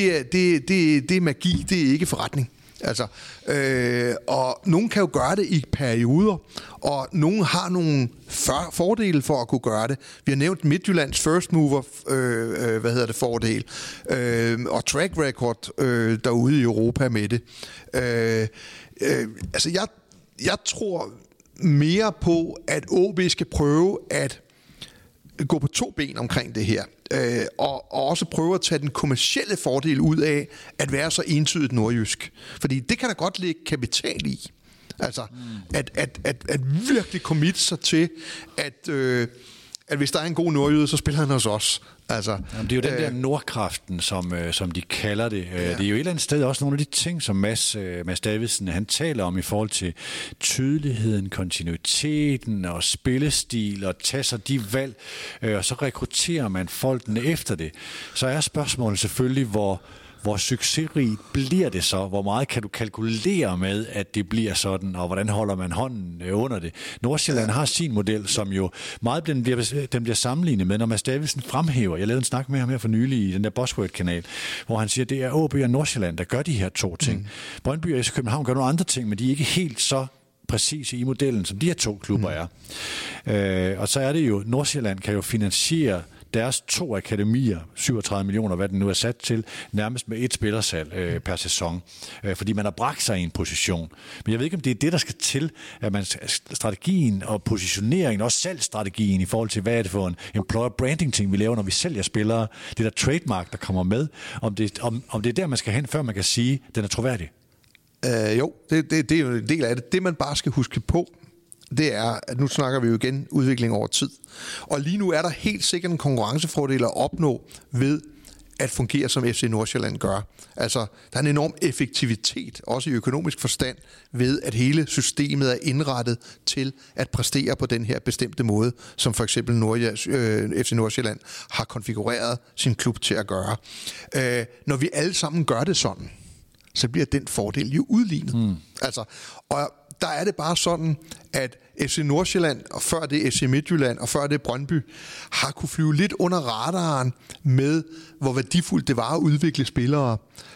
er magi, det er ikke forretning. Altså, og nogen kan jo gøre det i perioder, og nogen har nogle fordele for at kunne gøre det. Vi har nævnt Midtjyllands first mover fordel, og track record derude i Europa med det. Altså jeg tror mere på, at OB skal prøve at gå på to ben omkring det her, og også prøve at tage den kommercielle fordel ud af at være så entydigt nordjysk. Fordi det kan der godt ligge kapital i. Altså, at virkelig committe sig til, at hvis der er en god nordjyde, så spiller han hos os. Altså, jamen, det er jo den der nordkraften, som de kalder det. Ja. Det er jo et eller andet sted også nogle af de ting, som Mads Davidsen han taler om i forhold til tydeligheden, kontinuiteten og spillestil og tage sig de valg, og så rekrutterer man folkene efter det. Så er spørgsmålet selvfølgelig, hvor succesrigt bliver det så? Hvor meget kan du kalkulere med, at det bliver sådan, og hvordan holder man hånden under det? Nordsjælland har sin model, som jo meget den bliver sammenlignet med, når Mads Davidsen fremhæver. Jeg lavede en snak med ham her for nylig i den der Buzzword-kanal, hvor han siger, at det er OB og Nordsjælland, der gør de her to ting. Brøndby og FC København gør nogle andre ting, men de er ikke helt så præcise i modellen, som de her to klubber er. Og så er det jo, Nordsjælland kan jo finansiere deres 2 akademier, 37 millioner, hvad den nu er sat til, nærmest med et spillersalg per sæson, fordi man har bragt sig i en position. Men jeg ved ikke, om det er det, der skal til, at man strategien og positioneringen, også salgsstrategien i forhold til, hvad er det for en employer branding ting, vi laver, når vi sælger spillere, det der trademark, der kommer med, om det er der, man skal hen, før man kan sige, at den er troværdig. Jo, det er jo en del af det. Det, man bare skal huske på, det er, at nu snakker vi jo igen udvikling over tid. Og lige nu er der helt sikkert en konkurrencefordel at opnå ved at fungere, som FC Nordsjælland gør. Altså, der er en enorm effektivitet, også i økonomisk forstand, ved at hele systemet er indrettet til at præstere på den her bestemte måde, som for eksempel FC Nordsjælland har konfigureret sin klub til at gøre. Når vi alle sammen gør det sådan, så bliver den fordel jo udlignet. Altså, og der er det bare sådan, at FC Nordsjælland, og før det FC Midtjylland, og før det Brøndby, har kunne flyve lidt under radaren med, hvor værdifuldt det var at udvikle spillere,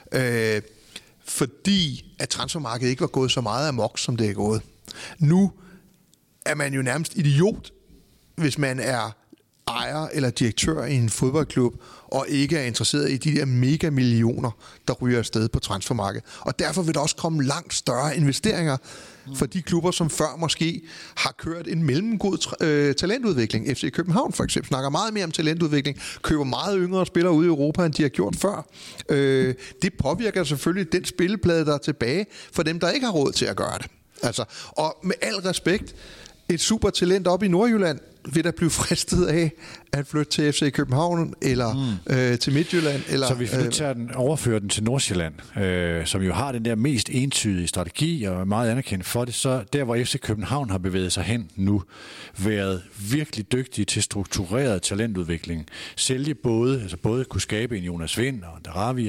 fordi at transfermarkedet ikke var gået så meget amok, som det er gået. Nu er man jo nærmest idiot, hvis man er ejer eller direktør i en fodboldklub, og ikke er interesseret i de der mega millioner, der ryger afsted på transfermarkedet. Og derfor vil der også komme langt større investeringer for de klubber, som før måske har kørt en mellemgod talentudvikling. FC København for eksempel snakker meget mere om talentudvikling, køber meget yngre spillere ude i Europa, end de har gjort før. Det påvirker selvfølgelig den spilleplade, der er tilbage for dem, der ikke har råd til at gøre det. Altså, og med al respekt, et super talent op i Nordjylland vil der blive fristet af at flytte til FC København eller til Midtjylland. Eller, så hvis vi overfører den til Nordsjælland, som jo har den der mest entydige strategi og er meget anerkendt for det, så der hvor FC København har bevæget sig hen nu, været virkelig dygtige til struktureret talentudvikling. Sælge både kunne skabe en Jonas Vind og Daravi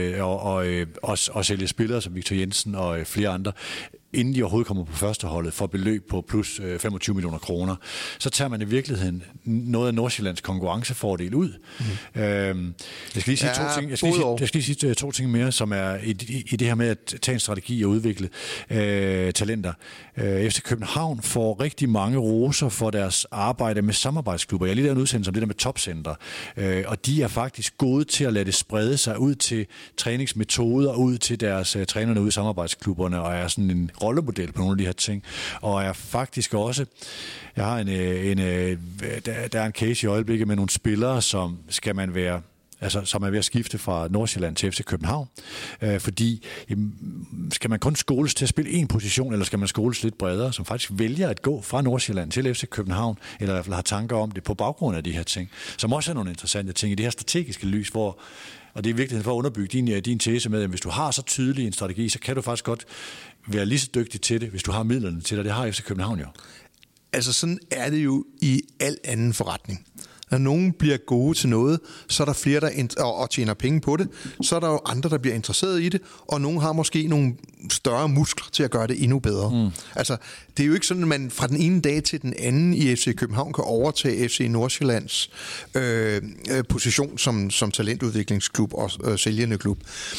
og sælge spillere som Victor Jensen og flere andre, inden de overhovedet kommer på førsteholdet for beløb på plus 25 millioner kroner, så tager man i virkeligheden noget af Nordsjællands konkurrencefordel ud. Jeg skal lige sige to ting mere, som er i det her med at tage en strategi og udvikle talenter. FC København får rigtig mange roser for deres arbejde med samarbejdsklubber. Jeg har lige lavet en udsendelse om det der med topcenter, og de er faktisk gode til at lade det sprede sig ud til træningsmetoder, ud til deres trænerne ude i samarbejdsklubberne, og er sådan en rollemodel på nogle af de her ting, og er faktisk også, jeg har der er en case i øjeblikket med nogle spillere, som som er ved at skifte fra Nordsjælland til FC København, fordi skal man kun skoles til at spille en position, eller skal man skoles lidt bredere, som faktisk vælger at gå fra Nordsjælland til FC København, eller i hvert fald har tanker om det på baggrund af de her ting, som også er nogle interessante ting i det her strategiske lys, og det er i virkeligheden for at underbygge din tese med, at hvis du har så tydelig en strategi, så kan du faktisk godt være lige så dygtig til det, hvis du har midlerne til det. Det har FC København jo. Altså sådan er det jo i al anden forretning. Når nogen bliver gode til noget, så er der flere, der tjener penge på det. Så er der jo andre, der bliver interesseret i det, og nogen har måske nogle større muskler til at gøre det endnu bedre. Altså, det er jo ikke sådan, at man fra den ene dag til den anden i FC København kan overtage FC Nordsjællands position som talentudviklingsklub og sælgende klub.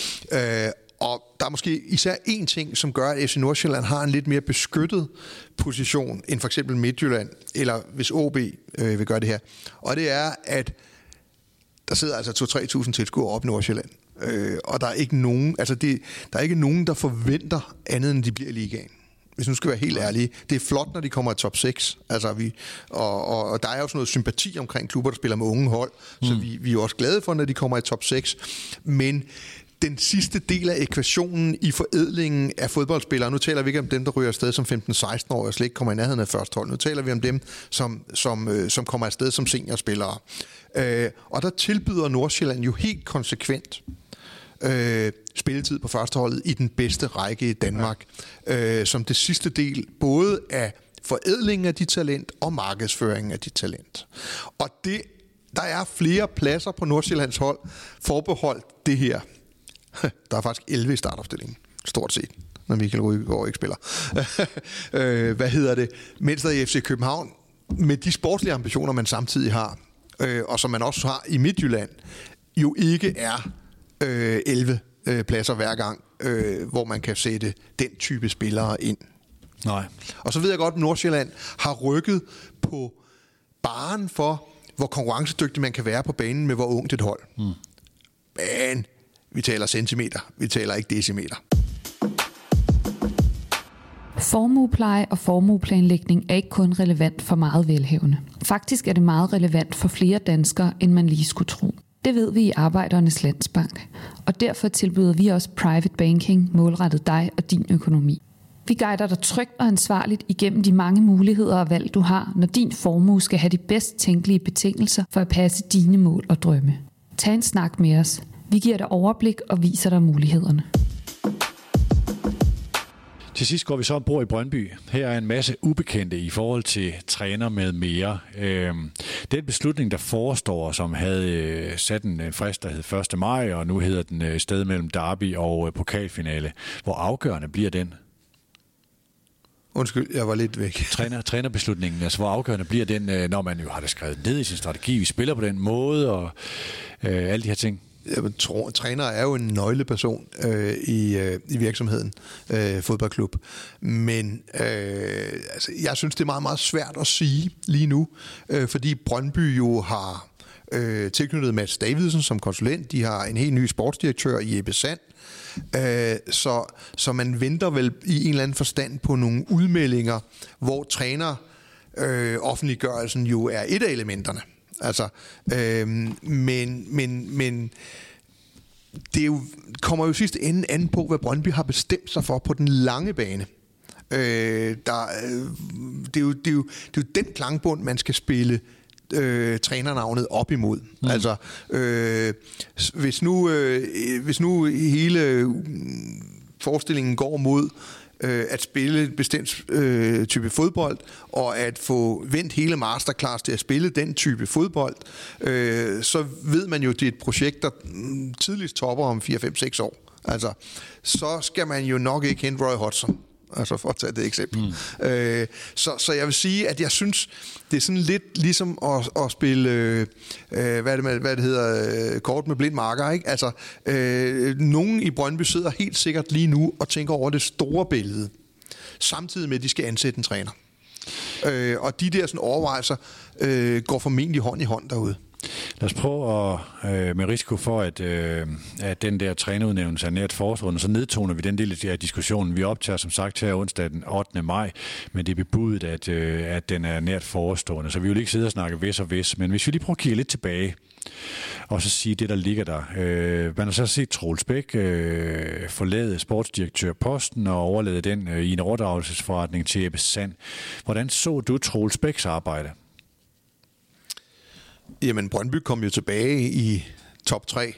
Og der er måske især én ting, som gør, at FC Nordsjælland har en lidt mere beskyttet position end for eksempel Midtjylland, eller hvis OB vil gøre det her. Og det er, at der sidder altså 2-3.000 tilskuere op i Nordsjælland. Og der er ikke nogen, der er ikke nogen, der forventer andet, end de bliver i ligaen. Hvis nu skal være helt ærlige. Det er flot, når de kommer i top 6. Altså, og der er jo sådan noget sympati omkring klubber, der spiller med unge hold. Så vi er jo også glade for, når de kommer i top 6. Men den sidste del af ekvationen i forædlingen af fodboldspillere, nu taler vi ikke om dem, der ryger afsted som 15-16 år og slet ikke kommer i nærheden af første hold. Nu taler vi om dem, som kommer afsted som seniorspillere. Og der tilbyder Nordsjælland jo helt konsekvent spilletid på førsteholdet i den bedste række i Danmark. Som det sidste del både af forædlingen af dit talent og markedsføringen af dit talent. Og der er flere pladser på Nordsjællands hold forbeholdt det her. Der er faktisk 11 i startopstillingen, stort set, når Michael Rygaard ikke spiller. Mens der i FC København, med de sportslige ambitioner, man samtidig har, og som man også har i Midtjylland, jo ikke er 11 pladser hver gang, hvor man kan sætte den type spillere ind. Nej. Og så ved jeg godt, at Nordsjælland har rykket på baren for, hvor konkurrencedygtig man kan være på banen med, hvor ungt et hold. Men vi taler centimeter, vi taler ikke decimeter. Formuepleje og formueplanlægning er ikke kun relevant for meget velhavende. Faktisk er det meget relevant for flere danskere, end man lige skulle tro. Det ved vi i Arbejdernes Landsbank, og derfor tilbyder vi også private banking målrettet dig og din økonomi. Vi guider dig trygt og ansvarligt igennem de mange muligheder og valg, du har, når din formue skal have de bedst tænkelige betingelser for at passe dine mål og drømme. Tag en snak med os. Vi giver dig overblik og viser dig mulighederne. Til sidst går vi så ombord i Brøndby. Her er en masse ubekendte i forhold til træner med mere. Den beslutning, der forestår, som havde sat en frist, der hed 1. maj, og nu hedder den sted mellem derby og pokalfinale. Hvor afgørende bliver den? Undskyld, jeg var lidt væk. Trænerbeslutningen, altså hvor afgørende bliver den, når man jo har det skrevet ned i sin strategi, vi spiller på den måde, og alle de her ting? Træner er jo en nøgleperson i virksomheden, fodboldklub. Men jeg synes, det er meget, meget svært at sige lige nu, fordi Brøndby jo har tilknyttet Mads Davidsen som konsulent. De har en helt ny sportsdirektør i Ebbe Sand. Så man venter vel i en eller anden forstand på nogle udmeldinger, hvor træner offentliggørelsen jo er et af elementerne. Altså, men det kommer jo sidst ende an på, hvad Brøndby har bestemt sig for på den lange bane. Det er jo den klangbund, man skal spille trænernavnet op imod. Altså, hvis nu hele forestillingen går mod at spille en bestemt type fodbold, og at få vendt hele masterclass til at spille den type fodbold, så ved man jo, at det er et projekt, der tidligst topper om 4-5-6 år. Altså, så skal man jo nok ikke hente Roy Hodgson. Altså for at tage det eksempel. Så jeg vil sige, at jeg synes, det er sådan lidt ligesom at spille, hvad det hedder, kort med blind marker, ikke? Altså, nogen i Brøndby sidder helt sikkert lige nu og tænker over det store billede, samtidig med, at de skal ansætte en træner. Og de der sådan overvejelser går formentlig hånd i hånd derude. Lad os prøve at, med risiko for, at den der trænerudnævnelse er nært forestående, så nedtoner vi den del af diskussionen. Vi optager som sagt her onsdag den 8. maj, men det er bebudet, at den er nært forestående. Så vi vil ikke sidde og snakke vis og vis, men hvis vi lige prøver at kigge lidt tilbage, og så sige det, der ligger der. Man har så set Troels Bæk forlade sportsdirektørposten og overlade den i en overdragelsesforretning til Ebbe Sand. Hvordan så du Troels Bæks arbejde? Jamen, Brøndby kom jo tilbage i top 3,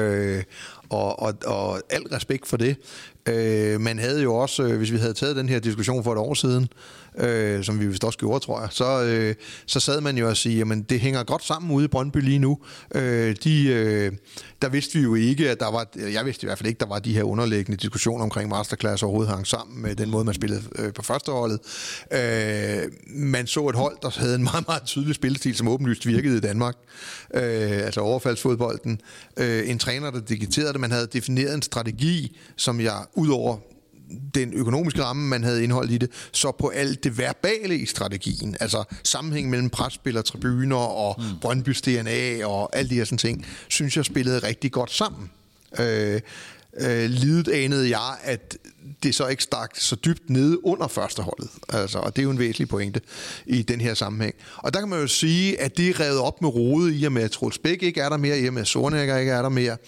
og al respekt for det. Man havde jo også, hvis vi havde taget den her diskussion for et år siden, som vi vist også gjorde, tror jeg, så sad man jo og sige, jamen det hænger godt sammen ude i Brøndby lige nu. Der vidste vi jo ikke, at der var, jeg vidste i hvert fald ikke, der var de her underliggende diskussioner omkring masterclass overhovedet hang sammen med den måde, man spillede på førsteholdet. Man så et hold, der havde en meget, meget tydelig spillestil, som åbenlyst virkede i Danmark. Altså overfaldsfodbolden. En træner, der dikterede det. Man havde defineret en strategi, som jeg udover den økonomiske ramme, man havde indholdt i det, så på alt det verbale i strategien, altså sammenhæng mellem presspiller, tribuner og Brøndbys DNA og alle de her sådan ting, synes jeg spillede rigtig godt sammen. Lidet anede jeg, at det så ikke stak så dybt nede under førsteholdet. Altså, og det er jo en væsentlig pointe i den her sammenhæng. Og der kan man jo sige, at det er revet op med rode i og med, at Troels Bæk ikke er der mere, i og med at Zorniger ikke er der mere.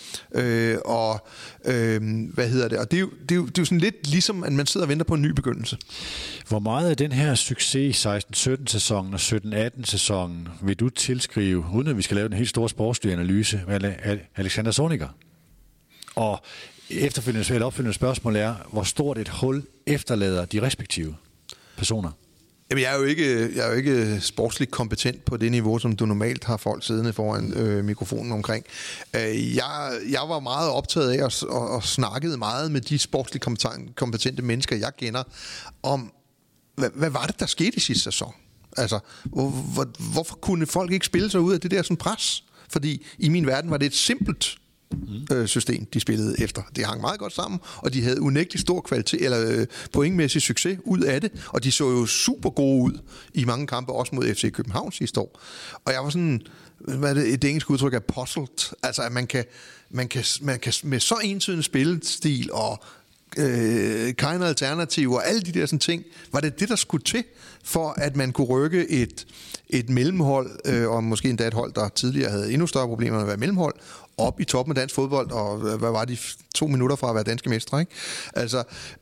Og det er jo sådan lidt ligesom, at man sidder og venter på en ny begyndelse. Hvor meget af den her succes i 16-17 sæsonen og 17-18 sæsonen vil du tilskrive, uden at vi skal lave den helt store sportslige analyse, Alexander Zorniger? Og opfølgende spørgsmål er, hvor stort et hul efterlader de respektive personer? Jamen, jeg er jo ikke sportsligt kompetent på det niveau, som du normalt har folk siddende foran mikrofonen omkring. Jeg var meget optaget af og snakkede meget med de sportsligt kompetente mennesker, jeg kender, om, hvad var det, der skete i sidste sæson? Altså, hvorfor kunne folk ikke spille sig ud af det der sådan pres? Fordi i min verden var det et simpelt system, de spillede efter. Det hang meget godt sammen, og de havde unægtelig stor kvalitet, eller pointmæssig succes ud af det, og de så jo super gode ud i mange kampe, også mod FC København sidste år. Og jeg var sådan, hvad er det, et engelsk udtryk er puzzled, altså at man kan med så entydig spillestil og keine alternativ og alle de der sådan ting, var det der skulle til, for at man kunne rykke et mellemhold, og måske endda et hold, der tidligere havde endnu større problemer med at være mellemhold, op i toppen af dansk fodbold, og hvad var de 2 minutter fra at være danske mestre, ikke? Altså,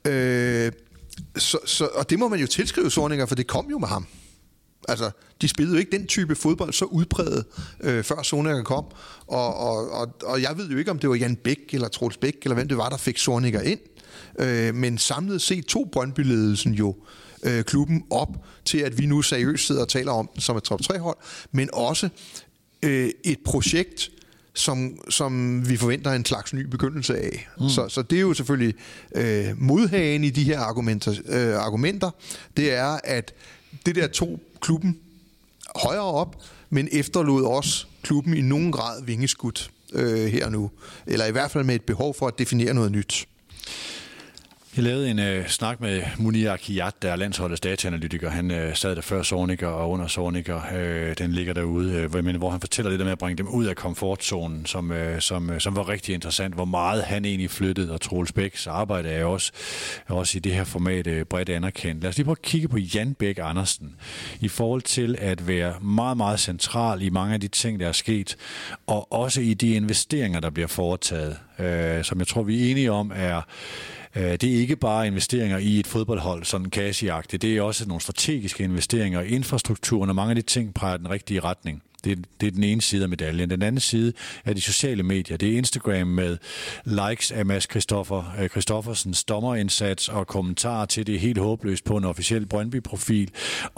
og det må man jo tilskrive Zorniger, for det kom jo med ham. Altså, de spillede jo ikke den type fodbold så udpræget, før Zorniger kom, og jeg ved jo ikke, om det var Jan Bæk eller Troels Bæk, eller hvem det var, der fik Zorniger ind, men samlet set tog Brøndby-ledelsen jo klubben op til, at vi nu seriøst sidder og taler om som et top 3-hold, men også et projekt, som vi forventer en slags ny begyndelse af. Så det er jo selvfølgelig modhagen i de her argumenter. Det er, at det der tog klubben højere op, men efterlod også klubben i nogen grad vingeskudt her og nu. Eller i hvert fald med et behov for at definere noget nyt. Jeg lavede en snak med Munir Akiyat, der er landsholdets dataanalytiker. Han sad der før Zorniger og under Zorniger. Den ligger derude, hvor han fortæller lidt med at bringe dem ud af komfortzonen, som var rigtig interessant. Hvor meget han egentlig flyttede, og Troels Bæks arbejde er også i det her format bredt anerkendt. Lad os lige prøve at kigge på Jan Bæk Andersen i forhold til at være meget, meget central i mange af de ting, der er sket, og også i de investeringer, der bliver foretaget, som jeg tror, vi er enige om Det er ikke bare investeringer i et fodboldhold, sådan Casey-agtigt. Det er også nogle strategiske investeringer i infrastrukturen, og mange af de ting peger den rigtige retning. Det er den ene side af medaljen. Den anden side er de sociale medier. Det er Instagram med likes af Mads Christoffersens dommerindsats og kommentarer til det helt håbløst på en officiel Brøndby-profil.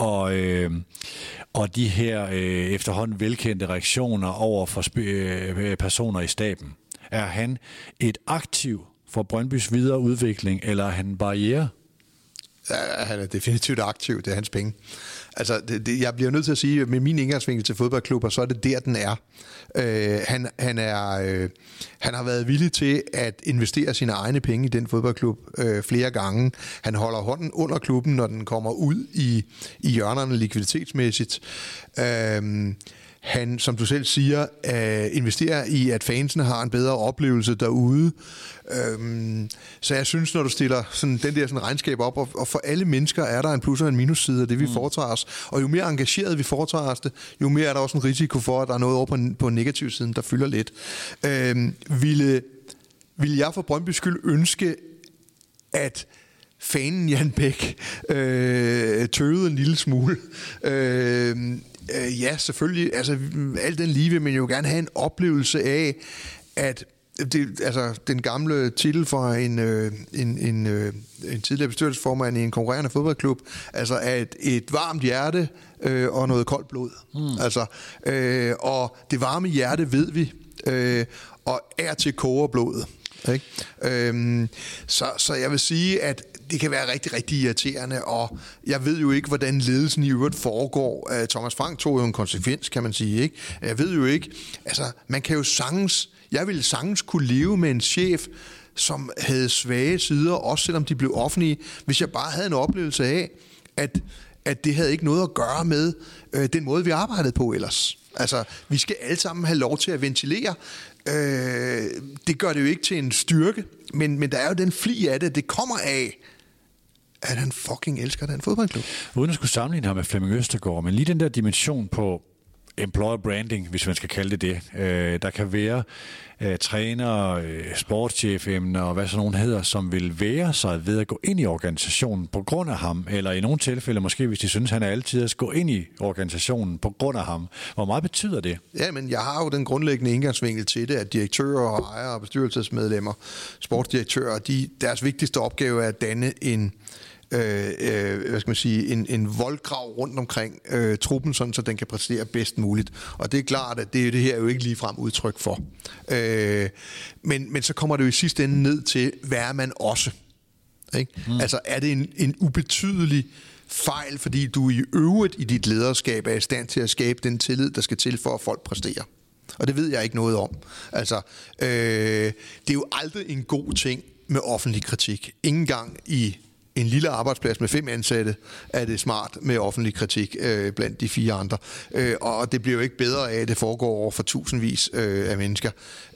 Og de her efterhånden velkendte reaktioner over for personer i staben. Er han et aktiv for Brøndbys videre udvikling, eller er han en barriere? Ja, han er definitivt aktiv. Det er hans penge. Altså, jeg bliver nødt til at sige, at med min indgangsvinkel til fodboldklubber, så er det der, den er. Han har været villig til at investere sine egne penge i den fodboldklub flere gange. Han holder hånden under klubben, når den kommer ud i hjørnerne likviditetsmæssigt. Han, som du selv siger, investerer i, at fansene har en bedre oplevelse derude. Så jeg synes, når du stiller sådan, den der sådan regnskab op, og for alle mennesker er der en plus- og en minusside af det, vi foretager os. Og jo mere engageret vi foretager os det, jo mere er der også en risiko for, at der er noget over på negativsiden, der fylder lidt. Ville jeg for Brøndbys skyld ønske, at fanen Jan Bæk tøvede en lille smule? Ja, selvfølgelig. Altså, alt den lige vil man jo gerne have en oplevelse af, at den gamle titel for en tidligere bestyrelsesformand i en konkurrerende fodboldklub, altså at et varmt hjerte og noget koldt blod. Altså, og det varme hjerte ved vi, og er til koger blodet. Ikke? Så jeg vil sige, at det kan være rigtig, rigtig irriterende, og jeg ved jo ikke, hvordan ledelsen i øvrigt foregår. Thomas Frank tog jo en konsekvens, kan man sige. Ikke? Jeg ved jo ikke, altså man kan jo jeg ville sagtens kunne leve med en chef, som havde svage sider, også selvom de blev offentlige, hvis jeg bare havde en oplevelse af, at det havde ikke noget at gøre med den måde, vi arbejdede på ellers. Altså, vi skal alle sammen have lov til at ventilere. Det gør det jo ikke til en styrke, men der er jo den fli af det kommer af, at han fucking elsker den fodboldklub. Uden at skulle sammenligne ham med Flemming Østergaard, men lige den der dimension på employer branding, hvis man skal kalde det det. Der kan være trænere, sportschefemner og hvad sådan nogen hedder, som vil være sig ved at gå ind i organisationen på grund af ham, eller i nogle tilfælde måske, hvis de synes, han er altid at gå ind i organisationen på grund af ham. Hvor meget betyder det? Ja, men jeg har jo den grundlæggende indgangsvinkel til det, at direktører og ejere og bestyrelsesmedlemmer, sportsdirektører, deres vigtigste opgave er at danne en en voldgrav rundt omkring truppen, sådan så den kan præstere bedst muligt. Og det er klart, at det her er jo ikke ligefrem udtryk for. Men så kommer det jo i sidste ende ned til, hvad er man også? Ikke? Altså er det en ubetydelig fejl, fordi du i øvrigt i dit lederskab er i stand til at skabe den tillid, der skal til for, at folk præsterer. Og det ved jeg ikke noget om. Altså, det er jo aldrig en god ting med offentlig kritik. Ingen gang i en lille arbejdsplads med 5 ansatte er det smart med offentlig kritik blandt de 4 andre. Og det bliver jo ikke bedre af, at det foregår over for tusindvis af mennesker.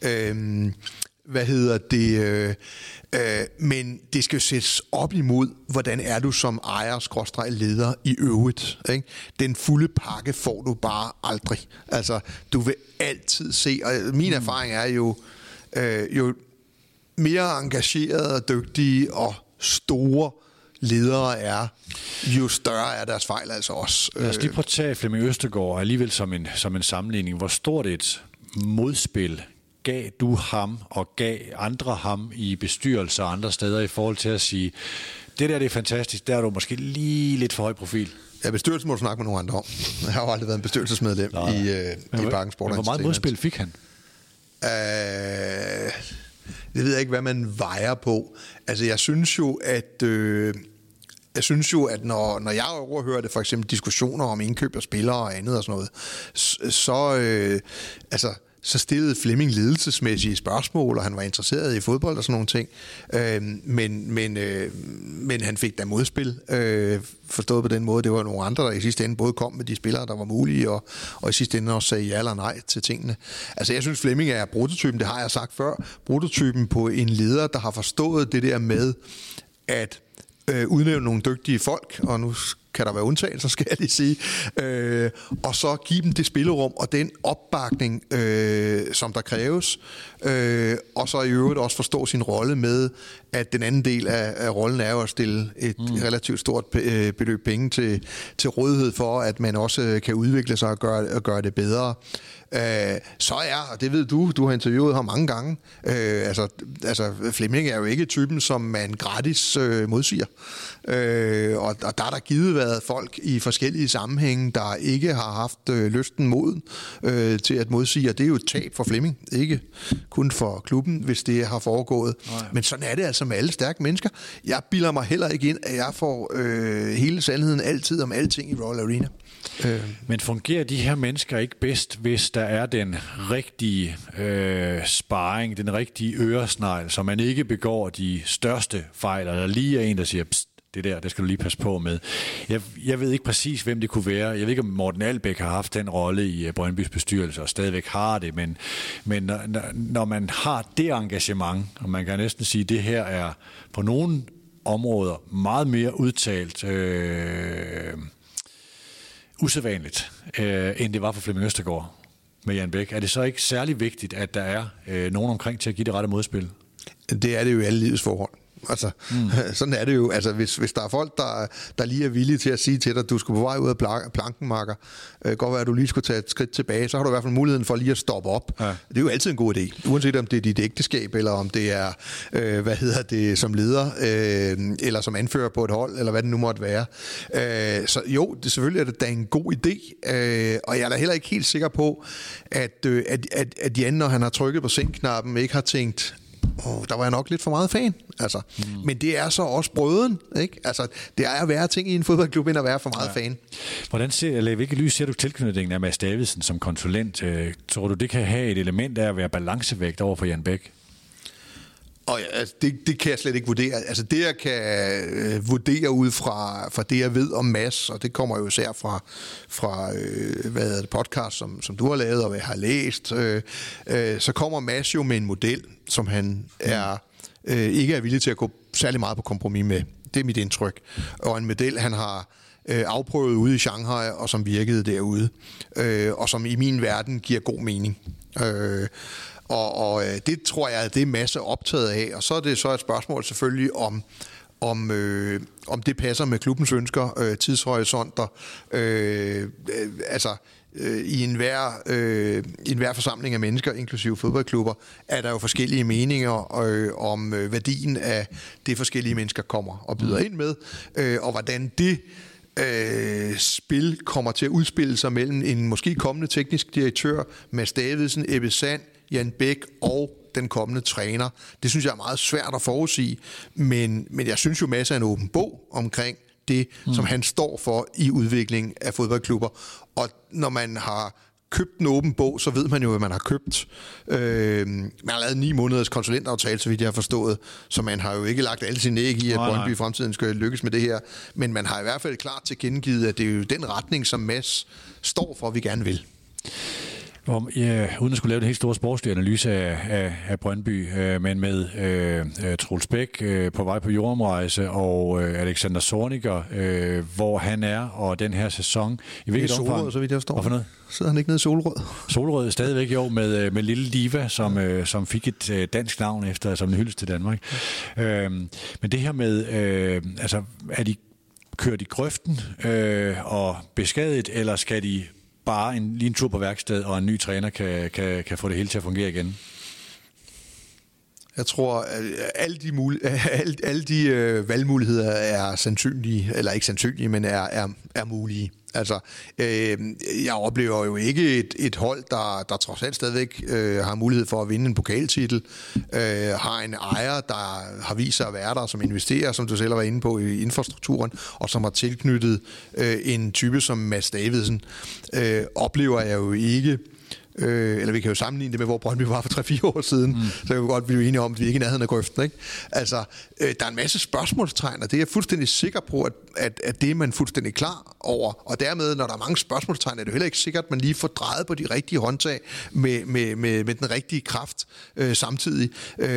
Men det skal jo sættes op imod, hvordan er du som ejer/leder i øvrigt. Ikke? Den fulde pakke får du bare aldrig. Altså, du vil altid se, og min erfaring er jo mere engagerede og dygtige og store ledere er, jo større er deres fejl altså også. Lad os lige prøve at tage Flemming Østergaard alligevel som en sammenligning. Hvor stort et modspil gav du ham og gav andre ham i bestyrelser og andre steder i forhold til at sige, det er fantastisk, der er du måske lige lidt for høj profil? Ja, bestyrelsen må du snakke med nogle andre om. Jeg har jo aldrig været en bestyrelsesmedlem i Parken Sport. Hvor meget modspil fik han? Det ved jeg ikke, hvad man vejer på. Altså, jeg synes jo, at når jeg overhører det, for eksempel diskussioner om indkøb af spillere og andet og sådan noget, så stillede Flemming ledelsesmæssige spørgsmål, og han var interesseret i fodbold og sådan nogle ting. Men han fik da modspil, forstået på den måde. Det var nogle andre, der i sidste ende både kom med de spillere, der var mulige, og i sidste ende også sagde ja eller nej til tingene. Altså, jeg synes, Flemming er prototypen, det har jeg sagt før, prototypen på en leder, der har forstået det der med at udnævne nogle dygtige folk, og nu kan der være undtagelser, skal jeg lige sige. Og så give dem det spillerum og den opbakning, som der kræves. Og så i øvrigt også forstå sin rolle med, at den anden del af rollen er jo at stille et relativt stort beløb penge til rådighed for, at man også kan udvikle sig og gøre det bedre. Så og det ved du har interviewet ham mange gange, altså Flemming er jo ikke typen, som man gratis modsiger. Og der er der givet været folk i forskellige sammenhænge, der ikke har haft lysten moden til at modsige, og det er jo et tab for Flemming, ikke kun for klubben, hvis det har foregået. Nej. Men sådan er det altså med alle stærke mennesker. Jeg bilder mig heller ikke ind, at jeg får hele sandheden altid om alting i Royal Arena. Men fungerer de her mennesker ikke bedst, hvis der er den rigtige sparring, den rigtige øresnegl, så man ikke begår de største fejl, eller lige er en, der siger, det skal du lige passe på med. Jeg ved ikke præcis, hvem det kunne være. Jeg ved ikke, om Morten Albæk har haft den rolle i Brøndbys bestyrelse, og stadigvæk har det, men når man har det engagement, og man kan næsten sige, at det her er på nogle områder meget mere udtalt usædvanligt, end det var for Flemming Østergaard med Jan Bæk. Er det så ikke særlig vigtigt, at der er nogen omkring til at give det rette modspil? Det er det jo i alle livets forhold. Altså, sådan er det jo. Altså, hvis der er folk, der lige er villige til at sige til dig, at du skal på vej ud af planken, makker, godt være, at du lige skulle tage et skridt tilbage, så har du i hvert fald muligheden for lige at stoppe op. Ja. Det er jo altid en god idé. Uanset om det er dit ægteskab, eller om det er, som leder, eller som anfører på et hold, eller hvad det nu måtte være. Så jo, det selvfølgelig er det da en god idé, og jeg er da heller ikke helt sikker på, at Jan, når han har trykket på send-knappen, ikke har tænkt, der var jeg nok lidt for meget fan. Altså. Men det er så også brøden, ikke? Altså, det er værre ting i en fodboldklub, end at være for meget fan. Hvordan hvilket lys ser du tilknytningen af Mads Davidsen som konsulent? Tror du, det kan have et element af at være balancevægt over for Jan Bæk? Og ja, altså, det kan jeg slet ikke vurdere. Altså det, jeg kan vurdere ud fra det, jeg ved om Mads, og det kommer jo især fra podcast, som du har lavet, og hvad jeg har læst, så kommer Mads jo med en model, som han ikke er villig til at gå særlig meget på kompromis med. Det er mit indtryk. Og en model, han har afprøvet ude i Shanghai, og som virkede derude, og som i min verden giver god mening. Og det tror jeg, at det er masser optaget af, og så er det så et spørgsmål selvfølgelig om det passer med klubbens ønsker, tidshorisonter, i enhver forsamling af mennesker, inklusive fodboldklubber, er der jo forskellige meninger om værdien af det, forskellige mennesker kommer og byder ind med, og hvordan det spil kommer til at udspille sig mellem en måske kommende teknisk direktør, Mads Davidsen, Ebbe Sand, Jan Bæk og den kommende træner. Det synes jeg er meget svært at forudsige, men jeg synes jo, Mads er en åben bog omkring det, som han står for i udviklingen af fodboldklubber. Og når man har købt en åben bog, så ved man jo, hvad man har købt. Man har lavet 9 måneders konsulentaftale, så vidt jeg har forstået, så man har jo ikke lagt alle sine æg i, at Brøndby i fremtiden skal lykkes med det her. Men man har i hvert fald klart tilkendegivet, at det er jo den retning, som Mads står for, vi gerne vil. Uden at skulle lave den helt store sportslige analyse af Brøndby, men med Troels Bæk på vej på jordomrejse og Alexander Zorniger, hvor han er, og den her sæson. I hvilket omfang? Solrød, så vidt jeg forstår. Hvorfor noget? Sidder han ikke nede i Solrød? Solrød stadigvæk jo, med Lille Diva, som fik et dansk navn efter, som en hyldest til Danmark. Men det her med, er de kørt i grøften og beskadiget, eller skal de bare lige en tur på værksted, og en ny træner kan få det hele til at fungere igen? Jeg tror, at alle de valgmuligheder er sandsynlige, eller ikke sandsynlige, men er mulige. Altså, jeg oplever jo ikke et hold, der trods alt stadigvæk har mulighed for at vinde en pokaltitel, har en ejer, der har vist sig at være der, som investerer, som du selv var inde på, i infrastrukturen, og som har tilknyttet en type som Mads Davidsen, oplever jeg jo ikke. Eller vi kan jo sammenligne det med, hvor Brøndby var for 3-4 år siden, så kan vi godt blive enige om, at vi ikke er i nærheden af grøften, ikke? Altså, der er en masse spørgsmålstegn, og det er jeg fuldstændig sikker på, at det er man fuldstændig klar over, og dermed, når der er mange spørgsmålstegn, er det heller ikke sikkert, at man lige får drejet på de rigtige håndtag med den rigtige kraft samtidig,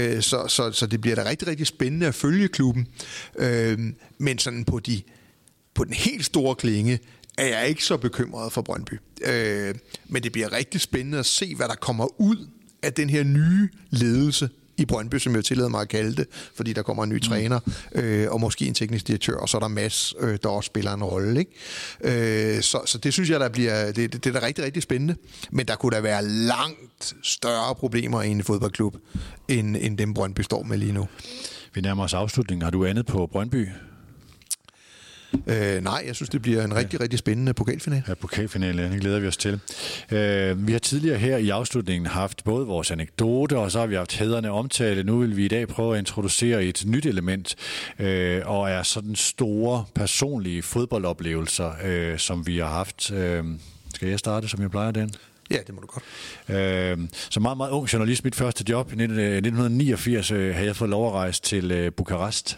så det bliver da rigtig, rigtig spændende at følge klubben, men sådan på de på den helt store klinge er jeg ikke så bekymret for Brøndby. Men det bliver rigtig spændende at se, hvad der kommer ud af den her nye ledelse i Brøndby, som jeg tillader mig at kalde det, fordi der kommer en ny træner, og måske en teknisk direktør, og så er der Mads, der også spiller en rolle. Ikke? Så det synes jeg, det er da rigtig, rigtig spændende. Men der kunne da være langt større problemer i en fodboldklub, end dem Brøndby står med lige nu. Vi nærmer os afslutningen. Har du andet på Brøndby? Nej, jeg synes, det bliver en rigtig, rigtig spændende pokalfinale. Ja, pokalfinale, det glæder vi os til. Vi har tidligere her i afslutningen haft både vores anekdote, og så har vi haft hædrende omtale. Nu vil vi i dag prøve at introducere et nyt element, og er sådan store personlige fodboldoplevelser, som vi har haft. Skal jeg starte, som jeg plejer, den? Ja, det må du godt. Som meget, meget ung journalist, mit første job i 1989, havde jeg fået lov at rejse til Bukarest.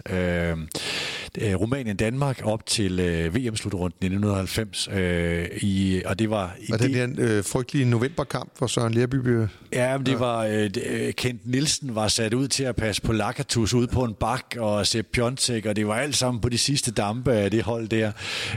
Rumænien-Danmark op til VM-slutrunden i 1990. Og det var... Var det den frygtelige novemberkamp for Søren Lerby? Ja, men det var... Kent Nielsen var sat ud til at passe på Lakatus ude på en bak, og Sepp Piontek, og det var alt sammen på de sidste dampe af det hold der.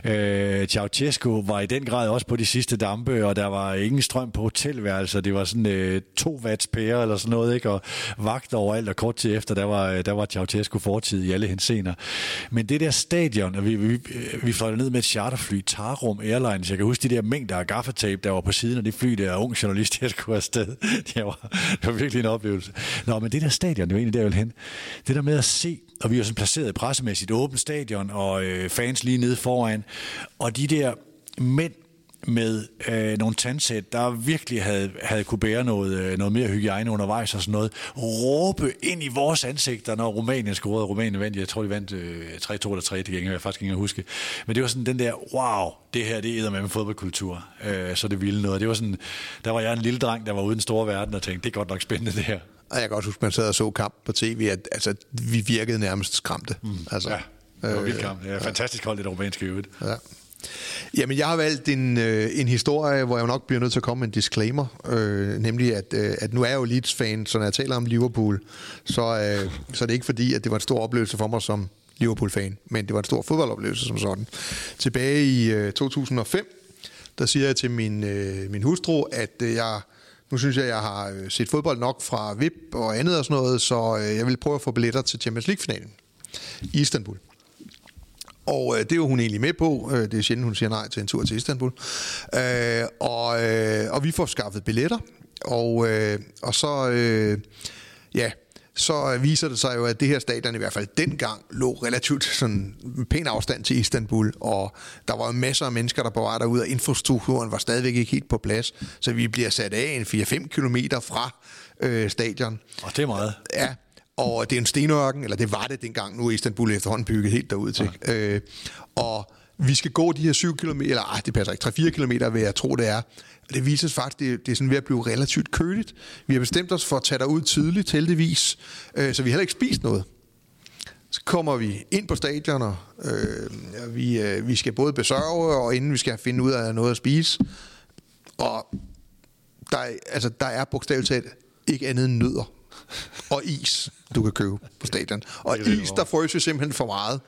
Ceausescu var i den grad også på de sidste dampe, og der var ingen strøm på hotelværelser. Det var sådan 2 watts pære eller sådan noget, ikke? Og vagt overalt, og kort tid efter, der var Ceausescu fortid i alle henseender. Men det der stadion, og vi fløj ned med et charterfly, Tarum Airlines. Jeg kan huske de der mængder af gaffatape, der var på siden af det fly, der ung journalist, jeg skulle afsted. Det var virkelig en oplevelse. Nå, men det der stadion, det var egentlig der vel hen. Det der med at se, og vi var sådan placeret pressemæssigt åbent stadion, og fans lige nede foran, og de der mænd med nogle tandsæt, der virkelig havde kunne bære noget mere hygiejne undervejs og sådan noget, råbe ind i vores ansigter, når Rumænien scorede. Rumænien vandt, jeg tror, de vandt 3-2 eller 3, det kan jeg faktisk ikke huske. Men det var sådan den der, wow, det her, det æder med fodboldkultur, så det ville noget. Det var sådan, der var jeg en lille dreng, der var ude i den store verden og tænkte, det er godt nok spændende det her. Og jeg kan godt huske, man sad og så kamp på tv, at altså, vi virkede nærmest skræmte. Altså, ja, det var vildt kamp. Det er fantastisk hold, det rumænske øvrigt. Ja. Jamen, jeg har valgt en historie, hvor jeg nok bliver nødt til at komme med en disclaimer, nemlig at nu er jeg jo Leeds-fan, så når jeg taler om Liverpool, så er det ikke fordi, at det var en stor oplevelse for mig som Liverpool-fan, men det var en stor fodboldoplevelse som sådan. Tilbage i 2005, der siger jeg til min hustru, at nu synes jeg har set fodbold nok fra VIP og andet og sådan noget, så jeg vil prøve at få billetter til Champions League-finalen i Istanbul. Og det er jo hun egentlig med på. Det er sjældent, hun siger nej til en tur til Istanbul. Og vi får skaffet billetter. Og så viser det sig jo, at det her stadion i hvert fald dengang lå relativt sådan pæn afstand til Istanbul. Og der var masser af mennesker, der var derude, og infrastrukturen var stadigvæk ikke helt på plads. Så vi bliver sat af en 4-5 kilometer fra stadion. Og det er meget. Ja. Og det er en stenørken, eller det var det dengang, nu er Istanbul efterhånden bygget helt derud til. Ja. Og vi skal gå de her 7 kilometer, eller det passer ikke, 3-4 kilometer, vil jeg tro det er. Og det viser sig faktisk, det er sådan ved at blive relativt køligt. Vi har bestemt os for at tage derud tidligt, heldigvis, så vi har heller ikke spist noget. Så kommer vi ind på stadion, og vi skal både besørge, og inden vi skal finde ud af noget at spise. Og der er bogstaveligt talt ikke andet end nødder og is, du kan købe på stadion. Og is, der frøs jo simpelthen for meget.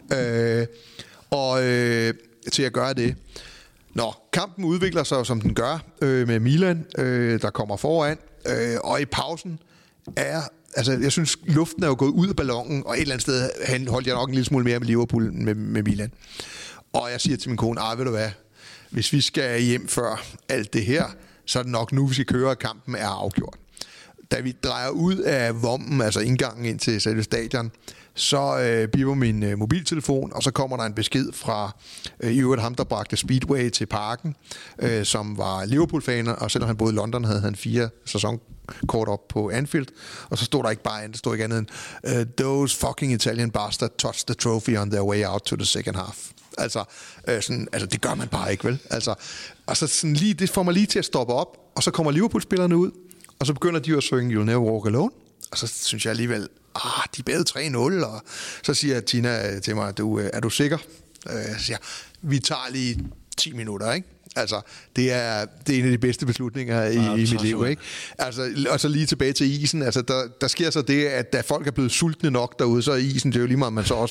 Til at gøre det. Kampen udvikler sig som den gør med Milan, der kommer foran. Og i pausen jeg synes, luften er jo gået ud af ballonen, og et eller andet sted holdt jeg nok en lille smule mere med Liverpool med Milan. Og jeg siger til min kone, ved du hvad, hvis vi skal hjem før alt det her, så er det nok nu, vi skal køre, at kampen er afgjort. Da vi drejer ud af vommen, altså indgangen ind til selve stadion, så biver min mobiltelefon, og så kommer der en besked fra i øvrigt ham, der bragte Speedway til parken, som var Liverpool-faner, og selvom han boede i London, havde han 4 sæsonkort op på Anfield, og så stod der ikke bare andet, der stod ikke andet end those fucking Italian bastard touched the trophy on their way out to the second half. Altså det gør man bare ikke, vel? Altså sådan lige, det får mig lige til at stoppe op, og så kommer Liverpool-spillerne ud, og så begynder de at synge You'll Never Walk Alone, og så synes jeg alligevel, de bævede 3-0, og så siger Tina til mig, er du sikker? Så siger vi tager lige 10 minutter, ikke? Altså, det er en af de bedste beslutninger i mit liv, ikke? Altså, og så lige tilbage til isen, altså, der sker så det, at da folk er blevet sultne nok derude, så er isen, det er jo lige meget, man så også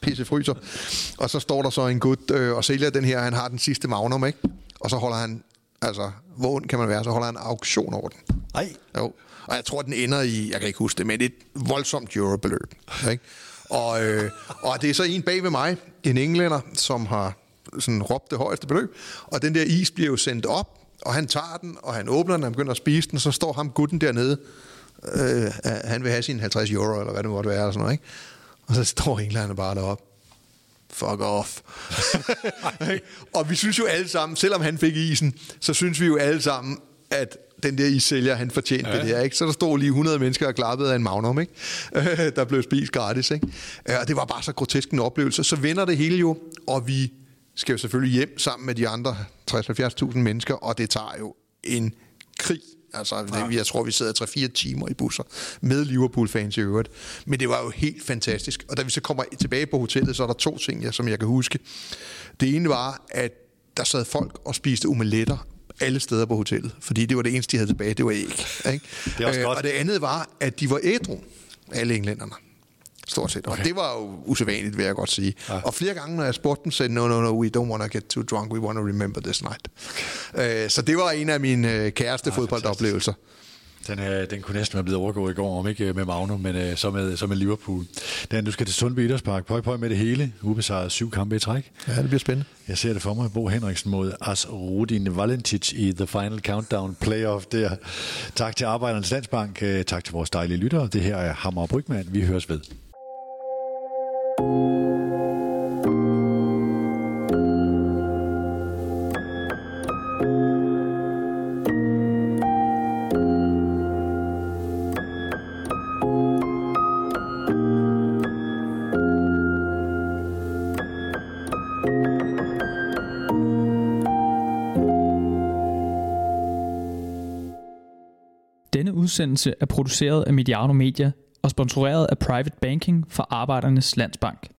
pisse fryser. Og så står der så en gut og sælger den her, han har den sidste Magnum, ikke? Og så holder han, altså, hvor ond kan man være, så holder han en auktion over den. Nej. Jo. Og jeg tror, den ender i, jeg kan ikke huske det, men et voldsomt eurobeløb. Ikke? Og det er så en bag ved mig, en englænder, som har sådan råbt det højeste beløb. Og den der is bliver jo sendt op, og han tager den, og han åbner den, og han begynder at spise den, og så står ham gutten dernede. Han vil have sine 50 euro, eller hvad det måtte være, eller sådan noget, ikke? Og så står englænderne bare deroppe. Fuck off. Og vi synes jo alle sammen, selvom han fik isen, så synes vi jo alle sammen, at den der issælger, han fortjente det der, ikke? Så der stod lige 100 mennesker og klappede af en Magnum, ikke? Der blev spist gratis, ikke? Og det var bare så grotesk en oplevelse. Så vender det hele jo, og vi skal jo selvfølgelig hjem sammen med de andre 60-70.000 mennesker, og det tager jo en krig. Altså, jeg tror, vi sidder 3-4 timer i busser med Liverpool-fans i øvrigt. Men det var jo helt fantastisk. Og da vi så kommer tilbage på hotellet, så er der 2 ting, som jeg kan huske. Det ene var, at der sad folk og spiste omeletter alle steder på hotellet, fordi det var det eneste, de havde tilbage, det var æg. Ikke? Det er også godt. Og det andet var, at de var ædru, alle englænderne. Stort set. Okay. Og det var jo usædvanligt, vil jeg godt sige. Ja. Og flere gange, når jeg spurgte dem, sagde no, we don't want to get too drunk, we want to remember this night. Okay. Så det var en af mine kæreste fodboldoplevelser. Den kunne næsten være blevet overgået i går, om ikke med Magnum, men så med Liverpool. Dan, du skal til Sundby Idrætspark. Pøj med det hele. Ubesejret 7 kampe i træk. Ja, det bliver spændende. Jeg ser det for mig. Bo Henriksen mod Asrudin Valentic i The Final Countdown Playoff der. Tak til Arbejdernes Landsbank. Tak til vores dejlige lyttere. Det her er Hammer og Brygman. Vi høres ved. Denne udsendelse er produceret af Mediano Media og sponsoreret af Private Banking for Arbejdernes Landsbank.